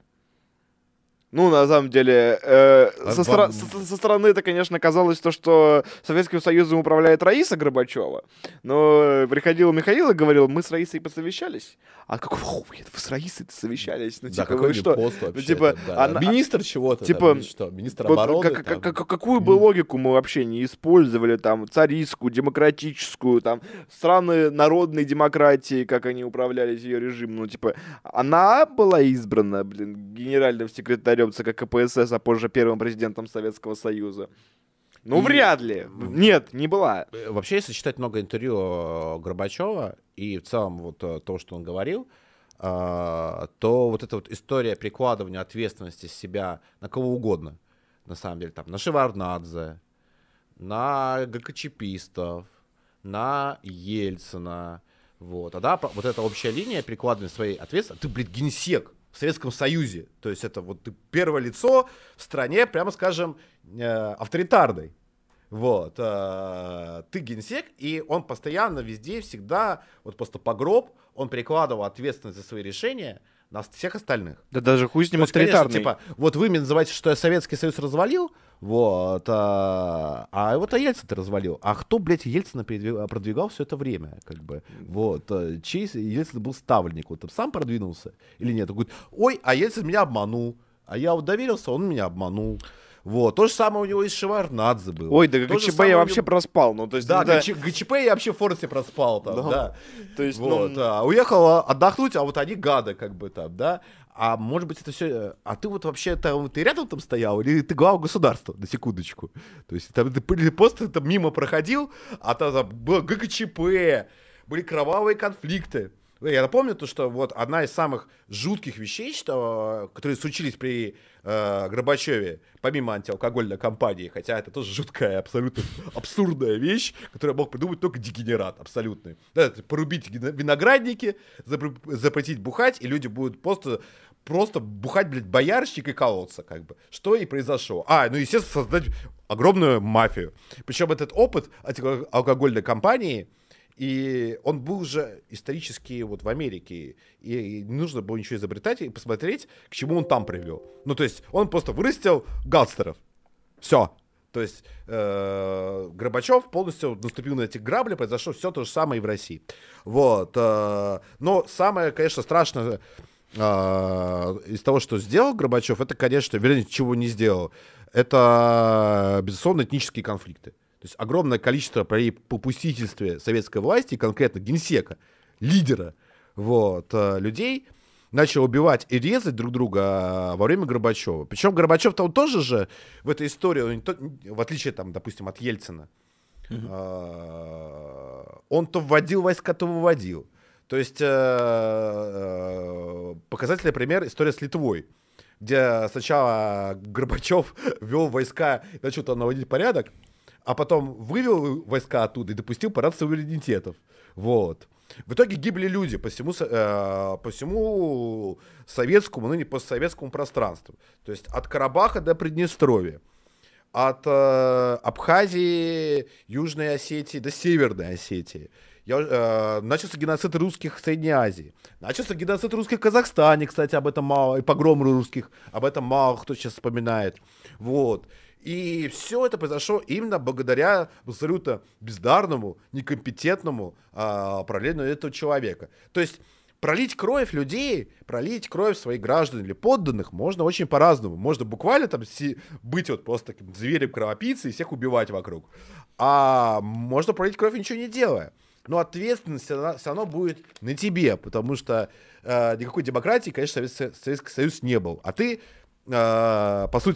Ну, на самом деле, э, со, стра- со- со стороны это, конечно, казалось то, что Советским Союзом управляет Раиса Горбачева. Но э, приходил Михаил и говорил: мы с Раисой посовещались. А какого хуя вы с Раисой-то совещались? Ну, Да, типа, какой вы что? пост Ну, вообще? типа, это, да. она- Министр чего-то, типа, там, или что? Министр Вот обороны? как- там. как- как- какую бы логику мы вообще не использовали, там, царистскую, демократическую, там, страны народной демократии, как они управлялись ее режимом, ну, типа, она была избрана, блин, генеральным секретарем ЦК КПСС, а позже первым президентом Советского Союза. Ну, И- вряд ли. Нет, не была. Э, Вообще, если читать много интервью э, Горбачева и в целом вот э, то, что он говорил, э, то вот эта вот история прикладывания ответственности себя на кого угодно, на самом деле, там, на Шеварднадзе, на ГКЧПистов, на Ельцина, вот, а да, по- вот эта общая линия прикладывания своей ответственности, ты, блядь, генсек в Советском Союзе, то есть это вот ты первое лицо в стране, прямо скажем, э, авторитарной. Вот, э, ты генсек, и он постоянно везде, всегда, вот просто по гроб, он перекладывал ответственность за свои решения на всех остальных. Да даже хуй с ним То есть, конечно, авторитарный. типа, вот вы мне называете, что я Советский Союз развалил, вот, а, а вот а Ельцин ты развалил. А кто, блядь, Ельцина передвиг- продвигал все это время, как бы, вот, а, чей Ельцин был ставленник, вот, он сам продвинулся или нет? Он говорит: ой, а Ельцин меня обманул, а я вот доверился, он меня обманул. Вот, то же самое у него и с Шеварднадзе было. Ой, да То же ГЧП самое я у вообще него- проспал. Ну, то есть, Да, это- ГЧ- ГЧП я вообще в Форсе проспал там, Да. да. То есть, Вот, ну, а, уехал отдохнуть, а вот они гады, как бы там, да. А может быть, это все. А ты вот вообще там, ты рядом там стоял, или ты глава государства, на секундочку. То есть там ты или просто там мимо проходил, а там, там было ГКЧП, были кровавые конфликты. Я напомню то, что вот одна из самых жутких вещей, что, которые случились при э, Горбачеве, помимо антиалкогольной кампании, хотя это тоже жуткая, абсолютно абсурдная вещь, которую мог придумать только дегенерат абсолютный. Да, это порубить гино- виноградники, запр- запретить бухать, и люди будут просто, просто бухать, блядь, боярщик и колоться, как бы. Что и произошло. А, ну, естественно, создать огромную мафию. Причем этот опыт антиалкогольной кампании, и он был уже исторически вот в Америке, и не нужно было ничего изобретать и посмотреть, к чему он там привел. Ну, то есть он просто вырастил гангстеров. Все. То есть э, Горбачев полностью наступил на эти грабли, произошло все то же самое и в России. Вот. Э, но самое, конечно, страшное э, из того, что сделал Горбачев, это, конечно, вернее, чего не сделал, это, безусловно, этнические конфликты. То есть огромное количество при попустительстве советской власти, конкретно генсека, лидера, вот, э, людей, начал убивать и резать друг друга во время Горбачева. Причем Горбачев-то он тоже же в этой истории, он не то- в отличие, там, допустим, от Ельцина, э, он то вводил войска, то выводил. То есть э, э, показательный пример — история с Литвой, где сначала Горбачев ввел войска и начал там наводить порядок, а потом вывел войска оттуда и допустил парад суверенитетов. Вот. В итоге гибли люди по всему, со- э, по всему советскому, ну не постсоветскому пространству. То есть от Карабаха до Приднестровья, от э, Абхазии, Южной Осетии до Северной Осетии. Я, э, начался геноцид русских в Средней Азии. Начался геноцид русских в Казахстане, кстати, об этом мало, и погром русских, об этом мало кто сейчас вспоминает. Вот. И все это произошло именно благодаря абсолютно бездарному, некомпетентному а, управлению этого человека. То есть пролить кровь людей, пролить кровь своих граждан или подданных можно очень по-разному. Можно буквально там си- быть вот просто таким зверем-кровопийцей и всех убивать вокруг. А можно пролить кровь, ничего не делая. Но ответственность она все равно будет на тебе, потому что э, никакой демократии, конечно, Совет- Советский Союз не был. А ты, э, по сути,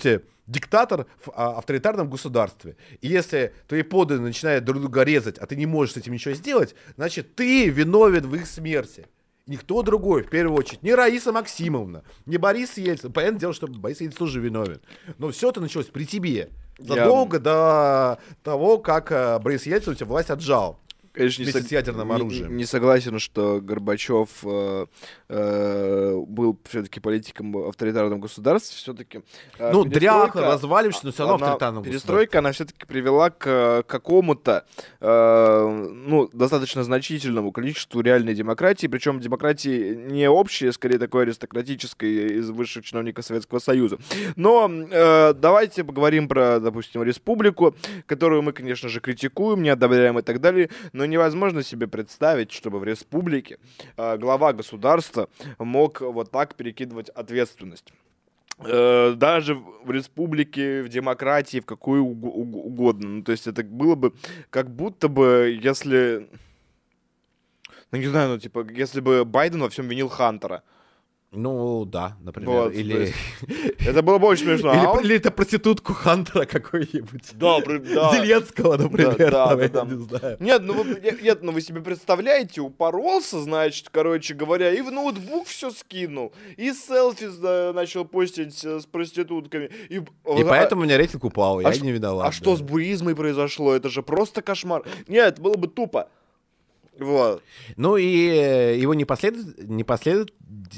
диктатор в а, авторитарном государстве. И если твои подданные начинают друг друга резать, а ты не можешь с этим ничего сделать, значит, ты виновен в их смерти. Никто другой, в первую очередь. Не Раиса Максимовна, не Борис Ельцин. Понятное дело, что Борис Ельцин тоже виновен. Но все это началось при тебе. Задолго Я... до того, как а, Борис Ельцин у тебя власть отжал. Конечно, не, сог... с ядерным не, оружием. Не согласен, что Горбачев э, э, был все-таки политиком авторитарного государства. Все-таки, э, ну, дряхло, развалившись, но все равно авторитарного государства. Перестройка, она все-таки привела к какому-то э, ну, достаточно значительному количеству реальной демократии. Причем демократии не общей, скорее такой аристократической из высших чиновников Советского Союза. Но э, давайте поговорим про, допустим, республику, которую мы, конечно же, критикуем, не одобряем и так далее. Но невозможно себе представить, чтобы в республике э, глава государства мог вот так перекидывать ответственность. Э, даже в республике, в демократии, в какую угодно. Ну, то есть это было бы как будто бы, если... Ну, не знаю, ну, типа, если бы Байден во всем винил Хантера. Ну, да, например. Вот, или... Это было бы очень смешно. Или, а он... или это проститутку Хантера какой-нибудь. Да, да. Зеленского, например. Да, там, да, я да. не знаю. Нет, ну вы, нет, ну вы себе представляете, упоролся, значит, короче говоря, и в ноутбук все скинул, и селфи да, начал постить с проститутками. И, и а, поэтому у меня рейтинг упал, а я ш... не виноват. А да. что с буризмой произошло? Это же просто кошмар. Нет, было бы тупо. Вот. Ну и его непослед... непослед...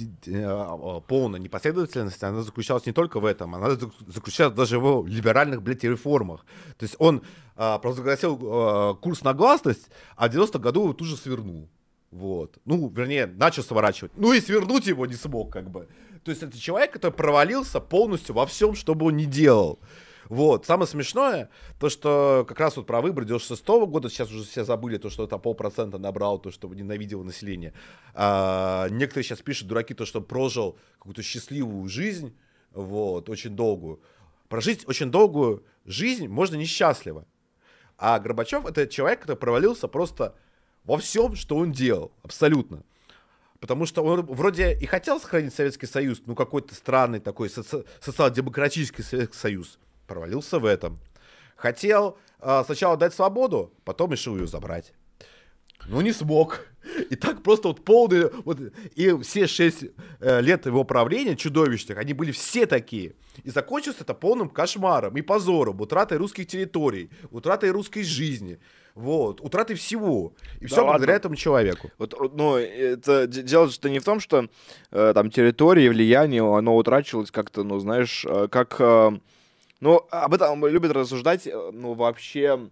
полная непоследовательность, она заключалась не только в этом, она заключалась даже в его либеральных, блядь, реформах. То есть он а, провозгласил а, курс на гласность, а в девяностом году его тут же свернул. Вот. Ну, вернее, начал сворачивать. Ну и свернуть его не смог, как бы. То есть это человек, который провалился полностью во всем, что бы он ни делал. Вот. Самое смешное, то, что как раз вот про выборы девяносто шестого года, сейчас уже все забыли, то, что там полпроцента набрал, то, что ненавидело население. А, некоторые сейчас пишут, дураки, то, что прожил какую-то счастливую жизнь, вот, очень долгую. Прожить очень долгую жизнь можно несчастливо. А Горбачев — это человек, который провалился просто во всем, что он делал, абсолютно. Потому что он вроде и хотел сохранить Советский Союз, ну какой-то странный такой соци- социал-демократический Советский Союз. Провалился в этом. Хотел э, сначала дать свободу, потом решил ее забрать. Ну, не смог. И так просто вот полный... Вот, и все шесть э, лет его правления чудовищных, они были все такие. И закончилось это полным кошмаром и позором, утратой русских территорий, утратой русской жизни. Вот, утратой всего. И да все ладно. Благодаря этому человеку. Вот, ну, это дело-то не в том, что э, там территория, влияние, оно утрачивалось как-то, ну, знаешь, э, как... Э, ну, об этом любят рассуждать, ну, вообще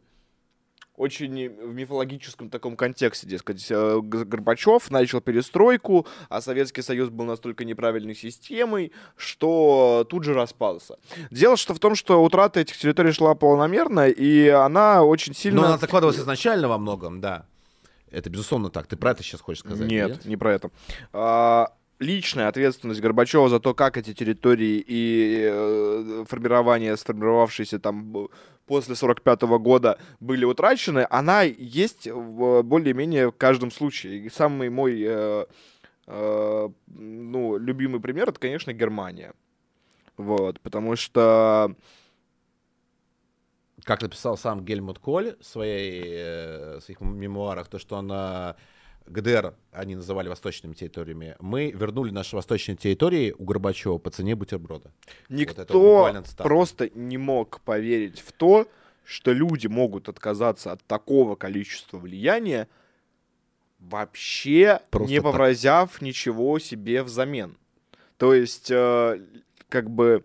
очень в мифологическом таком контексте, дескать. Горбачев начал перестройку, а Советский Союз был настолько неправильной системой, что тут же распался. Дело что в том, что утрата этих территорий шла планомерно, и она очень сильно... Но она закладывалась изначально во многом, да. Это безусловно так. Ты про это сейчас хочешь сказать? Нет, нет? не про это. А... Личная ответственность Горбачева за то, как эти территории и э, формирование, сформировавшиеся там после сорок пятого года были утрачены, она есть в более-менее в каждом случае. И самый мой э, э, ну, любимый пример — это, конечно, Германия. Вот, потому что... Как написал сам Гельмут Коль в своей, э, своих мемуарах, то, что она... ГДР они называли восточными территориями. Мы вернули наши восточные территории у Горбачева по цене бутерброда. Никто вот просто не мог поверить в то, что люди могут отказаться от такого количества влияния, вообще просто не повразяв так. ничего себе взамен. То есть, э, как бы...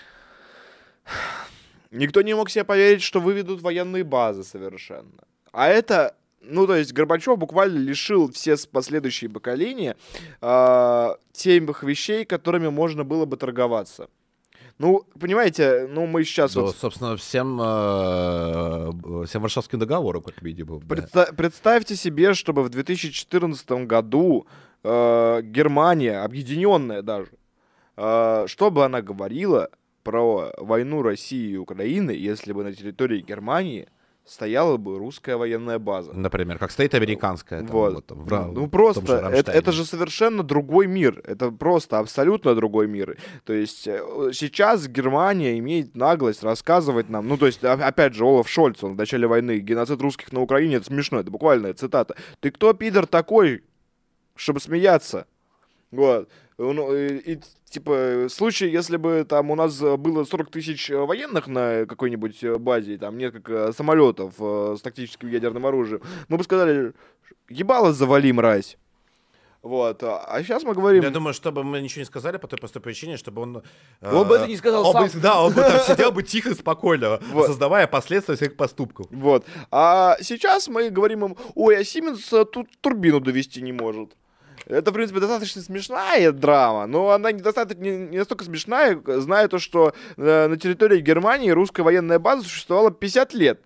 Никто не мог себе поверить, что выведут военные базы совершенно. А это... Ну, то есть Горбачев буквально лишил все последующие поколения э, тех вещей, которыми можно было бы торговаться. Ну, понимаете, ну мы сейчас... Да, вот... собственно, всем, э, всем Варшавским договором, как видимо. Предста- представьте себе, чтобы в две тысячи четырнадцатом году э, Германия, объединенная даже, э, что бы она говорила про войну России и Украины, если бы на территории Германии стояла бы русская военная база. Например, как стоит американская. Там, вот. Вот, там, в, ну в просто, же это, это же совершенно другой мир. Это просто абсолютно другой мир. То есть э, сейчас Германия имеет наглость рассказывать нам, ну то есть, опять же, Олаф Шольц, он в начале войны, геноцид русских на Украине, это смешно, это буквальная цитата. Ты кто, пидор, такой, чтобы смеяться? Вот. Ну, и, и, типа, случай, если бы там у нас было сорок тысяч военных на какой-нибудь базе, там несколько самолетов э, с тактическим ядерным оружием, мы бы сказали, ебало завали, мразь. Вот. А сейчас мы говорим... Я думаю, чтобы мы ничего не сказали по той простой причине, чтобы он... Он э, бы это не сказал он сам. Бы, да, он бы там сидел бы тихо и спокойно, вот. Создавая последствия своих поступков. Вот. А сейчас мы говорим им, ой, а Сименс тут турбину довести не может. Это, в принципе, достаточно смешная драма, но она недостаточно, не, не настолько смешная, зная то, что э, на территории Германии русская военная база существовала пятьдесят лет.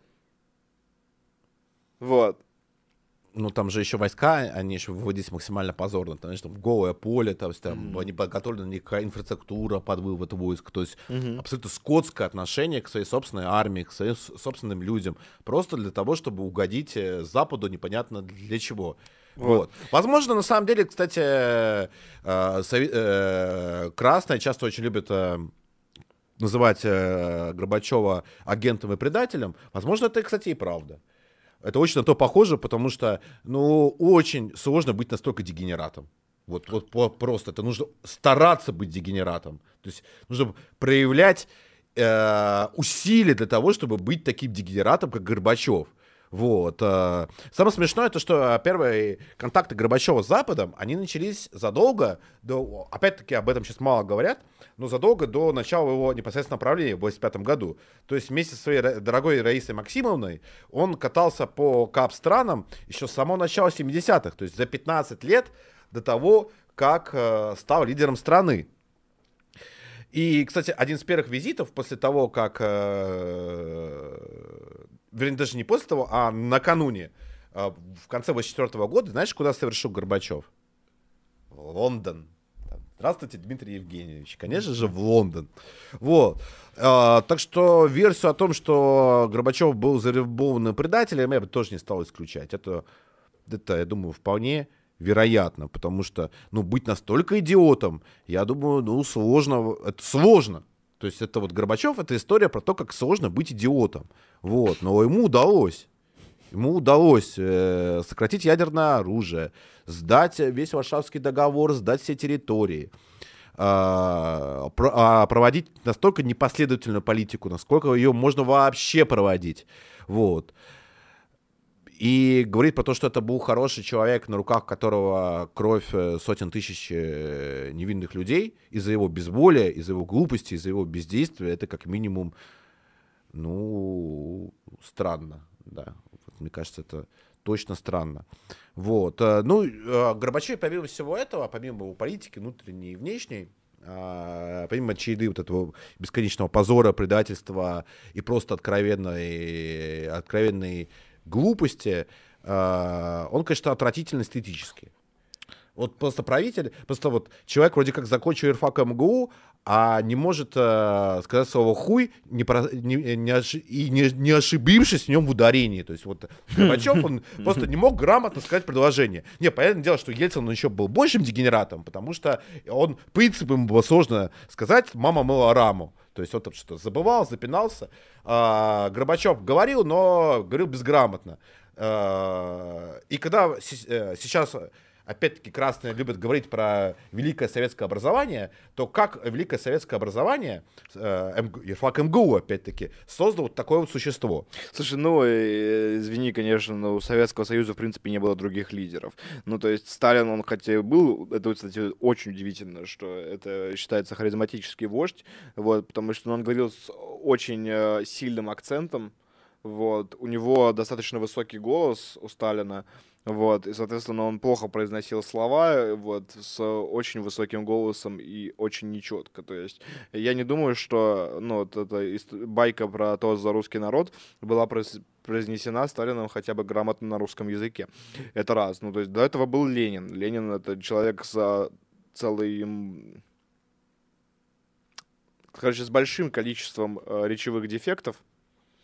Вот. Ну, там же еще войска, они еще выводились максимально позорно. Там, знаешь, там голое поле, там, там mm-hmm. не подготовлена никакая инфраструктура под вывод войск. То есть mm-hmm. абсолютно скотское отношение к своей собственной армии, к своим собственным людям. Просто для того, чтобы угодить Западу непонятно для чего. Вот. Вот. Возможно, на самом деле, кстати, э, сови- э, красные часто очень любят э, называть э, Горбачева агентом и предателем. Возможно, это, кстати, и правда. Это очень на то похоже, потому что, ну, очень сложно быть настолько дегенератом. Вот, вот по- просто это нужно стараться быть дегенератом. То есть нужно проявлять э, усилия для того, чтобы быть таким дегенератом, как Горбачев. Вот. Самое смешное то, что первые контакты Горбачева с Западом, они начались задолго до, опять-таки об этом сейчас мало говорят, но задолго до начала его непосредственного правления в восемьдесят пятом году. То есть вместе со своей дорогой Раисой Максимовной он катался по КАП-странам еще с самого начала семидесятых, то есть за пятнадцать лет до того, как стал лидером страны. И, кстати, один из первых визитов после того, как... Вернее, даже не после того, а накануне, в конце восемьдесят четвёртого года, знаешь, куда совершил Горбачев? В Лондон. Здравствуйте, Дмитрий Евгеньевич. Конечно же, в Лондон. Вот. А, так что версию о том, что Горбачев был завербованным предателем, я бы тоже не стал исключать. Это, это, я думаю, вполне вероятно, потому что, ну, быть настолько идиотом, я думаю, ну, сложно. Это сложно. То есть это вот Горбачев, это история про то, как сложно быть идиотом. Вот. Но ему удалось. Ему удалось э, сократить ядерное оружие, сдать весь Варшавский договор, сдать все территории, э, про, э, проводить настолько непоследовательную политику, насколько ее можно вообще проводить. Вот. И говорит про то, что это был хороший человек, на руках которого кровь сотен тысяч невинных людей, из-за его безволия, из-за его глупости, из-за его бездействия, это как минимум, ну, странно, да. Мне кажется, это точно странно. Вот. Ну, Горбачев, помимо всего этого, помимо его политики, внутренней и внешней, помимо череды вот этого бесконечного позора, предательства и просто откровенной, откровенной глупости, он, конечно, отвратительно эстетически. Вот просто правитель, просто вот человек вроде как закончил юрфак эм гэ у, а не может э, сказать слово хуй, не про, не, не ошиб, и не, не ошибившись в нем в ударении. То есть вот Горбачев, он просто не мог грамотно сказать предложение. Не, понятное дело, что Ельцин он еще был большим дегенератом, потому что он, в принципе, ему было сложно сказать «мама мыла раму». То есть он там что-то забывал, запинался. А, Горбачев говорил, но говорил безграмотно. А, и когда с- сейчас... Опять-таки, красные любят говорить про великое советское образование, то как великое советское образование, юрфак эм гэ у, опять-таки, создал вот такое вот существо? Слушай, ну, э, извини, конечно, но у Советского Союза, в принципе, не было других лидеров. Ну, то есть Сталин, он хотя и был, это, кстати, очень удивительно, что это считается харизматический вождь, вот, потому что ну, он говорил с очень э, сильным акцентом, вот, у него достаточно высокий голос у Сталина, вот, и, соответственно, он плохо произносил слова, вот, с очень высоким голосом и очень нечетко. То есть я не думаю, что, ну, вот эта байка про то за русский народ была произнесена Сталином хотя бы грамотно на русском языке. Это раз. Ну, то есть до этого был Ленин. Ленин — это человек с целым, короче, с большим количеством э, речевых дефектов.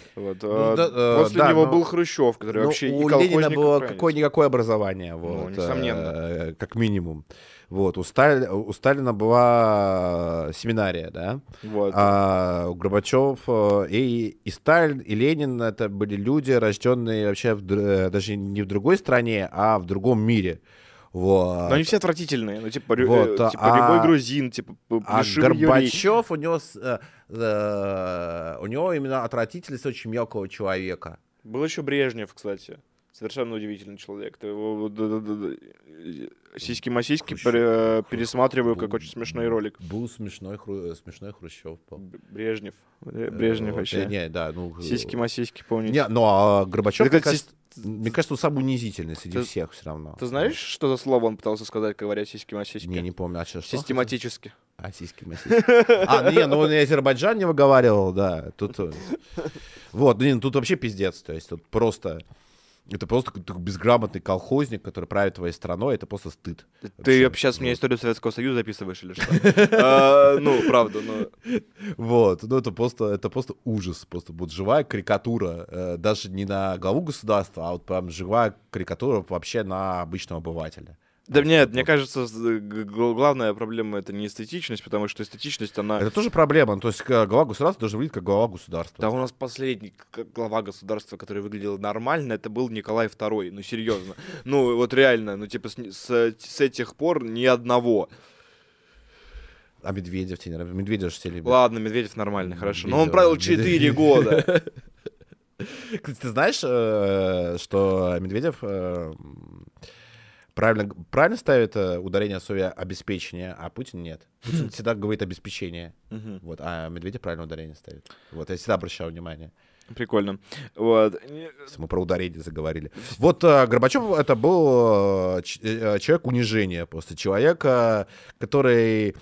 Вот. Ну, а, да, э, После да, него но- был Хрущев, который Ну, вообще и у колхозник, Ленина и было украинец. какое-никакое образование, вот, несомненно. э, как минимум. Вот, у, Стали- у Сталина была семинария, да, Вот. а у Горбачев э, и, и Сталин, и Ленин — это были люди, рожденные вообще в др- э, даже не в другой стране, а в другом мире. Вот. Но они все отвратительные. Ну, типа, рю- Вот, э, типа а- любой грузин, типа п- А плешивый еврей. Горбачев, у него, с- э, э, у него именно отвратительность очень мелкого человека. Был еще Брежнев, кстати. Совершенно удивительный человек. Ты его вот, да- да- да- да, сиськи-масиськи Хрущев. пере- пересматриваю, как Был- очень смешной ролик. Был смешной, хру- смешной Хрущев. был. Б- Брежнев. Бре- Брежнев Э, вообще. э, Не, да, ну... э, Сиськи-масиськи, помните? Не, ну а Горбачев, Это мне как кажется, мне кажется, он самый унизительный среди Ты- всех все равно. Ты знаешь, что за слово он пытался сказать, говоря сиськи-масиськи? Не, не помню, а что? что Систематически. хотел? А, сиськи, масиськи. А, ну не, ну он и Азербайджан не выговаривал, да. Тут, э, вот, ну, не, ну, тут вообще пиздец, то есть тут просто... Это просто такой безграмотный колхозник, который правит твоей страной, это просто стыд. Ты Вообще. сейчас мне Вот. историю Советского Союза записываешь или что? А, Ну, правда, ну... Вот, ну это просто, это просто ужас, просто вот живая карикатура, э, даже не на главу государства, а вот прям живая карикатура вообще на обычного обывателя. Да нет, мне кажется, с- г- г- главная проблема — это не эстетичность, потому что эстетичность, она... Это тоже проблема, то есть э, глава государства должен выглядеть как глава государства. Да у нас последний к- глава государства, который выглядел нормально, это был Николай Второй, ну серьезно. Ну вот реально, ну типа с, ни- с, с этих пор ни одного. А Медведев тебе не нравится? Медведев же тебе любит. Ладно, Медведев нормальный, хорошо. Но он Медведев, правил Медведев. четыре года. Кстати, ты знаешь, э, что Медведев э, правильно, правильно ставит э, ударение на слове обеспечение, а Путин нет. Путин всегда говорит обеспечение, Мгм. вот, а Медведев правильно ударение ставит. Вот, я всегда обращал внимание. Прикольно. Вот. Не- Если мы про ударение заговорили. Вот э, Горбачев — это был э, ч- э, человек унижения, просто человек, э, который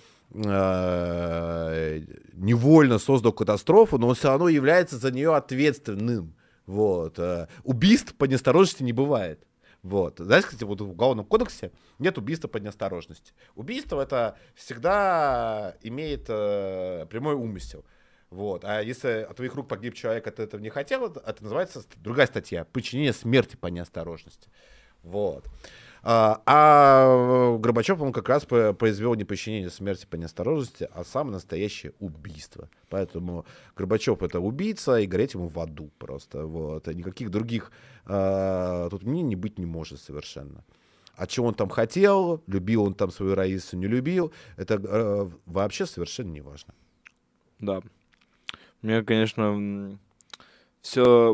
э, невольно создал катастрофу, но он все равно является за нее ответственным. Вот. э. Убийств по неосторожности не бывает. Вот. Знаешь, кстати, вот в Уголовном кодексе нет убийства по неосторожности. Убийство — это всегда имеет э, прямой умысел. Вот. А если от твоих рук погиб человек, а ты этого не хотел, это это называется ст- другая статья — причинение смерти по неосторожности. Вот. А, а Горбачев, он как раз по- произвел не причинение смерти по неосторожности, а самое настоящее убийство. Поэтому Горбачев — это убийца, и гореть ему в аду просто. Вот. И никаких других а, тут мнений быть не может совершенно. А чего он там хотел, любил он там свою Раису, не любил, это э, вообще совершенно не важно. Да. Мне, конечно, все...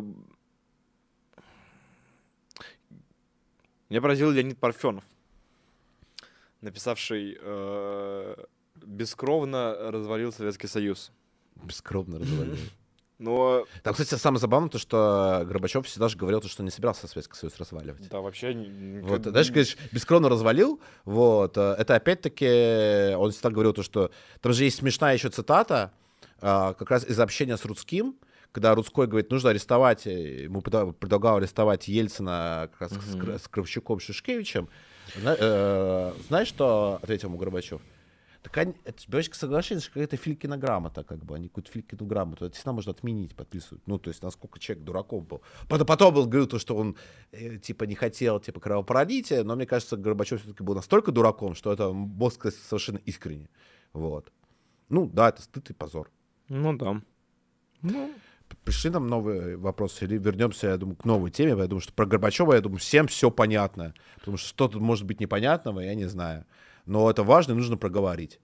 Меня поразил Леонид Парфенов, написавший э, «Бескровно развалил Советский Союз». Бескровно развалил. Но, Там, кстати, самое забавное, то, что Горбачев всегда же говорил, то, что не собирался Советский Союз разваливать. да, вообще... не- Вот, как- знаешь, говоришь, бескровно развалил, вот, э, это опять-таки, он всегда говорил то, что, там же есть смешная еще цитата, а, как раз из общения с Рудским, когда Рудской говорит, нужно арестовать, э, ему преда- предлагал арестовать Ельцина как раз с, Кр- с Кравчуком, Шишкевичем. Зна- э, знаешь, что ответил ему Горбачев? Так они, это же Беловежское соглашение, это же какая-то Филькина грамота, как бы, они какую-то Филькину грамоту, это всегда можно отменить, подписывать. Ну, то есть, насколько человек дураком был. Потом, потом он говорил то, что он, э, типа, не хотел, типа, кровопролития, но мне кажется, Горбачев все-таки был настолько дураком, что это мог сказать совершенно искренне. Вот. Ну, да, это стыд и позор. Ну да. Ну, Пришли нам новые вопросы, или вернемся, я думаю, к новой теме. Я думаю, что про Горбачева, я думаю, всем все понятно. Потому что что тут может быть непонятного, я не знаю. Но это важно и нужно проговорить.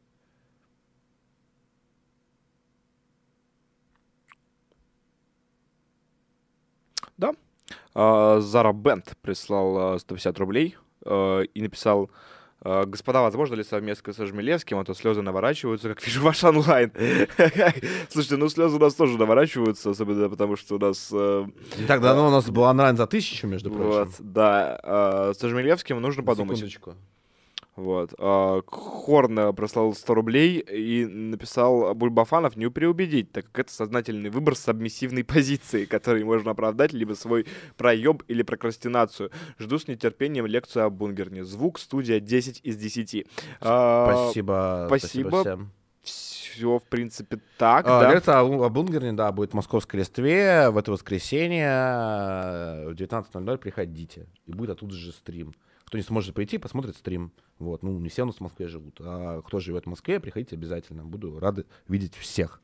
да. А, Зара Бенд прислал а, сто пятьдесят рублей а, и написал: а, господа, возможно ли совместно с Жмелевским, а то слезы наворачиваются, как вижу ваш онлайн. Слушайте, ну слезы у нас тоже наворачиваются, особенно потому что у нас... э, Не так давно у нас был онлайн за тысячу, между Вот, прочим. да. а, С Жмелевским нужно подумать. Секундочку. Вот. а, Хорн прислал сто рублей и написал: Бульбафанов не преубедить, так как это сознательный выбор сабмиссивной позиции, который можно оправдать либо свой проеб или прокрастинацию. Жду с нетерпением лекцию о Бунгерне. Звук, студия десять из десяти. А, Спасибо. спасибо. всем. вс- все, в принципе, так, А, да? Лекция о об Унгерне, да, будет в Московской Листве в это воскресенье э, в девятнадцать ноль ноль. Приходите. И будет оттуда же стрим. Кто не сможет прийти, посмотрит стрим. Вот. Ну, не все у нас в Москве живут. А кто живет в Москве, приходите обязательно. Буду рад видеть всех.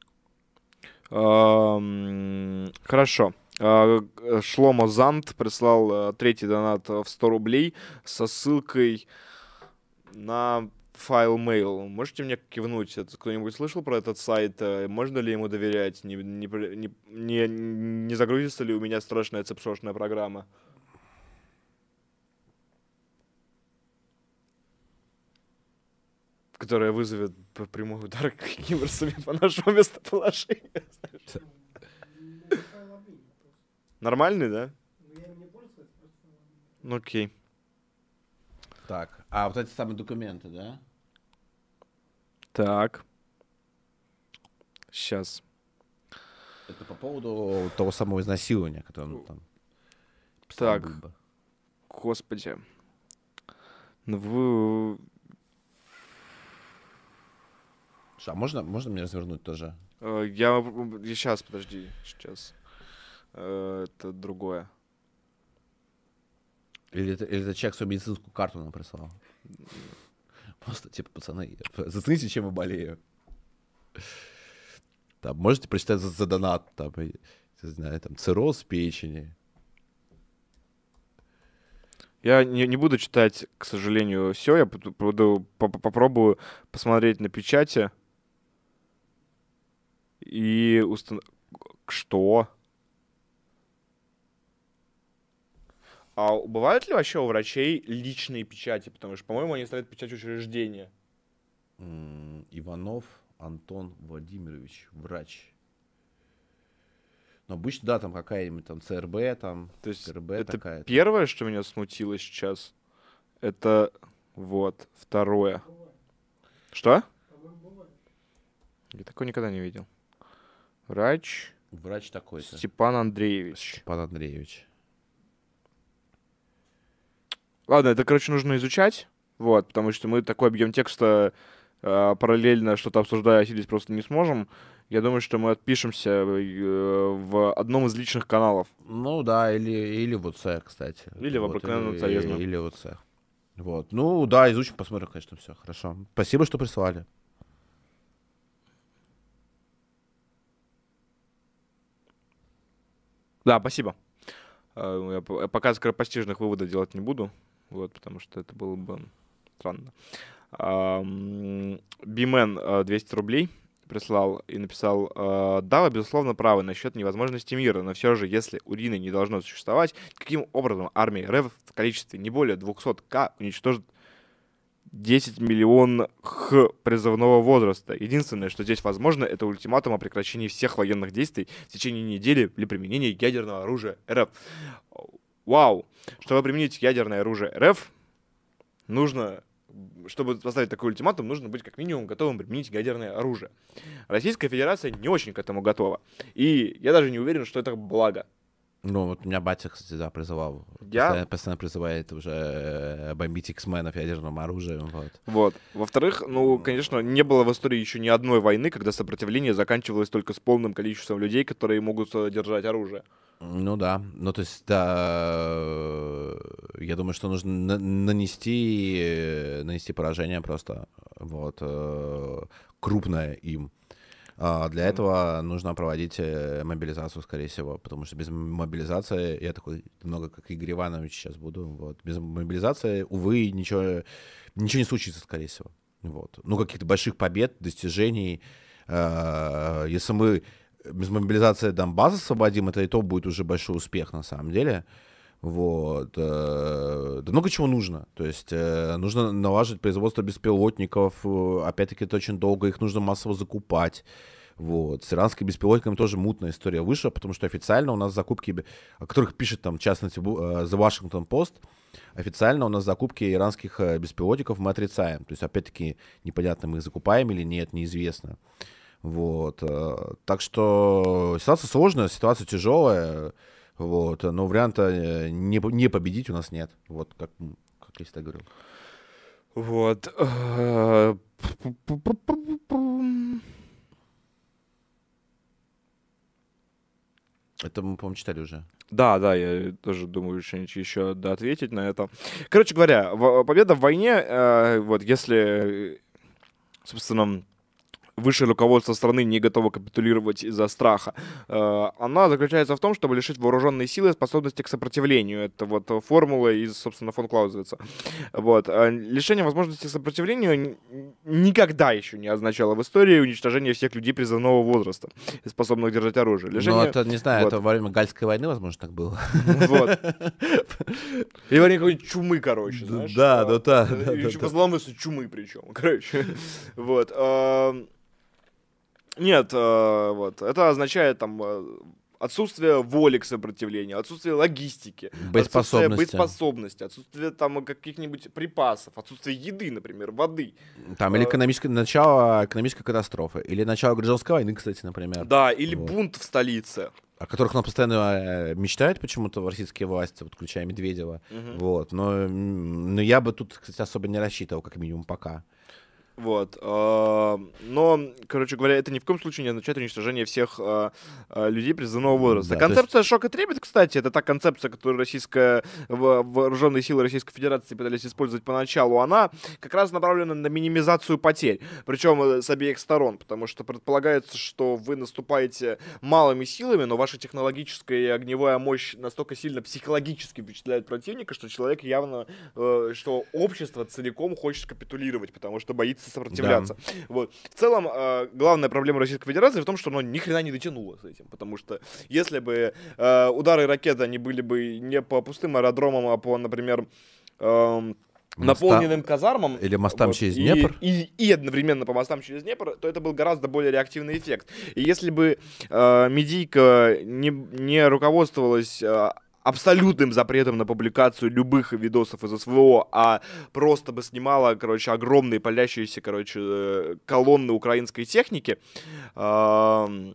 Ам, Хорошо. А, г- Шломо Зант прислал а, третий донат а, в сто рублей со ссылкой на файл mail. Можете мне кивнуть? Это кто-нибудь слышал про этот сайт? Э, Можно ли ему доверять? Не, не, при- не, не, не загрузится ли у меня страшная цепшошная программа? Которая вызовет п- прямой удар киберсами по нашему местоположению. Ну, файл обменник просто. Нормальный, да? Ну, я им не пользуюсь, просто файл обменник. Ну окей. Так, а вот эти самые документы, да? Так. Сейчас. Это по поводу того самого изнасилования, которое он там писал Так. Бульба. Господи. Ну вы... Слушай, а можно, можно мне развернуть тоже? э, Я... Сейчас, подожди. Сейчас. Э, Это другое. Или это, или это человек свою медицинскую карту нам прислал? Просто, типа, пацаны, зацените, чем я болею. Там, можете прочитать за, за донат, там, и, не знаю, там, цирроз печени. Я не, не буду читать, к сожалению, все. Я буду, буду- по- по- попробую посмотреть на печати. И устан... Что? А бывают ли вообще у врачей личные печати? Потому что, по-моему, они ставят печать учреждения. М, Иванов Антон Владимирович, врач. Ну, обычно, да, там какая-нибудь там ЦРБ, там, То есть ЦРБ это такая. первое, что меня смутило сейчас. Это вот второе. Бывает. Что? По-моему, бывает. Я такого никогда не видел. Врач Врач такой-то. Степан Андреевич. Степан Андреевич. Ладно, это, короче, нужно изучать. Вот, потому что мы такой объем текста э, параллельно что-то обсуждая сидеть просто не сможем. Я думаю, что мы отпишемся э, в одном из личных каналов. Ну да, или, или в УЦ, кстати. Или в Вот, обыкновенном или- царизме. Или в УЦ. Вот. Ну да, изучим, посмотрим, конечно, все. Хорошо. Спасибо, что прислали. Да, спасибо. Э, Я п- пока скоропостижных выводов делать не буду, вот, потому что это было бы странно. Ам, Бимен э, двести рублей прислал и написал: э, да, вы, безусловно, правы насчет невозможности мира, но все же, если урины не должно существовать, каким образом армия РФ в количестве не более двухсот тысяч уничтожит десять миллионов призывного возраста? Единственное, что здесь возможно, это ультиматум о прекращении всех военных действий в течение недели при применении ядерного оружия РФ. Вау! Чтобы применить ядерное оружие РФ, нужно, чтобы поставить такой ультиматум, нужно быть как минимум готовым применить ядерное оружие. Российская Федерация не очень к этому готова. И я даже не уверен, что это благо. Ну, вот у меня батя, кстати, да, призывал. Я- Постоянно, постоянно призывает уже э, бомбить X-менов ядерным оружием. Вот. Вот. Во-вторых, ну, конечно, не было в истории еще ни одной войны, когда сопротивление заканчивалось только с полным количеством людей, которые могут э, держать оружие. Ну да, ну то есть, да, э, я думаю, что нужно на- нанести, э, нанести поражение просто, вот, э, крупное им. А для Мгм. этого нужно проводить э, мобилизацию, скорее всего, потому что без мобилизации, я такой немного как Игорь Иванович сейчас буду, вот, без мобилизации, увы, ничего, ничего не случится, скорее всего. Вот. Ну, каких-то больших побед, достижений, э, если мы без мобилизации Донбасс освободим, это и то будет уже большой успех на самом деле. Вот. э, Да много чего нужно. То есть э, нужно налаживать производство беспилотников. э, Опять-таки это очень долго, их нужно массово закупать. Вот. С иранскими беспилотниками тоже мутная история вышла, потому что официально у нас закупки, бе- о которых пишет там, в частности, бу- э, The Washington Post, официально у нас закупки иранских э, беспилотников мы отрицаем. То есть, опять-таки, непонятно, мы их закупаем или нет, неизвестно. Вот. э, Так что ситуация сложная, ситуация тяжелая. Вот. Но варианта э, не, по- не победить у нас нет. Вот как, м, как я всегда говорил. Вот. э, Это мы, по-моему, читали уже. Да, да, я тоже думаю, что-нибудь еще доответить на это. Короче говоря, в- победа в войне, э, вот если, собственно, высшее руководство страны не готово капитулировать из-за страха. Э, Она заключается в том, чтобы лишить вооруженные силы способности к сопротивлению. Это вот формула из, собственно, фон Клаузевица. Вот. А лишение возможности к сопротивлению н- никогда еще не означало в истории уничтожение всех людей призывного возраста, способных держать оружие. Ну, Лишение... это, не знаю, вот. это во время Гальской войны, возможно, так было. Вот. Или во время какой-нибудь чумы, короче, знаешь. Да, А, да, да, э, да, Или да, еще да. по злому смыслу чумы причем, короче. Вот. а, Нет, а, вот. Это означает там а, отсутствие воли к сопротивлению, отсутствие логистики, отсутствие Боеспособности. боеспособности, отсутствие там каких-нибудь припасов, отсутствие еды, например, воды. Там или А, экономическое начало экономической катастрофы, или начало гражданской войны, кстати, например. Да, или Вот. бунт в столице. О которых нам постоянно э, мечтают почему-то российские власти, вот, включая Медведева. Мгм. Вот. Но, м, но я бы тут, кстати, особо не рассчитывал, как минимум, пока. Вот. а, Но, короче говоря, это ни в коем случае не означает уничтожение всех а, а, людей призывного возраста. Да, то есть- Концепция «шок и трепет», кстати, это та концепция, которую российская, во- вооруженные силы Российской Федерации пытались использовать поначалу. Она как раз направлена на минимизацию потерь, причем э, с обеих сторон, потому что предполагается, что вы наступаете малыми силами, но ваша технологическая и огневая мощь настолько сильно психологически впечатляет противника, что человек явно, э, что общество целиком хочет капитулировать, потому что боится сопротивляться. Вот. В целом, э, главная проблема Российской Федерации в том, что оно ни хрена не дотянуло с этим, потому что если бы э, удары ракет, они были бы не по пустым аэродромам, а по, например, эм, наполненным казармам. Или мостам через и- Днепр. И, и одновременно по мостам через Днепр, то это был гораздо более реактивный эффект. И если бы э, медийка не, не руководствовалась э, абсолютным запретом на публикацию любых видосов из СВО, а просто бы снимала, короче, огромные палящиеся, короче, э, колонны украинской техники, эм,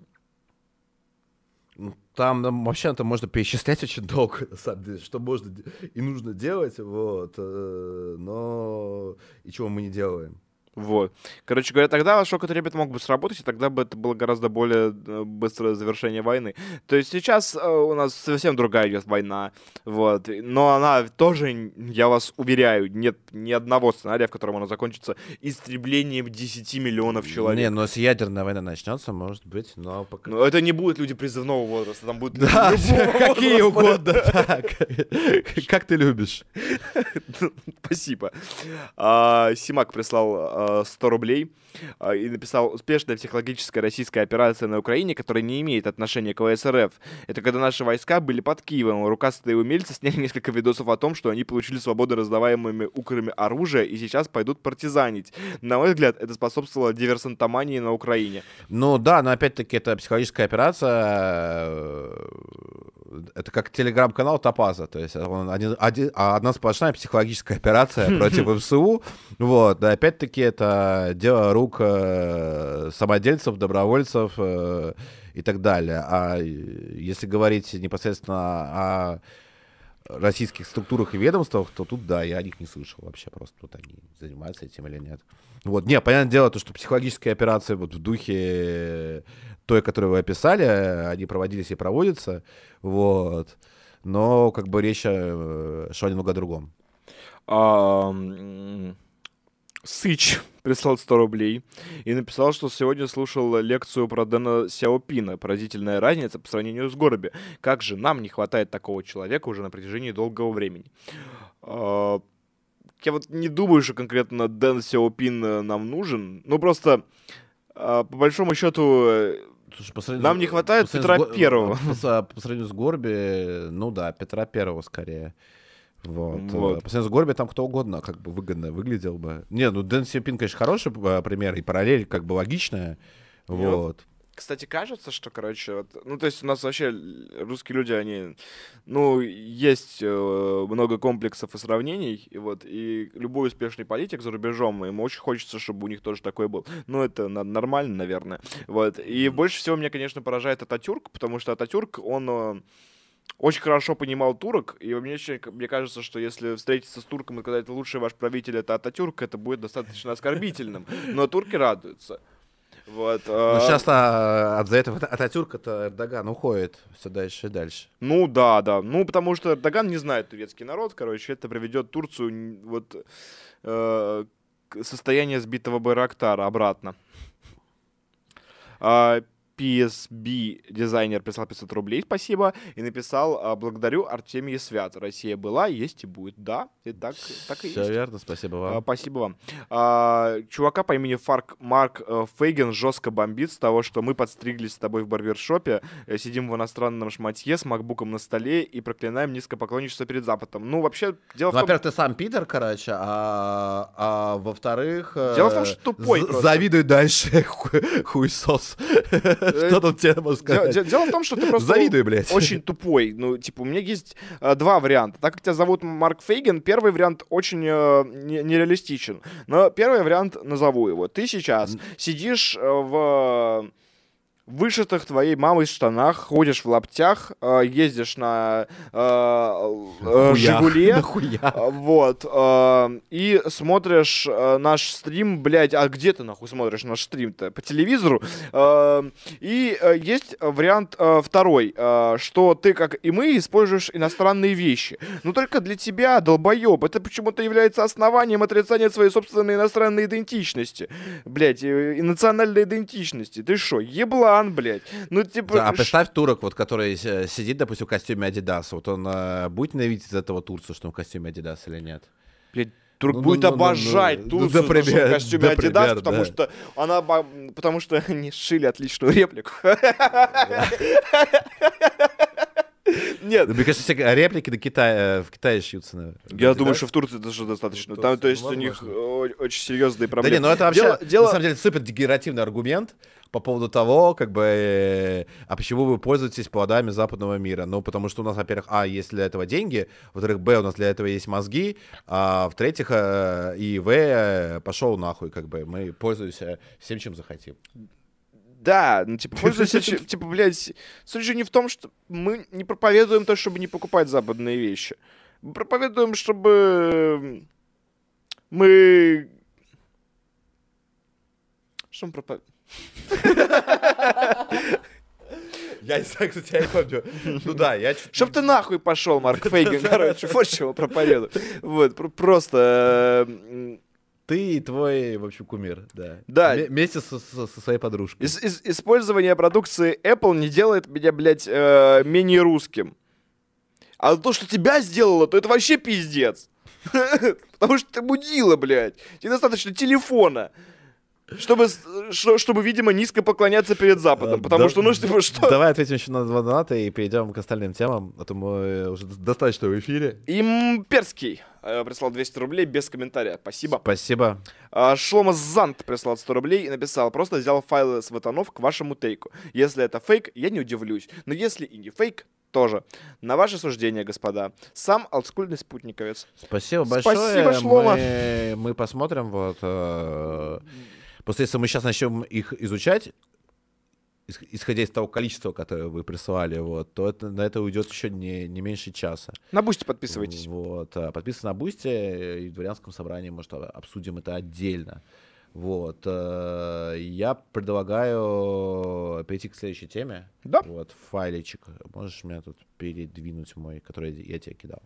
Там нам вообще это можно перечислять очень долго, на самом деле, что можно де- и нужно делать, вот, э, но и чего мы не делаем. Вот. Короче говоря, тогда шок и трепет мог бы сработать, и тогда бы это было гораздо более э, быстрое завершение войны. То есть сейчас э, у нас совсем другая идет война, вот. Но она тоже, н- я вас уверяю, нет ни одного сценария, в котором она закончится истреблением десяти миллионов человек. Не, ну если ядерная война начнется, может быть, но пока... Но это не будут люди призывного возраста, там будут люди Да, любого какие возраста. угодно, так. Как ты любишь. Спасибо. А, Симак прислал а, сто рублей а, и написал: успешная психологическая российская операция на Украине, которая не имеет отношения к ВСРФ. Это когда наши войска были под Киевом. Рукастые умельцы сняли несколько видосов о том, что они получили свободно раздаваемыми украми оружие и сейчас пойдут партизанить. На мой взгляд, это способствовало диверсантомании на Украине. Ну да, но опять-таки это психологическая операция, э, это как телеграм-канал Топаза, то есть он один, один- а одна сплошная психологическая операция против ВСУ, вот, да, опять-таки это дело рук э, самодельцев, добровольцев э, и так далее. А если говорить непосредственно о российских структурах и ведомствах, то тут, да, я о них не слышал вообще, просто вот они занимаются этим или нет. Вот, не, понятное дело, то, что психологические операции вот в духе той, которую вы описали, они проводились и проводятся, вот, но как бы речь э, шла немного о другом. А, м, Сыч прислал сто рублей и написал, что сегодня слушал лекцию про Дэна Сяопина. Поразительная разница по сравнению с Горби. Как же нам не хватает такого человека уже на протяжении долгого времени. А, Я вот не думаю, что конкретно Дэн Сяопин э, нам нужен. Ну, просто, а, по большому счету, э, Слушай, по сравнению нам с- не хватает по сравнению Петра с Го- Первого. По, со- по сравнению с Горби, ну да, Петра Первого скорее. Вот. Вот. Э, По сравнению с Горби там кто угодно как бы выгодно выглядел бы. Не, ну Дэн Сяопин, конечно, хороший э, пример, и параллель как бы логичная. Вот. Кстати, кажется, что, короче, вот, ну, то есть у нас вообще л- русские люди, они, ну, есть э, много комплексов и сравнений, и вот, и любой успешный политик за рубежом, ему очень хочется, чтобы у них тоже такой был. Ну, это на- нормально, наверное, вот. И больше всего меня, конечно, поражает Ататюрк, потому что Ататюрк, он э, очень хорошо понимал турок, и мне, еще- мне кажется, что если встретиться с турком и сказать, лучший ваш правитель — это Ататюрк, это будет достаточно оскорбительным, но турки радуются. Вот, Ну, а, сейчас а, от за этого Ататюрк-то Эрдоган уходит все дальше и дальше. Ну да, да. Ну, потому что Эрдоган не знает турецкий народ, короче, это приведет Турцию н- вот э, к состоянию сбитого Байрактара обратно. А, пи эс би дизайнер прислал пятьсот рублей, спасибо, и написал: а, благодарю, Артемий Свят. Россия была, есть и будет. Да, и так, так и Все есть. верно, спасибо А, вам. спасибо вам. А, чувака по имени Фарк Марк э, Фейген жестко бомбит с того, что мы подстриглись с тобой в барбершопе, э, сидим в иностранном шматье с макбуком на столе и проклинаем низкопоклонничество перед Западом. Ну, вообще, дело Ну, в том... во-первых, ты сам Питер, короче, а, а во-вторых... Дело в том, что тупой з- просто. Завидуй дальше, ху- хуесос. Что тут тебе можно Дело, сказать? де- дело в том, что ты просто Завидуй, блядь. очень тупой. Ну, типа, у меня есть э, два варианта. Так как тебя зовут Марк Фейген, первый вариант очень э, не- нереалистичен. Но первый вариант назову его. Ты сейчас сидишь э, в вышитых твоей мамой штанах, ходишь в лаптях, э, ездишь на э, э, Хуя. «Жигуле», Нахуя? э, вот, э, и смотришь э, наш стрим, блядь, а где ты нахуй смотришь наш стрим-то? По телевизору? Э, и э, есть вариант э, второй, э, что ты, как и мы, используешь иностранные вещи. Но только для тебя, долбоеб, это почему-то является основанием отрицания своей собственной иностранной идентичности. Блядь, и, и национальной идентичности. Ты шо, еблан, блядь? Ну, типа... Да, а ш- представь турок, вот, который э, сидит, допустим, в костюме Adidas. Вот он э, будет ненавидеть из этого Турцию, что он в костюме Adidas или нет? Блядь, турк Ну, будет ну, ну, ну, обожать ну, Турцию, например, за что в костюме например, Adidas, потому да. что она, ба- потому что они сшили отличную реплику. Нет, Мне кажется, все реплики до Китая, в Китае шьются. на- я на думаю, Adidas. что в Турции даже достаточно. В Там, Турции, то есть ну, у них возможно. о- очень серьезные Да проблемы. не, ну это вообще, Дело- дело- на самом деле, супер дегенеративный аргумент по поводу того, как бы, э, а почему вы пользуетесь плодами западного мира? Ну, потому что у нас, во-первых, а, есть для этого деньги, во-вторых, б, у нас для этого есть мозги, а в-третьих, э, и в, э, пошел нахуй, как бы, мы пользуемся всем, чем захотим. Да, ну, типа, пользуйся, чи- типа, блядь, суть же не в том, что мы не проповедуем то, чтобы не покупать западные вещи. Мы проповедуем, чтобы мы... Что мы проповедуем? Я не знаю, кстати, я не помню. Ну да, я чуть... Чтоб ты нахуй пошел, Марк Фейген, короче, вот чего проповедую. Вот, пр- просто... э, Ты и твой, в общем, кумир, да. Да. М- Вместе со, со- со своей подружкой. ис- ис- Использование продукции Apple не делает меня, блядь, э, менее русским. А то, что тебя сделало, то это вообще пиздец. Потому что ты мудила, блядь. Тебе достаточно телефона. Чтобы, с- что- чтобы, видимо, низко поклоняться перед Западом. А, Потому да- что, ну, типа, что... Давай ответим еще на два доната и перейдем к остальным темам, а то мы уже достаточно в эфире. Имперский э, прислал двести рублей без комментария. Спасибо. Спасибо. А, Шлома Зант прислал сто рублей и написал: просто взял файлы с ватанов к вашему тейку. Если это фейк, я не удивлюсь. Но если и не фейк, тоже. На ваше суждение, господа. Сам олдскульный спутниковец. Спасибо Спасибо, большое. Шлома. Мы, мы посмотрим. Вот, э, просто если мы сейчас начнем их изучать, ис- исходя из того количества, которое вы присылали, вот, то это, на это уйдет еще не, не меньше часа. На Бусти подписывайтесь. Вот, а, подписывайтесь на Бусти, и в дворянском собрании, может, а- обсудим это отдельно. Вот, э, я предлагаю перейти к следующей теме. Да. Вот, файличек. Можешь меня тут передвинуть мой, который я тебе кидал?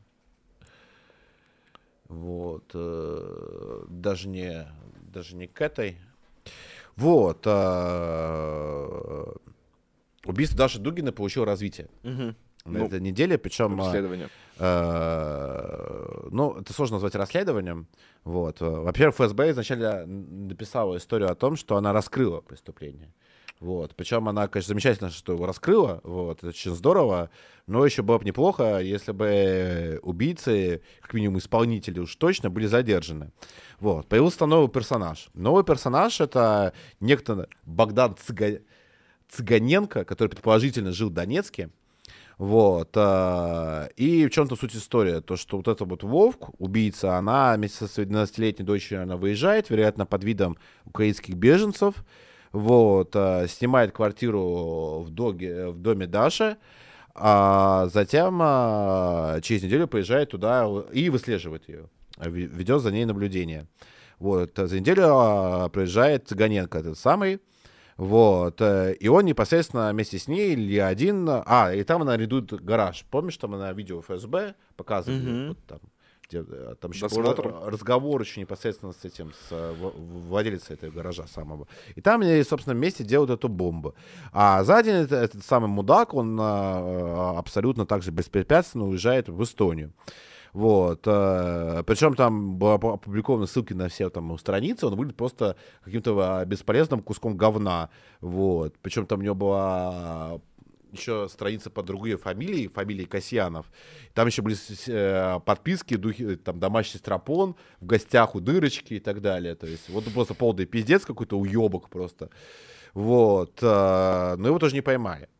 Вот, э, даже не, даже не к этой. Вот, э, убийство Даши Дугиной получило развитие Мгм. на Ну, этой неделе, причем, Расследование. э, ну, это сложно назвать расследованием. Вот. Во-первых, эф эс бэ изначально написала историю о том, что она раскрыла преступление. Вот. Причем она, конечно, замечательно, что его раскрыла. Вот. Это очень здорово. Но еще было бы неплохо, если бы убийцы, как минимум исполнители уж точно, были задержаны. Вот. Появился новый персонаж. Новый персонаж — это некто Богдан Цыга... Цыганенко, который предположительно жил в Донецке. Вот. а, И в чем-то суть истории. То, что вот эта вот Вовк, убийца, она вместе со своей двенадцатилетней дочерью она выезжает, вероятно, под видом украинских беженцев. Вот. а, Снимает квартиру в, доге, в доме Даши. А затем а, через неделю приезжает туда и выслеживает ее. Ведет за ней наблюдение. Вот. За неделю а, приезжает Цыганенко, этот самый. Вот. э, И он непосредственно вместе с ней или один... А, и там она арендует гараж. Помнишь, там она видео эф эс бэ показывали? Мгм. Вот там, где, э, там еще был Досмотр. ра- разговор еще непосредственно с этим, с э, в- в- владельцем этого гаража самого. И там они, собственно, вместе делают эту бомбу. А за день это- этот самый мудак, он а, абсолютно так же беспрепятственно уезжает в Эстонию. Вот. Причем там были опубликованы ссылки на все там страницы, он выглядит просто каким-то а, бесполезным куском говна. Вот. Причем там у него была еще страница под другие фамилии, фамилии Касьянов. Там еще были с- э, подписки, духи, там, домашний страпон, в гостях у дырочки и так далее. То есть вот просто полный пиздец какой-то, уебок просто. Вот. э, Но его тоже не поймали.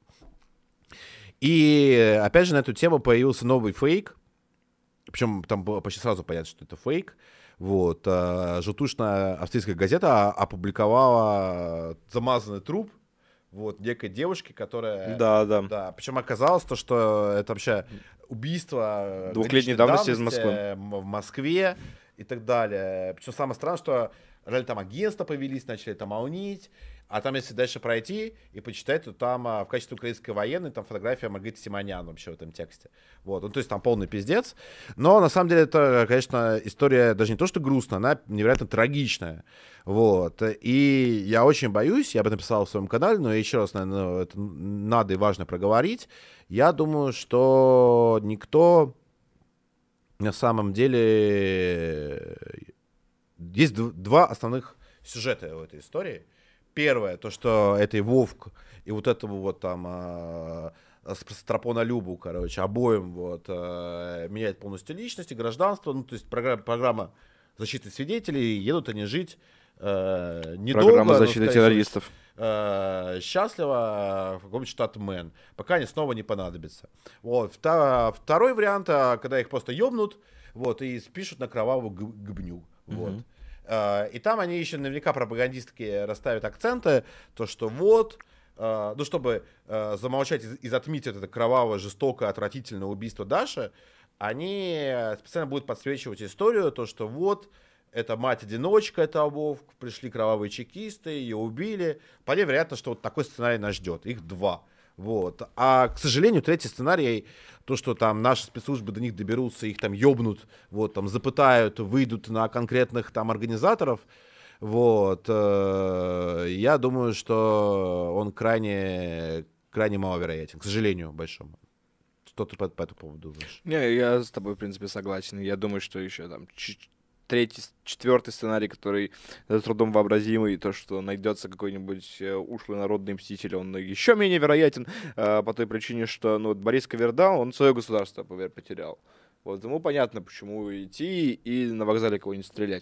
И опять же на эту тему появился новый фейк. Причем там было почти сразу понятно, что это фейк. Вот. а, Желтушная австрийская газета опубликовала замазанный труп вот, некой девушки, которая... Да, да. Да, причем оказалось то, что это вообще убийство Двухлетней годичной давности из давности, Москвы. м, в Москве и так далее. Причем самое странное, что реально там агентства появились, начали там аунить. А там, если дальше пройти и почитать, то там а, в качестве украинской военной там фотография Маргариты Симонян вообще в этом тексте. Вот, ну то есть там полный пиздец. Но на самом деле это, конечно, история даже не то, что грустная, она невероятно трагичная. Вот. И я очень боюсь, я об этом писал в своем канале, но еще раз, наверное, это надо и важно проговорить. Я думаю, что никто на самом деле... Есть дв- два основных сюжета в этой истории. Первое, то, что это и Вовк, и вот этому вот там а, с Страпона Любу, короче, обоим вот а, меняет полностью личность и гражданство. Ну, то есть программа, программа защиты свидетелей, едут они жить а, недолго. Программа но, защиты скорее всего, террористов. а, счастливо в каком-нибудь штате Мэн, пока они снова не понадобятся. Вот. Вта- Второй вариант, а, когда их просто ёбнут, вот, и спишут на кровавую г- гыбню. Вот. Мгм. А, И там они еще наверняка пропагандистки расставят акценты, то что вот, а, ну чтобы а, замолчать и и затмить это кровавое, жестокое, отвратительное убийство Даши, они специально будут подсвечивать историю, то что вот, это мать-одиночка, это Вовк, пришли кровавые чекисты, ее убили. Вполне вероятно, что вот такой сценарий нас ждет. Их два. Вот. А, к сожалению, третий сценарий, то, что там наши спецслужбы до них доберутся, их там ёбнут, вот, там запытают, выйдут на конкретных там организаторов, вот, э, я думаю, что он крайне, крайне маловероятен, к сожалению, большому. Что ты по, по этому поводу думаешь? Не, я с тобой, в принципе, согласен. Я думаю, что еще там ч- третий, с- четвертый сценарий, который с трудом вообразимый, то, что найдется какой-нибудь э, ушлый народный мститель, он еще менее вероятен, э, по той причине, что ну, вот Борис Каверда, он свое государство, например, потерял. Вот ему понятно, почему идти и на вокзале кого-нибудь стрелять.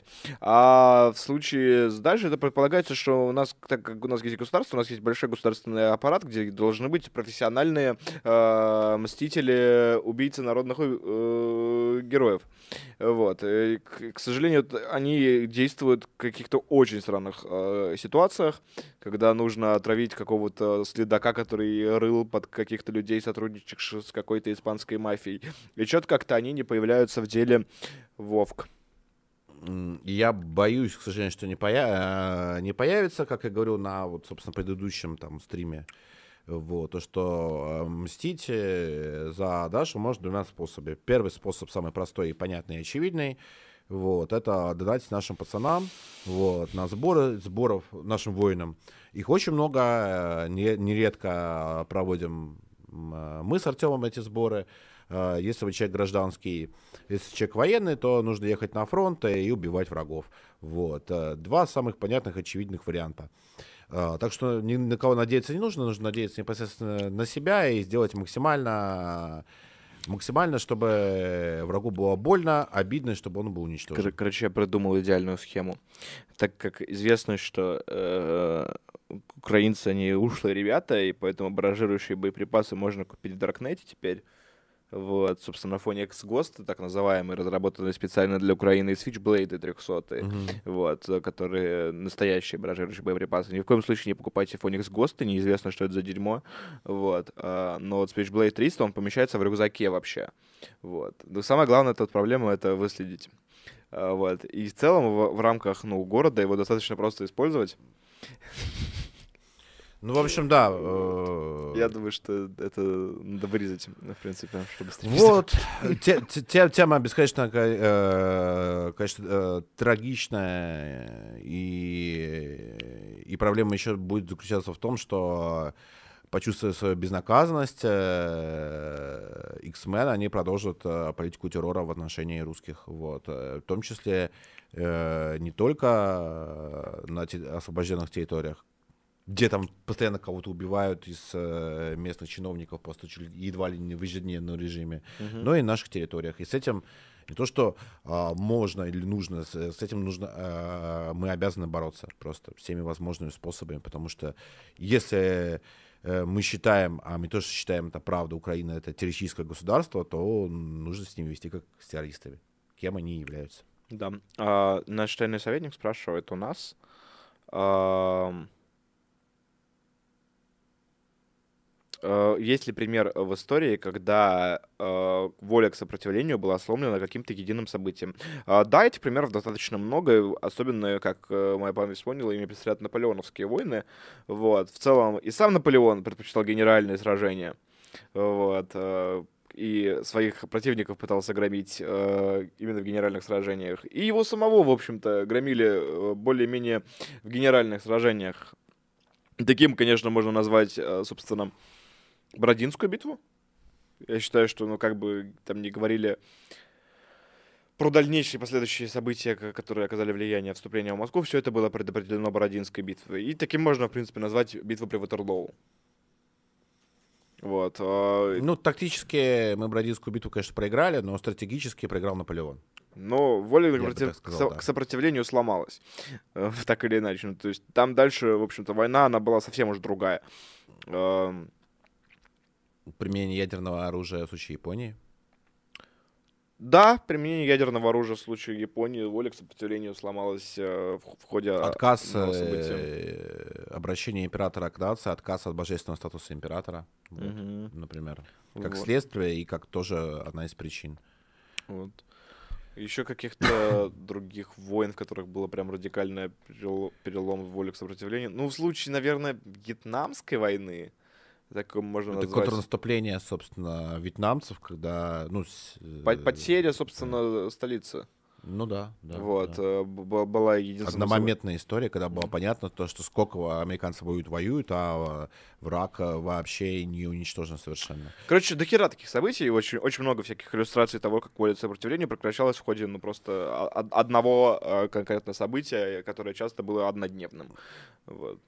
А в случае с Дашей это предполагается, что у нас, так как у нас есть государство, у нас есть большой государственный аппарат, где должны быть профессиональные э, мстители, убийцы народных э, героев. Вот. И, к, к сожалению, т- они действуют в каких-то очень странных э, ситуациях, когда нужно отравить какого-то следака, который рыл под каких-то людей, сотрудничавших с какой-то испанской мафией. И что-то как-то они не появляются в деле Вовк. М, и Я боюсь, к сожалению, что не, поя- э, не появится, как я говорил на, вот, собственно, предыдущем там стриме. Вот, то, что э, мстить э, за Дашу можно двумя способами. Первый способ, самый простой и понятный и очевидный, вот, это донатить нашим пацанам, вот, на сборы, сборов нашим воинам. Их очень много, э, не- нередко проводим м, э, мы с Артемом эти сборы. Э, Если вы человек гражданский, если человек военный, то нужно ехать на фронт и убивать врагов. Вот. э, Два самых понятных, очевидных варианта. А, Так что ни на кого надеяться не нужно, нужно надеяться непосредственно на себя и сделать максимально, максимально, чтобы врагу было больно, обидно, и чтобы он был Кор- уничтожен. Короче, я придумал идеальную схему. Так как известно, что э, украинцы, они ушлые ребята, и поэтому баражирующие боеприпасы можно купить в Даркнете теперь. Вот, собственно, на фоне X-Ghost, так называемый, разработанный специально для Украины, и Switchblade триста, Мгм. вот, э, которые настоящие баражирующие боеприпасы. Ни в коем случае не покупайте Phoenix Ghost, неизвестно, что это за дерьмо, вот. а, Но вот Switchblade триста, он помещается в рюкзаке вообще, вот. Но самое главное, тут проблема — это выследить. А, Вот. И в целом в, в рамках, ну, города его достаточно просто использовать. Ну, в общем, да. э, Я думаю, что это надо вырезать, в принципе, чтобы стремиться. Вот, те- те- те- тема бесконечно, э, конечно, э, трагичная, и, и проблема еще будет заключаться в том, что, почувствуя свою безнаказанность, э, X-Men, они продолжат э, политику террора в отношении русских, вот, э, в том числе э, не только на те- освобожденных территориях, где там постоянно кого-то убивают из э, местных чиновников просто чуть ли- едва ли не в ежедневном режиме, Мгм. но и на наших территориях. И с этим не то, что а, можно или нужно, с, с этим нужно, а, мы обязаны бороться просто всеми возможными способами, потому что если э, мы считаем, а мы тоже считаем, это правда, Украина это террористическое государство, то нужно с ними вести как с террористами, кем они являются. Да. А, наш тайный советник спрашивает у нас, ам, э, есть ли пример в истории, когда э, воля к сопротивлению была сломлена каким-то единым событием? А, да, этих примеров достаточно много, особенно, как э, моя память вспомнила, ими представляют наполеоновские войны. Вот. В целом, и сам Наполеон предпочитал генеральные сражения. Вот. э, И своих противников пытался громить э, именно в генеральных сражениях. И его самого, в общем-то, громили э, более-менее в генеральных сражениях. Таким, конечно, можно назвать, э, собственно, Бородинскую битву. Я считаю, что, ну, как бы там не говорили про дальнейшие последующие события, ко- которые оказали влияние вступления в Москву, все это было предопределено Бородинской битвой. И таким можно, в принципе, назвать битву при Ватерлоу. Вот. а, Ну, тактически мы Бородинскую битву, конечно, проиграли, но стратегически проиграл Наполеон. Но воля Я бы против- так сказал, к, со- да. к сопротивлению сломалась. э, Так или иначе. Ну, то есть там дальше, в общем-то, война, она была совсем уж другая. Эм, Применение ядерного оружия в случае Японии. Да, применение ядерного оружия в случае Японии, воля к сопротивлению сломалась э, в, в ходе Отказ одного события. э, обращения императора к нации, отказ от божественного статуса императора, вот, Мгм. например. Как Вот, следствие и как тоже одна из причин. вот. Еще каких-то других войн, в которых было прям радикальное перело- перелом в воле к сопротивлению. Ну, в случае, наверное, Вьетнамской войны, такое можно Это назвать. контрнаступление, собственно, вьетнамцев, когда, ну, с- По- э, Потеря, собственно, столицы. ну да, да, Вот. да. э, б- б- Была единственная... Одномоментная история, когда было Мгм. понятно, то, что сколько американцы воюют, воюют, а э, враг э, вообще не уничтожен совершенно. Короче, до хера таких событий, очень, очень много всяких иллюстраций того, как воля к сопротивлению прекращалась в ходе, ну, просто о- од- одного э, конкретно события, которое часто было однодневным. Вот.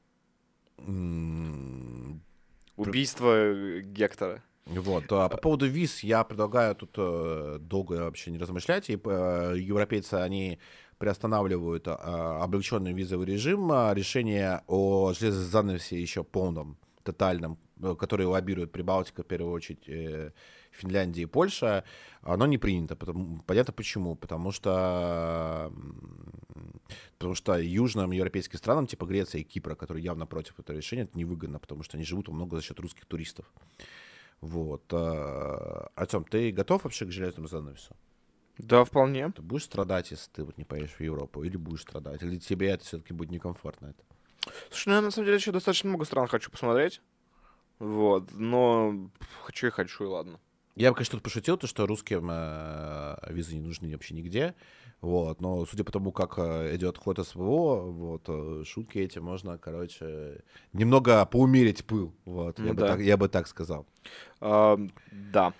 М, Убийство э, Гектора. Вот. А по поводу виз я предлагаю тут э, долго вообще не размышлять. И э, европейцы, они приостанавливают а, облегченный визовый режим. А решение о железном занавесе еще полном, тотальном, э, который лоббирует Прибалтика, в первую очередь э, Финляндия и Польша, оно не принято. Потому, понятно почему. Потому что, м, потому что южным европейским странам, типа Греция и Кипра, которые явно против этого решения, это невыгодно, потому что они живут во много за счет русских туристов. Вот. а, Артем, ты готов вообще к железному занавесу? Да, вполне. Ты будешь страдать, если ты вот не поедешь в Европу? Или будешь страдать? Или тебе это все-таки будет некомфортно? Это? Слушай, ну я на самом деле еще достаточно много стран хочу посмотреть. Вот. Но пф, хочу и хочу, и ладно. Я бы, конечно, тут пошутил, то, что русским э, визы не нужны вообще нигде. Вот. Но судя по тому, как э, идет ход СВО, вот, э, шутки эти можно, короче, немного поумерить пыл. Вот. Ну Я, бы да. так, я бы так сказал. А, да.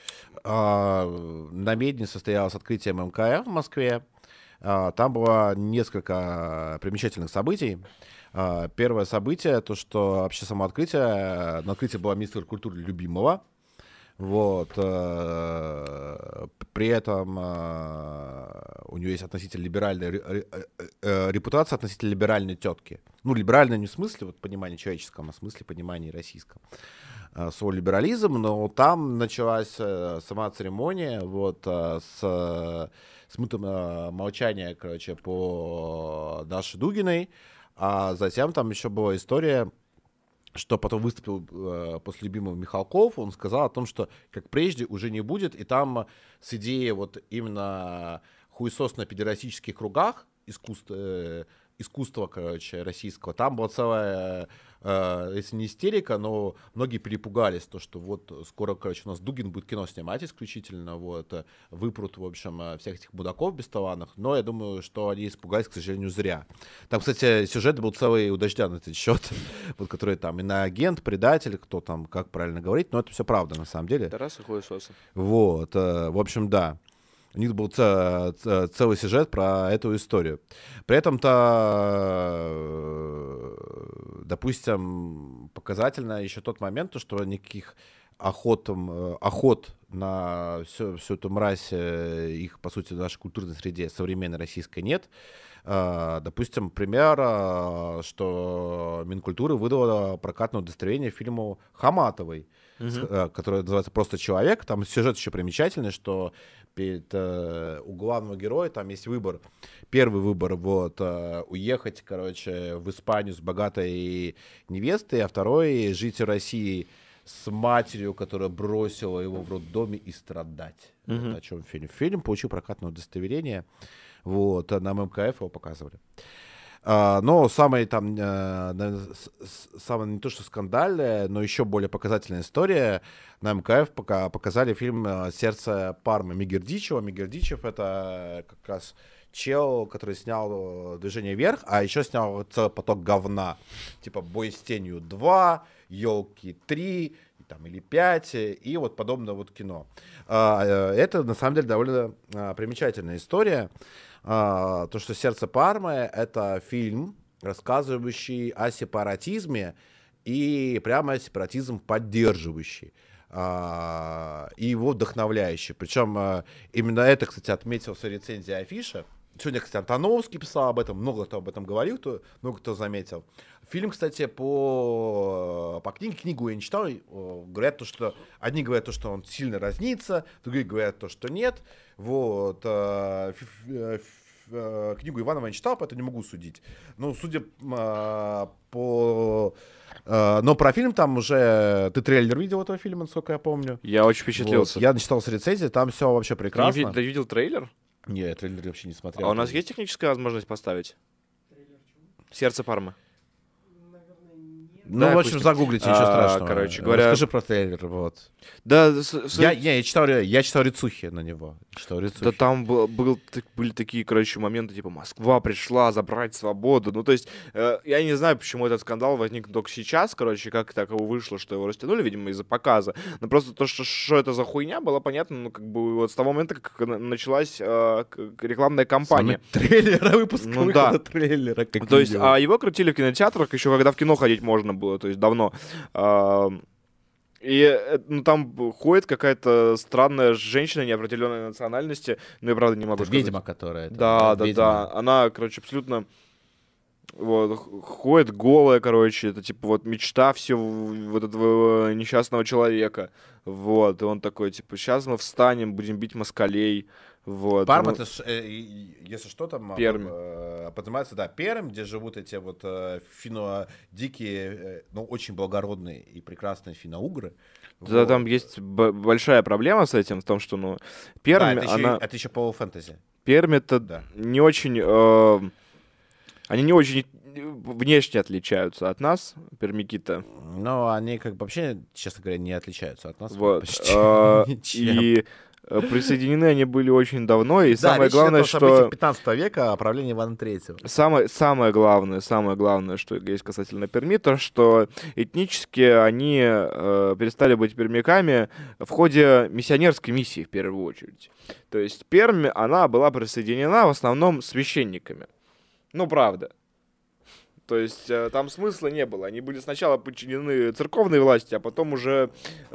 А, на Медне состоялось открытие МКФ в Москве. А, Там было несколько примечательных событий. А, Первое событие, то, что вообще само открытие, на открытии была министр культуры Любимова. Вот. э, При этом э, у нее есть относительно либеральная ре- ре- э, э, репутация относительно либеральной тетки. Ну, либеральная не в смысле вот, понимания человеческом, а в смысле понимания российском. Э, Свой либерализм, но там началась э, сама церемония вот, э, с, с минутом э, молчания, короче, по Даше Дугиной, а затем там еще была история, что потом выступил э, после Любимого Михалков, он сказал о том, что как прежде уже не будет, и там с идеей вот именно хуесосно-педерастических кругах искусства, э, искусства, короче, российского, там была целая э, если не истерика, но многие перепугались, то, что вот скоро, короче, у нас Дугин будет кино снимать исключительно, вот, э, выпрут, в общем, э, всех этих мудаков бесталанных, но я думаю, что они испугались, к сожалению, зря. Там, кстати, сюжет был целый у Дождя на этот счет, вот, который там иноагент, предатель, кто там, как правильно говорить, но это все правда, на самом деле. Тарас и хуесосы. Вот, э, в общем, да. У них был ц- ц- целый сюжет про эту историю. При этом-то, э, допустим, показательно еще тот момент, то, что никаких охот, э, охот на всю, всю эту мразь, э, их, по сути, в нашей культурной среде современной российской нет. Э, Допустим, пример, э, что Минкультура выдала прокатное удостоверение фильму Хаматовой, с- э, который называется «Просто человек». Там сюжет еще примечательный, что перед, э, у главного героя там есть выбор. Первый выбор вот э, уехать, короче, в Испанию с богатой невестой, а второй жить в России с матерью, которая бросила его в роддоме, и страдать. Мгм. Вот о чем фильм. Фильм получил прокатное удостоверение. Вот, а на МКФ его показывали. А, но самое там, э, наверно, с- с- самое не то что скандальное, но еще более показательная история. На МКФ пока показали фильм э, «Сердце Пармы» Мигердичева. Мигердичев — это как раз чел, который снял э, «Движение вверх», а еще снял целый поток говна. Типа «Бой с тенью два», «Елки три», там, или пять, и вот подобное вот кино. А, э, Это, на самом деле, довольно а, примечательная история. А, То, что «Сердце Пармы» — это фильм, рассказывающий о сепаратизме и прямо сепаратизм поддерживающий. а, И его вдохновляющий. Причем а, именно это, кстати, отметил в своей рецензии Афиша. Сегодня, кстати, Антоновский писал об этом, много кто об этом говорил, кто, много кто заметил. Фильм, кстати, по, по книге, книгу я не читал, э, говорят то, что одни говорят то, что он сильно разнится, другие говорят то, что нет. Вот. э, ф- э, ф- э, Книгу Иванова я не читал, поэтому не могу судить. Ну, судя э, по... э, Но про фильм там уже... Ты трейлер видел этого фильма, насколько я помню? Я очень Вот. впечатлился. Я начитал с рецензии, там все вообще Ты, не прекрасно. ви- ты видел трейлер? Не, я трейлер вообще не смотрел. А у нас есть техническая возможность поставить? Трейлер чего? «Сердце Пармы». Наверное, нет. Ну, Да, в общем, пусть- загуглите, ничего А, страшного. короче говоря- Расскажи про трейлер, вот. Да, с- с- Я, я, я, читал, ре- я читал рецухи на него. Читал рецухи. да там был, был, так- были такие, короче, моменты, типа, Москва пришла забрать свободу. Ну, то есть, э, я не знаю, почему этот скандал возник только сейчас, короче, как так его вышло, что его растянули, видимо, из-за показа. Но просто то, что, что это за хуйня, было понятно, ну, как бы, вот с того момента, как на- началась э, к- к- рекламная кампания. Самый трейлера, выпуск Ну выхода да. трейлера. Как То есть, видео. а его крутили в кинотеатрах еще когда в кино ходить можно было, то есть давно. А, И э, ну, там б- ходит какая-то странная женщина неопределенной национальности, но я правда не могу Это сказать. ведьма, которая... там, Да, да, ведьма. да. Она, короче, абсолютно вот, х- ходит голая, короче, это типа вот мечта все вот этого несчастного человека. Вот, и он такой, типа, сейчас мы встанем, будем бить москалей. Вот. Парма, ну, это, ж, э, и- если что, там Пермь. э, поднимается, да, Пермь, где живут эти вот э, финно дикие, э, но очень благородные и прекрасные финно-угры. да, Вот. там есть б- большая проблема с этим, в том, что, ну, Да, Пермь, это еще, она... это еще полуфэнтези. Пермь это Да. не очень... э, они не очень внешне отличаются от нас, пермяки-то. Но они как бы вообще, честно говоря, не отличаются от нас. Вот. почти а, ничем. И э, присоединены они были очень давно, и Да, самое речь идет главное, о событиях что... пятнадцатого века, о правлении Ивана Третьего. Самое, самое главное, самое главное, что есть касательно Перми, то, что этнически они э, перестали быть пермяками в ходе миссионерской миссии, в первую очередь. То есть Пермь, она была присоединена в основном священниками. Ну, правда. То есть э, там смысла не было. Они были сначала подчинены церковной власти, а потом уже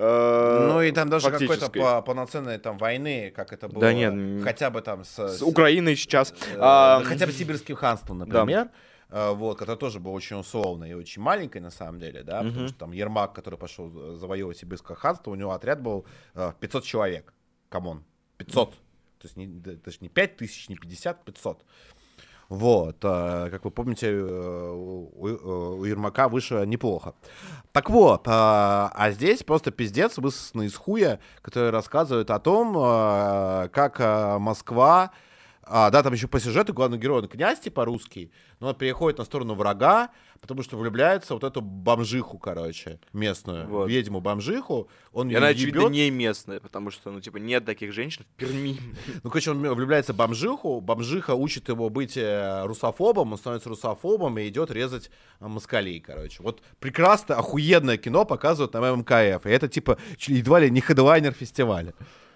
э, Ну и там даже какой-то фактической. по- полноценной там войны, как это было, Да нет, м, хотя бы там с, С Украиной сейчас. э, А, хотя бы сибирским ханством, например, э, вот, которое тоже было очень условное и очень маленькое на самом деле, да, потому Мгм. что там Ермак, который пошел завоевывать сибирское ханство, у него отряд был э, пятьсот человек, камон, пятьсот, то есть не, да- даже не пять тысяч, не пятьдесят, пятьсот. Вот, э, как вы помните, э, у, у- у Ермака выше неплохо. Так вот, э, а здесь просто пиздец, высосанный из хуя, который рассказывает о том, э, как э, Москва А, да, там еще по сюжету главный герой, он князь, типа, русский, но он переходит на сторону врага, потому что влюбляется в вот эту бомжиху, короче, местную, Вот. ведьму-бомжиху. Он И её она, очевидно, ебёт. не местная, потому что, ну, типа, нет таких женщин в Перми. Ну, короче, он влюбляется в бомжиху, бомжиха учит его быть э, русофобом, он становится русофобом и идет резать э, москалей, короче. Вот прекрасно, охуенное кино показывают на ММКФ, и это, типа, чуть едва ли не хедлайнер фестиваля.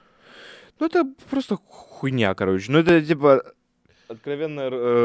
Ну, это просто хуйня, короче. Ну, это, типа, откровенная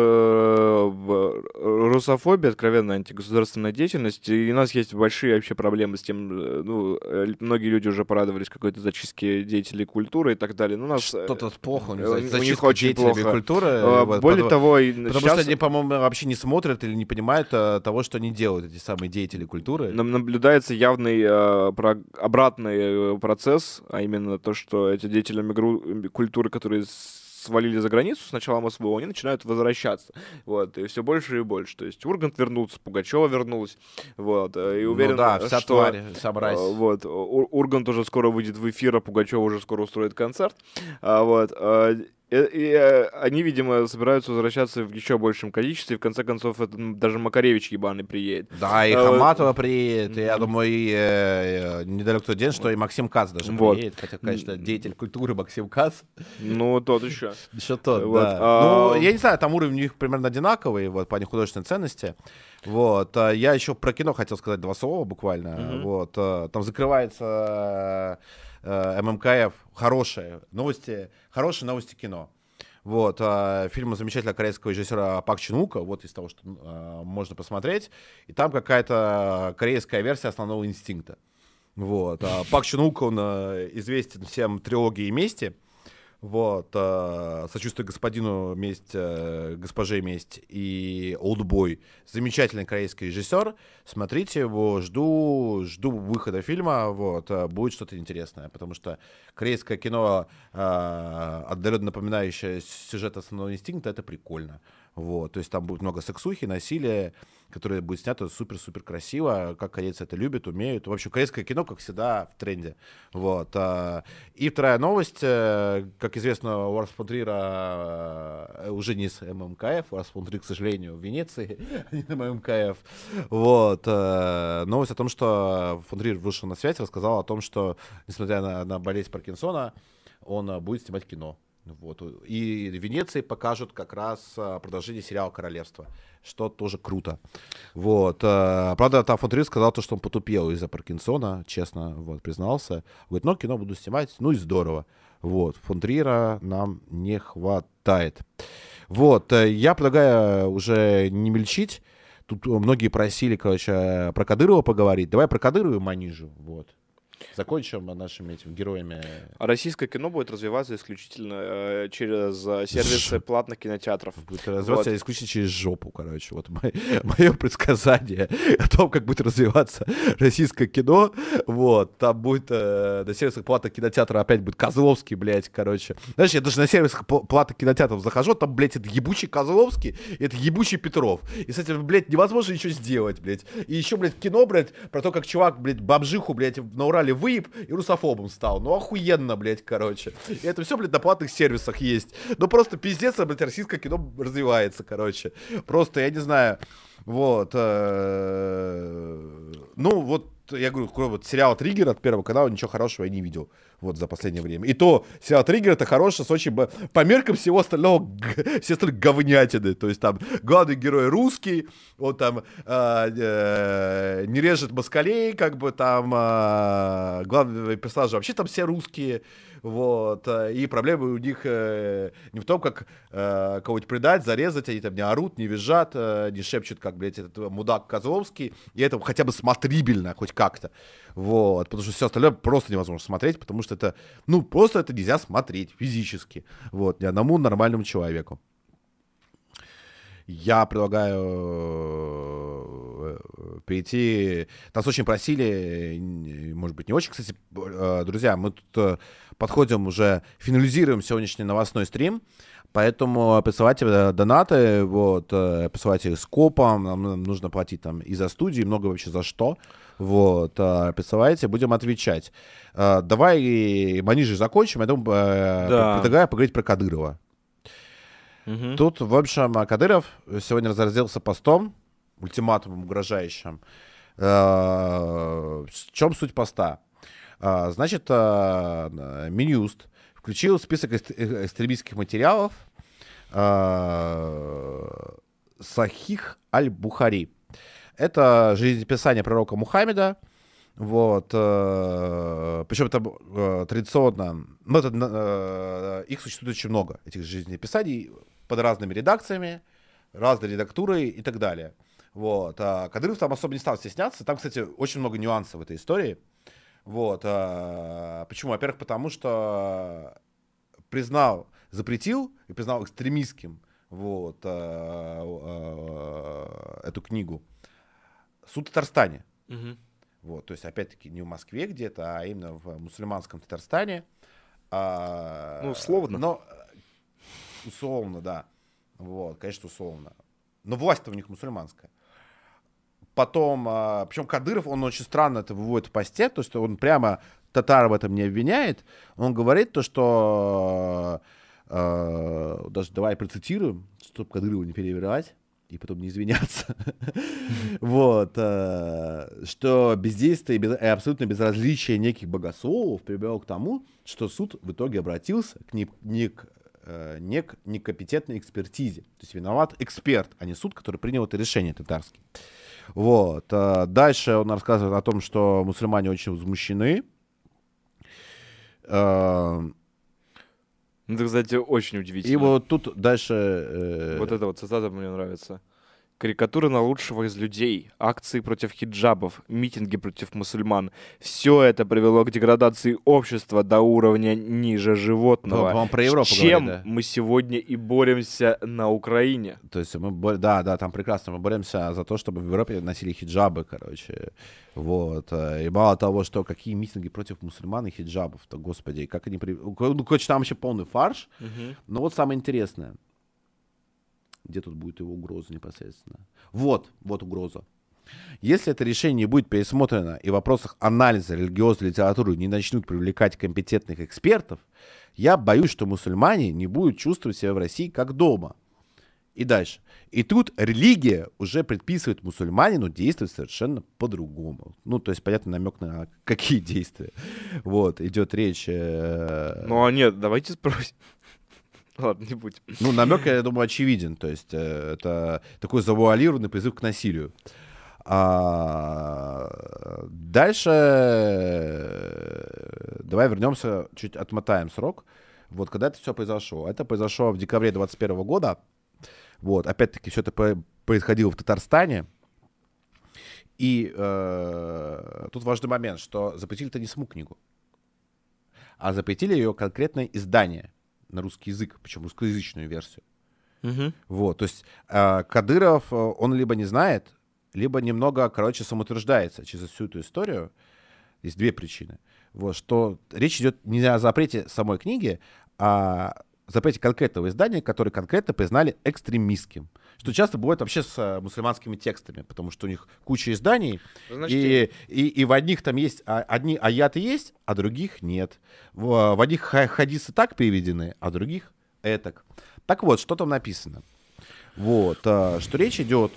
э, в- русофобия, откровенная антигосударственная деятельность. И у нас есть большие вообще проблемы с тем, э, ну, э, многие люди уже порадовались какой-то зачистке деятелей культуры и так далее. Ну, у нас... э, Что-то плохо у них, э, у за- них зачистка очень деятелями плохо. культуры. Э, вот, Более потому- того, и Потому сейчас что они, по-моему, вообще не смотрят или не понимают э, того, что они делают, эти самые деятели культуры. нам наблюдается явный э, про- обратный э, процесс, а именно то, что эти деятели мигру- культуры, которые свалили за границу с начала СВО, они начинают возвращаться. Вот, и все больше и больше. То есть Ургант вернулся, Пугачева вернулась. Вот, э, и уверен, ну да, вся что... тварь, вся мразь. э, Вот, Ур- Ургант уже скоро выйдет в эфир, а Пугачева уже скоро устроит концерт. А, вот, э, и, и, э, они, видимо, собираются возвращаться в еще большем количестве, и в конце концов это, м, даже Макаревич ебаный приедет. Да, и А, вот- Хаматова приедет, и, я Мгм. думаю, и э, э, недалеко тот день, что и Максим Кац даже Вот. приедет, хотя, конечно, деятель культуры Максим Кац, Ну, тот еще. еще тот, Вот, да. а- Ну, я не знаю, там уровень у них примерно одинаковый, вот, в плане художественной ценности, вот, а я еще про кино хотел сказать два слова буквально, Мгм. вот, а, там закрывается э, ММКФ, хорошие новости, хорошие новости кино. Вот, а, фильм замечательного корейского режиссера Пак Чен Ука, вот из того, что а, можно посмотреть. И там какая-то корейская версия «Основного инстинкта». Вот, а Пак Чен Ук, он а, известен всем трилогией «Мести». Вот, а, «Сочувствие господину», «Месть», а, «Госпоже месть» и «Олдбой». Замечательный корейский режиссер. Смотрите его, жду, жду выхода фильма. Вот, а, будет что-то интересное, потому что корейское кино, а, отдаленно напоминающее сюжет «Основного инстинкта», это прикольно. Вот, то есть там будет много сексухи, насилия, которое будет снято супер-супер красиво, как корейцы это любят, умеют. В общем, корейское кино, как всегда, в тренде. Вот. а, И вторая новость. э, Как известно, Ларс фон Триера э, уже не с ММКФ. Ларс фон Триер, к сожалению, в Венеции, а не на ММКФ. Вот. э, Новость о том, что фон Триер вышел на связь, рассказал о том, что, несмотря на, на болезнь Паркинсона, он э, будет снимать кино. Вот. И в Венеции покажут как раз а, продолжение сериала «Королевство», что тоже круто. Вот. а, Правда, там фон Триер сказал то, что он потупел из-за Паркинсона, честно, вот, признался. Говорит, ну, кино буду снимать, ну и здорово. Вот. Фон Триера нам не хватает. Вот. э, Я предлагаю уже не мельчить. Тут многие просили, короче, про Кадырова поговорить. Давай про Кадырова и Манижу. Вот. Закончим нашими этими героями. А российское кино будет развиваться исключительно э, через э, сервисы платных кинотеатров. Будет развиваться Вот. исключительно через жопу, короче. Вот мое предсказание о том, как будет развиваться российское кино. Вот. Там будет э, на сервисах платных кинотеатров опять будет Козловский, блядь, короче. Знаешь, я даже на сервисах пл- платных кинотеатров захожу, там, блядь, это ебучий Козловский, и это ебучий Петров. И с этим, блядь, невозможно ничего сделать, блядь. И еще, блядь, кино, блядь, про то, как чувак, блядь, бомжиху, блядь, на Урале выеб и русофобом стал. Ну, охуенно, блядь, короче. И это все, блядь, на платных сервисах есть. Ну, просто пиздец, блядь, российское кино развивается, короче. Просто, я не знаю, вот. э, Ну, вот, я говорю, кроме вот сериала «Триггер» от Первого канала, ничего хорошего я не видел вот за последнее время. И то сериал «Триггер» — это хороший, с очень... б- По меркам всего остального, г- все остальные говнятины. То есть там главный герой русский, он там э, э, не режет москалей, как бы там э, главные персонажи вообще там все русские. Вот. э, И проблемы у них э, не в том, как э, кого-нибудь предать, зарезать, они там не орут, не визжат, э, не шепчут, как, блядь, этот мудак Козловский. И это хотя бы смотрибельно, хоть как-то. Вот. Потому что все остальное просто невозможно смотреть, потому что это, ну, просто это нельзя смотреть физически. Вот. Ни одному нормальному человеку. Я предлагаю э, перейти... Нас очень просили, н- может быть, не очень, кстати, э, друзья, мы тут э, подходим уже, финализируем сегодняшний новостной стрим, поэтому присылайте э, донаты, вот, э, присылайте их скопом, нам нужно платить там и за студии, и много вообще за что, вот, э, присылайте, будем отвечать. Э, Давай Манижи закончим, я думаю, э, Да. предлагаю поговорить про Кадырова. Мгм. Тут, в общем, Кадыров сегодня разразился постом, ультиматумом угрожающим. Э, В чем суть поста? А, Значит, э, Минюст включил в список эст- э, экстремистских материалов э, Сахих аль-Бухари. Это жизнеописание пророка Мухаммеда. Вот, э, причем это э, традиционно, ну, это, э, их существует очень много, этих жизнеописаний, под разными редакциями, разной редактурой и так далее. Вот, а Кадыров там особо не стал стесняться. Там, кстати, очень много нюансов в этой истории. Вот, а, почему? Во-первых, потому что признал, запретил и признал экстремистским вот, а, а, эту книгу суд в Татарстане. Мгм. Вот, то есть, опять-таки, не в Москве где-то, а именно в мусульманском Татарстане. А, Ну, условно. Но, э, условно, да. Вот, конечно, условно. Но власть-то у них мусульманская. Потом, а, причем Кадыров, он очень странно это выводит в посте, то есть он прямо татар в этом не обвиняет. Он говорит то, что э, даже давай процитируем, чтобы Кадырова не перевирать и потом не извиняться. Вот. э, Что бездействие и без- и абсолютно безразличие неких богословов привело к тому, что суд в итоге обратился к не- не к, э, не к некомпетентной экспертизе. То есть виноват эксперт, а не суд, который принял это решение татарский. Вот. э, Дальше он рассказывает о том, что мусульмане очень возмущены. Э, Ну, это, кстати, очень И удивительно. вот тут дальше... э, Вот эта вот цитата мне нравится. Карикатуры на лучшего из людей, акции против хиджабов, митинги против мусульман. Все это привело к деградации общества до уровня ниже животного. По-моему, про Европу С чем говорит, да. мы сегодня и боремся на Украине. То есть мы, бо- да, да, там прекрасно, мы боремся за то, чтобы в Европе носили хиджабы, короче, вот, э, и мало того, что какие митинги против мусульман и хиджабов-то, господи, и как они, при- ну, короче, там вообще полный фарш, но вот самое интересное, где тут будет его угроза непосредственно, вот, вот угроза. Если это решение не будет пересмотрено и в вопросах анализа религиозной литературы не начнут привлекать компетентных экспертов, я боюсь, что мусульмане не будут чувствовать себя в России как дома. И дальше. И тут религия уже предписывает мусульманину действовать совершенно по-другому. Ну, то есть, понятно, намек на какие действия. Вот, идет речь. э, Ну а нет, давайте спросим. Ладно, не будем. Ну, намек, я думаю, очевиден. То есть, э, это такой завуалированный призыв к насилию. А, Дальше э, давай вернемся, чуть отмотаем срок. Вот когда это все произошло. Это произошло в декабре двадцать первого года. Вот, опять-таки, все это по- происходило в Татарстане. И э, тут важный момент, что запретили-то не саму книгу, а запретили ее конкретное издание на русский язык, причем русскоязычную версию. Мгм. Вот, то есть э, Кадыров, э, он либо не знает, либо немного, короче, самоутверждается через всю эту историю. Есть две причины. Вот, что речь идет не о запрете самой книги, а о запрете конкретного издания, которое конкретно признали экстремистским. Что часто бывает вообще с э, мусульманскими текстами, потому что у них куча изданий, Значит, и, и, и в одних там есть, а, одни аяты есть, а других нет. В, в одних ха- хадисы так переведены, а других этак. Так вот, что там написано? Вот, а, что речь идет.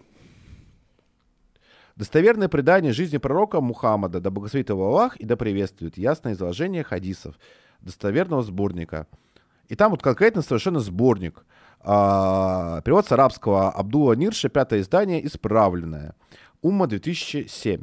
Достоверное предание жизни пророка Мухаммада, да благословит его Аллах и да приветствует, ясное изложение хадисов, достоверного сборника. И там вот конкретно совершенно сборник. А, перевод с арабского Абдулла Нирша, пятое издание, исправленное. Умма две тысячи семь.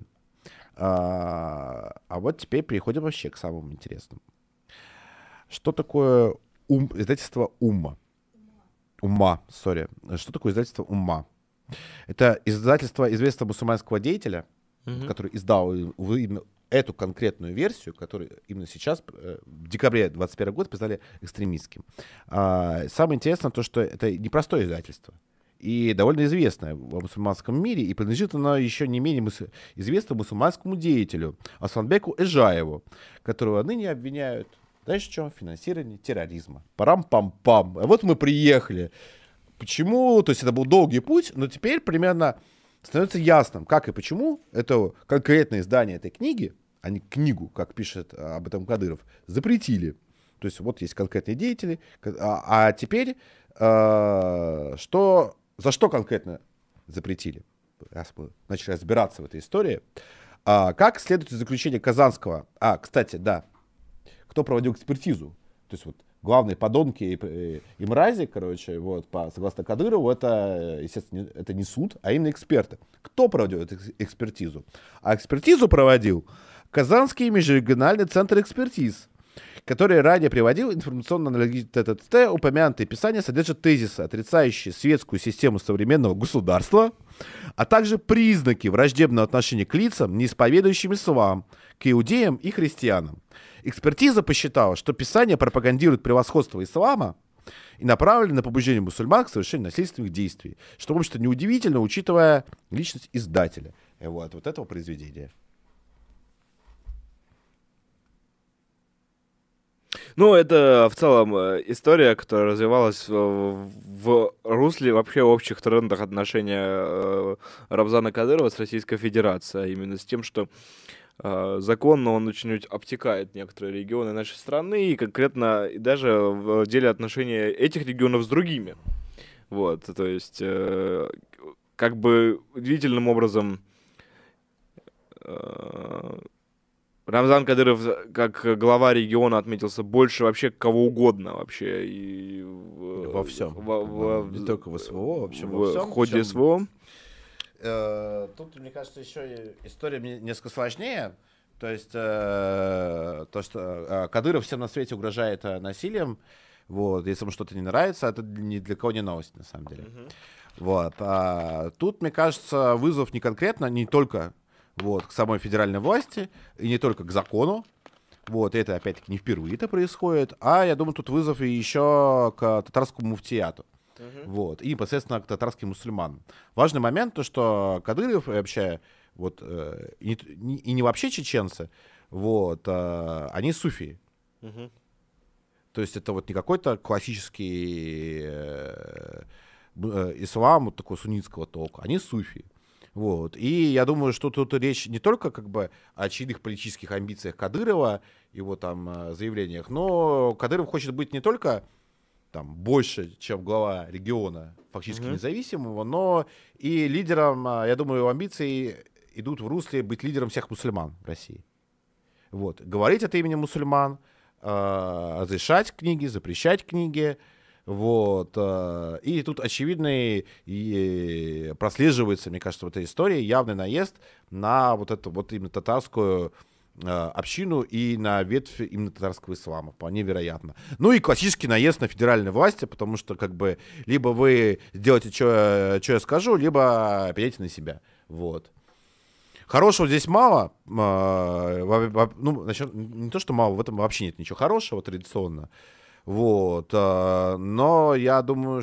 А, а вот теперь переходим вообще к самому интересному. Что такое ум, издательство Умма? Умма, сори. Что такое издательство Умма? Это издательство известного мусульманского деятеля, Мгм. который издал и- в- именно эту конкретную версию, которую именно сейчас, э, в декабре двадцать первого года, признали экстремистским. А, самое интересное то, что это непростое издательство. И довольно известное в мусульманском мире, и принадлежит оно еще не менее мус- известному мусульманскому деятелю Асланбеку Эжаеву, которого ныне обвиняют, знаешь что, в финансировании терроризма. Парам-пам-пам. А вот мы приехали. Почему? То есть это был долгий путь, но теперь примерно становится ясным, как и почему это конкретное издание этой книги, а не книгу, как пишет а, об этом Кадыров, запретили. То есть вот есть конкретные деятели. А, а теперь э, что, за что конкретно запретили? Раз мы начали разбираться в этой истории. А, как следует из заключения Казанского... А, кстати, да. Кто проводил экспертизу? То есть вот главные подонки и, и, и мрази, короче, вот, по, согласно Кадырову, это, естественно, это не суд, а именно эксперты. Кто проводил эту экспертизу? А экспертизу проводил Казанский межрегиональный центр экспертиз, который ранее приводил информационно-аналитическое упомянутые писания содержат тезисы, отрицающие светскую систему современного государства, а также признаки враждебного отношения к лицам, не исповедующим ислам, к иудеям и христианам. Экспертиза посчитала, что писания пропагандируют превосходство ислама и направлены на побуждение мусульман к совершению насильственных действий, что, в общем-то, неудивительно, учитывая личность издателя вот, вот этого произведения. Ну, это в целом история, которая развивалась в, в русле вообще общих трендах отношения э, Рамзана Кадырова с Российской Федерацией, а именно с тем, что э, законно он очень обтекает некоторые регионы нашей страны, и конкретно и даже в деле отношения этих регионов с другими. Вот, то есть, э, как бы удивительным образом... Э, Рамзан Кадыров, как глава региона, отметился больше вообще кого угодно вообще. И в, во всем. Во, во, не только в СВО, вообще в во всем. В ходе Причем, СВО. Э, тут, мне кажется, еще история несколько сложнее. То есть, э, то, что э, Кадыров всем на свете угрожает э, насилием. Вот, если ему что-то не нравится, это ни для кого не новость, на самом деле. Uh-huh. Вот. А тут, мне кажется, вызов не конкретно, не только... Вот, к самой федеральной власти, и не только к закону. Вот, это, опять-таки, не впервые это происходит. А, я думаю, тут вызов и еще к татарскому муфтияту. Uh-huh. Вот, и непосредственно к татарским мусульманам. Важный момент, то, что Кадыров вообще, вот, э, и, не, и не вообще чеченцы, вот, э, они суфии. Uh-huh. То есть это вот не какой-то классический э, э, ислам, вот такой суннитского толка. Они суфии. Вот. И я думаю, что тут речь не только как бы о очевидных политических амбициях Кадырова, его там заявлениях, но Кадыров хочет быть не только там больше, чем глава региона, фактически uh-huh. независимого, но и лидером, я думаю, его амбиции идут в русле быть лидером всех мусульман в России. Вот. Говорить от имени мусульман, э, разрешать книги, запрещать книги. Вот. И тут очевидный и прослеживается, мне кажется, в этой истории явный наезд на вот эту вот именно татарскую общину и на ветвь именно татарского ислама, вполне вероятно. Ну и классический наезд на федеральные власти, потому что как бы либо вы сделаете, что я скажу, либо пеняйте на себя. Вот. Хорошего здесь мало. Ну, насчет, не то, что мало, в этом вообще нет ничего хорошего традиционно. Вот, но я думаю,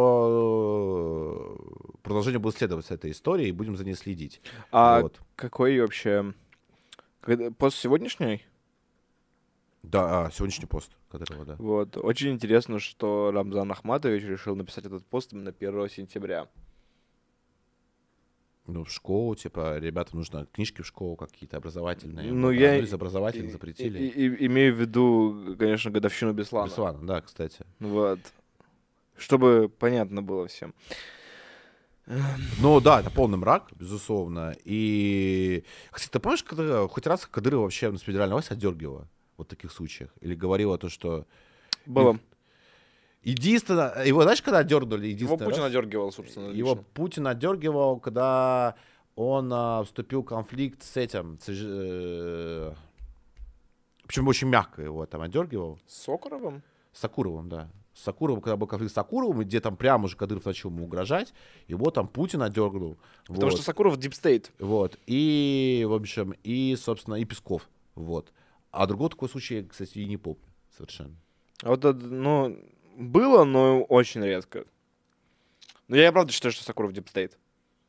что продолжение будет следовать с этой историей, и будем за ней следить. А вот. Какой вообще пост сегодняшний? Да, а, сегодняшний пост Кадырова, да. Вот, очень интересно, что Рамзан Ахматович решил написать этот пост именно первого сентября. Ну, в школу, типа, ребятам нужно книжки в школу какие-то образовательные. Ну, вот, я... а из образовательных запретили. И, и, и, имею в виду, конечно, годовщину Беслана. Беслана, да, кстати. Вот. Чтобы понятно было всем. Ну, да, это полный мрак, безусловно. И, кстати, ты помнишь, когда хоть раз Кадырова вообще с федеральной власти отдергивала вот в таких случаях? Или говорила то, что... Было. Единственное, его, знаешь, когда отдергивали? Его Путин раз, отдергивал, собственно. Его лично. Путин отдергивал, когда он а, вступил в конфликт с этим. С, э, причем очень мягко его там отдергивал. С Сокуровым? С Сакуровым, да. С Сакуровым, когда был конфликт с Сакуровым, где там прямо уже Кадыров начал ему угрожать, его там Путин отдергнул. Потому вот. что Сакуров дипстейт. Вот. И, в общем, и, собственно, и Песков. Вот. А другого такого случая, кстати, и не помню совершенно. А вот, ну... Было, но очень редко. Но я правда считаю, что Сакуров дипстейт.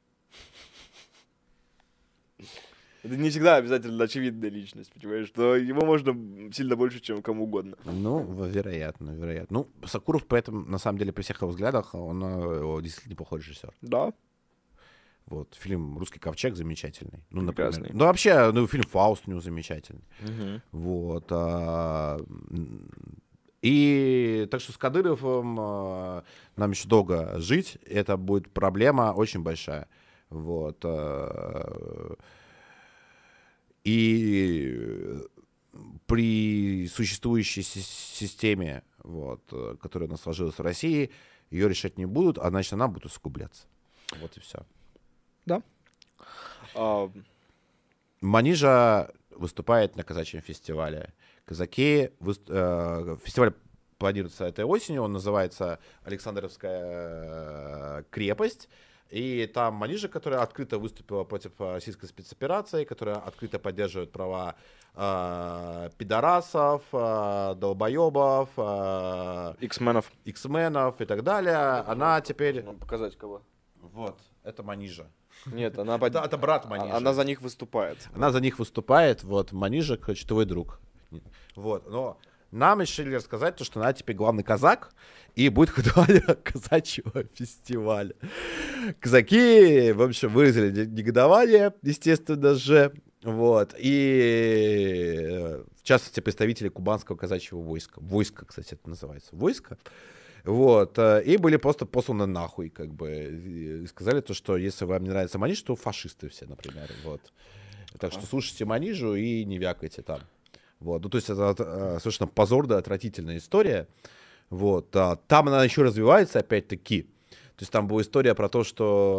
Это не всегда обязательно очевидная личность, понимаешь? Что его можно сильно больше, чем кому угодно. Ну, вероятно, вероятно. Ну, Сакуров при этом, на самом деле, при всех его взглядах, он э, действительно неплохой режиссер. Да. Вот, фильм «Русский ковчег» замечательный. Ну, Прекрасный. например. Ну, вообще, ну, фильм «Фауст» у него замечательный. Угу. Вот. А, И так что с Кадыровым э, нам еще долго жить. Это будет проблема очень большая. Вот. Э, и при существующей си- системе, вот, э, которая у нас сложилась в России, ее решать не будут, а значит, она будет усугубляться. Вот и все. Да. А, Манижа выступает на казачьем фестивале. Казаки... выс- э, Фестиваль планируется этой осенью. Он называется Александровская э, крепость. И там Манижа, которая открыто выступила против э, российской спецоперации, которая открыто поддерживает права э, пидорасов, э, долбоебов, э, X-менов. иксменов и так далее. Она теперь... Можно показать кого. Вот, это Манижа. Нет, она, под- Это, это брат Манижа. она за них выступает. Она за них выступает. Вот, Манижа, короче, твой друг. Вот, но нам решили рассказать то, что она теперь главный казак и будет ходование казачьего фестиваля. Казаки, в общем, выразили не- негодование, естественно же. Вот, и э, в частности представители кубанского казачьего войска. Войско, кстати, это называется. Войско. Вот, э, и были просто посланы нахуй, как бы, и сказали то, что если вам не нравится Маниж, то фашисты все, например, вот. Так что слушайте Манижу и не вякайте там. Вот, ну, то есть это э, совершенно позорная, отвратительная история. Вот, а там она еще развивается, опять-таки. То есть там была история про то,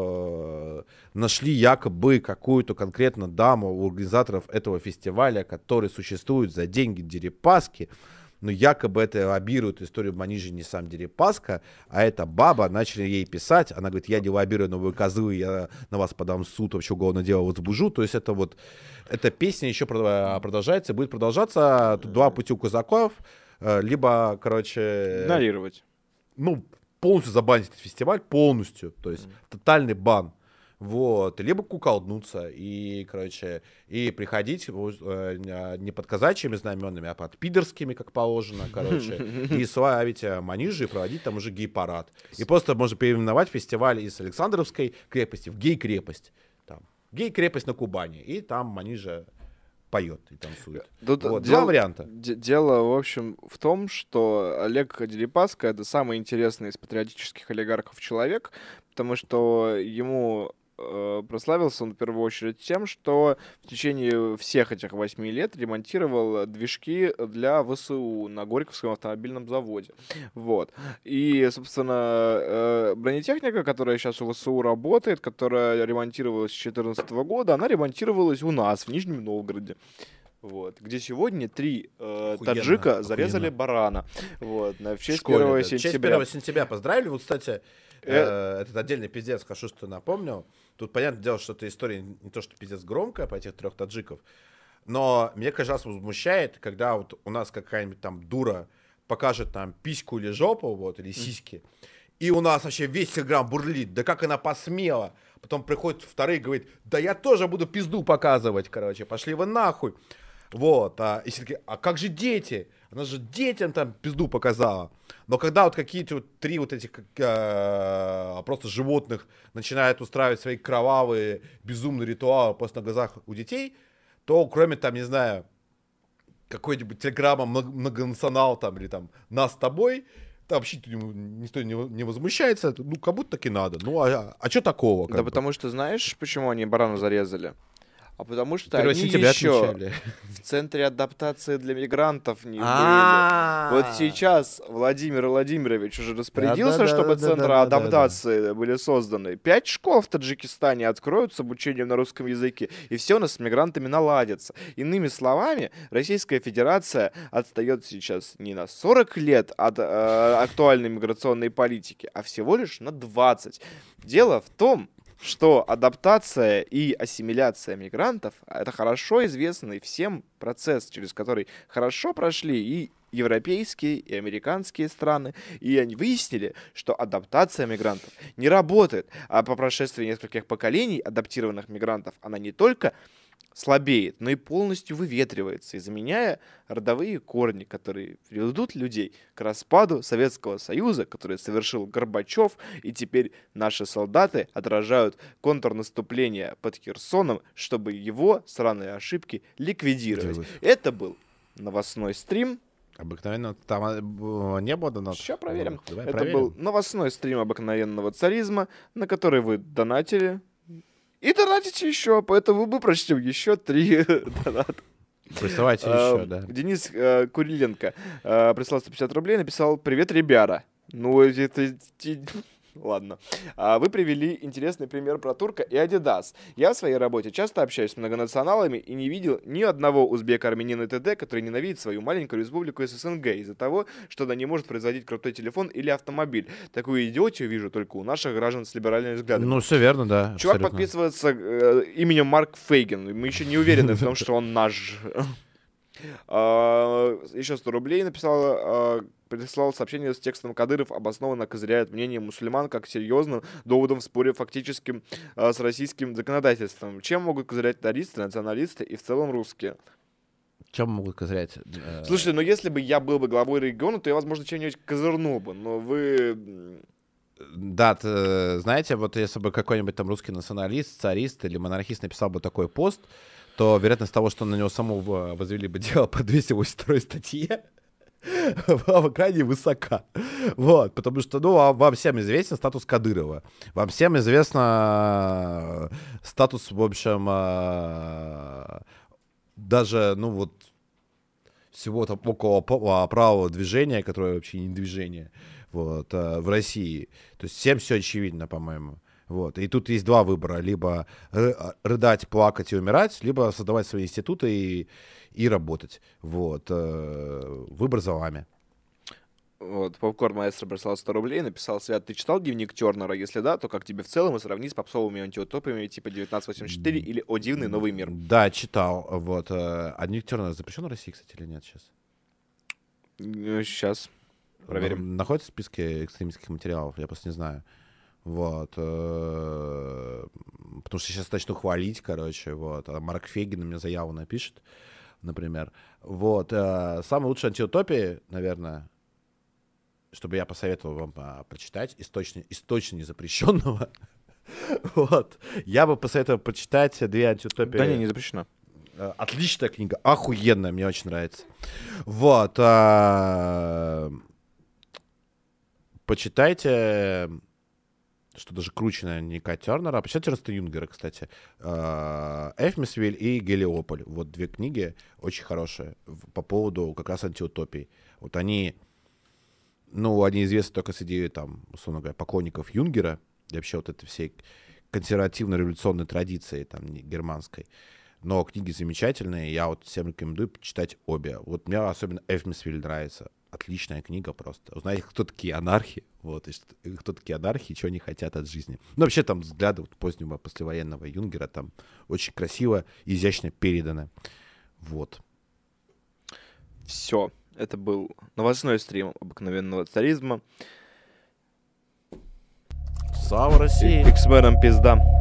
что нашли якобы какую-то конкретно даму у организаторов этого фестиваля, который существует за деньги Дерипаски. Но якобы это лоббирует историю Манижи не сам Дерипаска, а эта баба, начали ей писать, она говорит, я не лоббирую, но вы козлы, я на вас подам в суд, вообще уголовное дело возбужу. То есть это вот, эта песня еще продолжается, будет продолжаться. Тут два пути у казаков, либо, короче... Игнорировать. Ну, полностью забанить этот фестиваль, полностью, то есть mm. тотальный бан. Вот, либо куколднуться и, короче, и приходить э, не под казачьими знаменами, а под пидорскими, как положено, короче, и славить Манижу и проводить там уже гей-парад. И просто можно переименовать фестиваль из Александровской крепости в гей-крепость. Там, гей-крепость на Кубани, и там Манижа поет и танцует. Тут Вот, дел- два варианта. д- Дело, в общем, в том, что Олег Дерипаска — это самый интересный из патриотических олигархов человек, потому что ему э, прославился он в первую очередь тем, что в течение всех этих восьми лет ремонтировал движки для ВСУ на Горьковском автомобильном заводе. Вот. И, собственно, э, бронетехника, которая сейчас у ВСУ работает, которая ремонтировалась с две тысячи четырнадцатого года, она ремонтировалась у нас, в Нижнем Новгороде. Вот, где сегодня три э, Охуенно, таджика зарезали охуенно. барана. Вот, на, в В честь школе, первого да. В честь сентября. первого сентября поздравили. Вот, кстати, э, этот отдельный пиздец, хорошо, что ты напомнил. Тут, понятное дело, что эта история не то, что пиздец громкая по этих трех таджиков, но мне каждый раз возмущает, когда вот у нас какая-нибудь там дура покажет там письку или жопу, вот, или сиськи, и у нас вообще весь Телеграм бурлит, да как она посмела. Потом приходит второй и говорит, да я тоже буду пизду показывать, короче, пошли вы нахуй. Вот, а, и все таки, а как же дети? Она же детям там пизду показала. Но когда вот какие-то вот три вот этих э, просто животных начинают устраивать свои кровавые, безумные ритуалы просто на глазах у детей, то кроме там, не знаю, какой-нибудь телеграмма многонационал там или там нас с тобой, там вообще никто не, не возмущается, ну как будто так и надо. Ну а, а что такого? Да бы? Потому что знаешь, почему они барана зарезали? А потому что они сентября еще отмечали. в центре адаптации для мигрантов не были. А-а-а. Вот сейчас Владимир Владимирович уже распорядился, Да-да-да, чтобы да-да-да, центры да-да-да. адаптации были созданы. Пять школ в Таджикистане откроют с обучением на русском языке, и все у нас с мигрантами наладится. Иными словами, Российская Федерация отстает сейчас не на сорок лет от э, актуальной миграционной политики, а всего лишь на двадцать. Дело в том, что адаптация и ассимиляция мигрантов — это хорошо известный всем процесс, через который хорошо прошли и европейские, и американские страны, и они выяснили, что адаптация мигрантов не работает, а по прошествии нескольких поколений адаптированных мигрантов она не только слабеет, но и полностью выветривается, заменяя родовые корни, которые приведут людей к распаду Советского Союза, который совершил Горбачев, и теперь наши солдаты отражают контрнаступление под Херсоном, чтобы его сраные ошибки ликвидировать. Делать. Это был новостной стрим. Обыкновенно там э, не было донатов? Сейчас проверим. Давай Это проверим. был новостной стрим обыкновенного царизма, на который вы донатили. И донатите еще, поэтому мы прочтем еще три доната. Присылайте А, еще, да. Денис э, Куриленко э, прислал сто пятьдесят рублей, написал: «Привет, ребята». Ну, это... Ладно. А, Вы привели интересный пример про Турка и Adidas. Я в своей работе часто общаюсь с многонационалами и не видел ни одного узбека, армянина и т.д., который ненавидит свою маленькую республику из СНГ из-за того, что она не может производить крутой телефон или автомобиль. Такую идиотию вижу только у наших граждан с либеральными взглядами. Ну, все верно, да. Чувак абсолютно. подписывается э, именем Марк Фейген. Мы еще не уверены в том, что он наш. А, Еще сто рублей написал, а, прислал сообщение с текстом: Кадыров обоснованно козыряет мнение мусульман как серьезным доводом в споре фактическим а, с российским законодательством. Чем могут козырять таристы, националисты и в целом русские? Чем могут козырять? э, Слушайте, ну если бы я был бы главой региона, то я, возможно, чем-нибудь козырнул бы, но вы... м, Да, т- знаете, вот если бы какой-нибудь там русский националист, царист или монархист написал бы такой пост, то вероятность того, что на него самого возвели бы дело по двести восемьдесят второй статье, была крайне высока. Вот, потому что, ну, а вам всем известен статус Кадырова. Вам всем известно статус, в общем, а, даже, ну, вот, всего там около по- а, правого движения, которое вообще не движение, вот, а, в России. То есть всем все очевидно, по-моему. Вот. И тут есть два выбора. Либо ры- рыдать, плакать и умирать, либо создавать свои институты и, и работать. Вот. э, Выбор за вами. Вот, Попкорн Маэстро прислал сто рублей, написал: Свят, ты читал дневник Тернера? Если да, то как тебе в целом и сравни с попсовыми антиутопиями типа девятнадцать восемьдесят четыре или О дивный новый мир? Да, читал. Вот. э, А Ник Тернер запрещен в России, кстати, или нет сейчас? Сейчас проверим. Находится в списке экстремистских материалов, я просто не знаю. Вот. э, Потому что сейчас начну хвалить, короче, вот. А Марк Фейгин мне заяву напишет, например. Вот. э, Самые лучшие антиутопии, наверное, чтобы я посоветовал вам а, прочитать из точно, из точно незапрещенного. Вот. Я бы посоветовал почитать две антиутопии. Да не, не запрещено. Э, Отличная книга, охуенная, мне очень нравится. Вот. а, Почитайте, что даже круче, наверное, Ника Тернера. А почитайте Эрнста Юнгера, кстати. А, Эфмисвиль и Гелиополь. Вот две книги очень хорошие в- по поводу как раз антиутопий. Вот они, ну, они известны только среди, там, условно говоря, поклонников Юнгера и вообще вот этой всей консервативно-революционной традиции там не- германской. Но книги замечательные, я вот всем рекомендую почитать обе. Вот мне особенно Эфмисвиль нравится. Отличная книга просто. Узнать, кто такие анархи, вот, и что- и кто такие анархи, чего они хотят от жизни. Ну, вообще там взгляды вот позднего послевоенного Юнгера там очень красиво, изящно переданы. Вот. Все. Это был новостной стрим обыкновенного царизма. Слава России! X-менам пизда.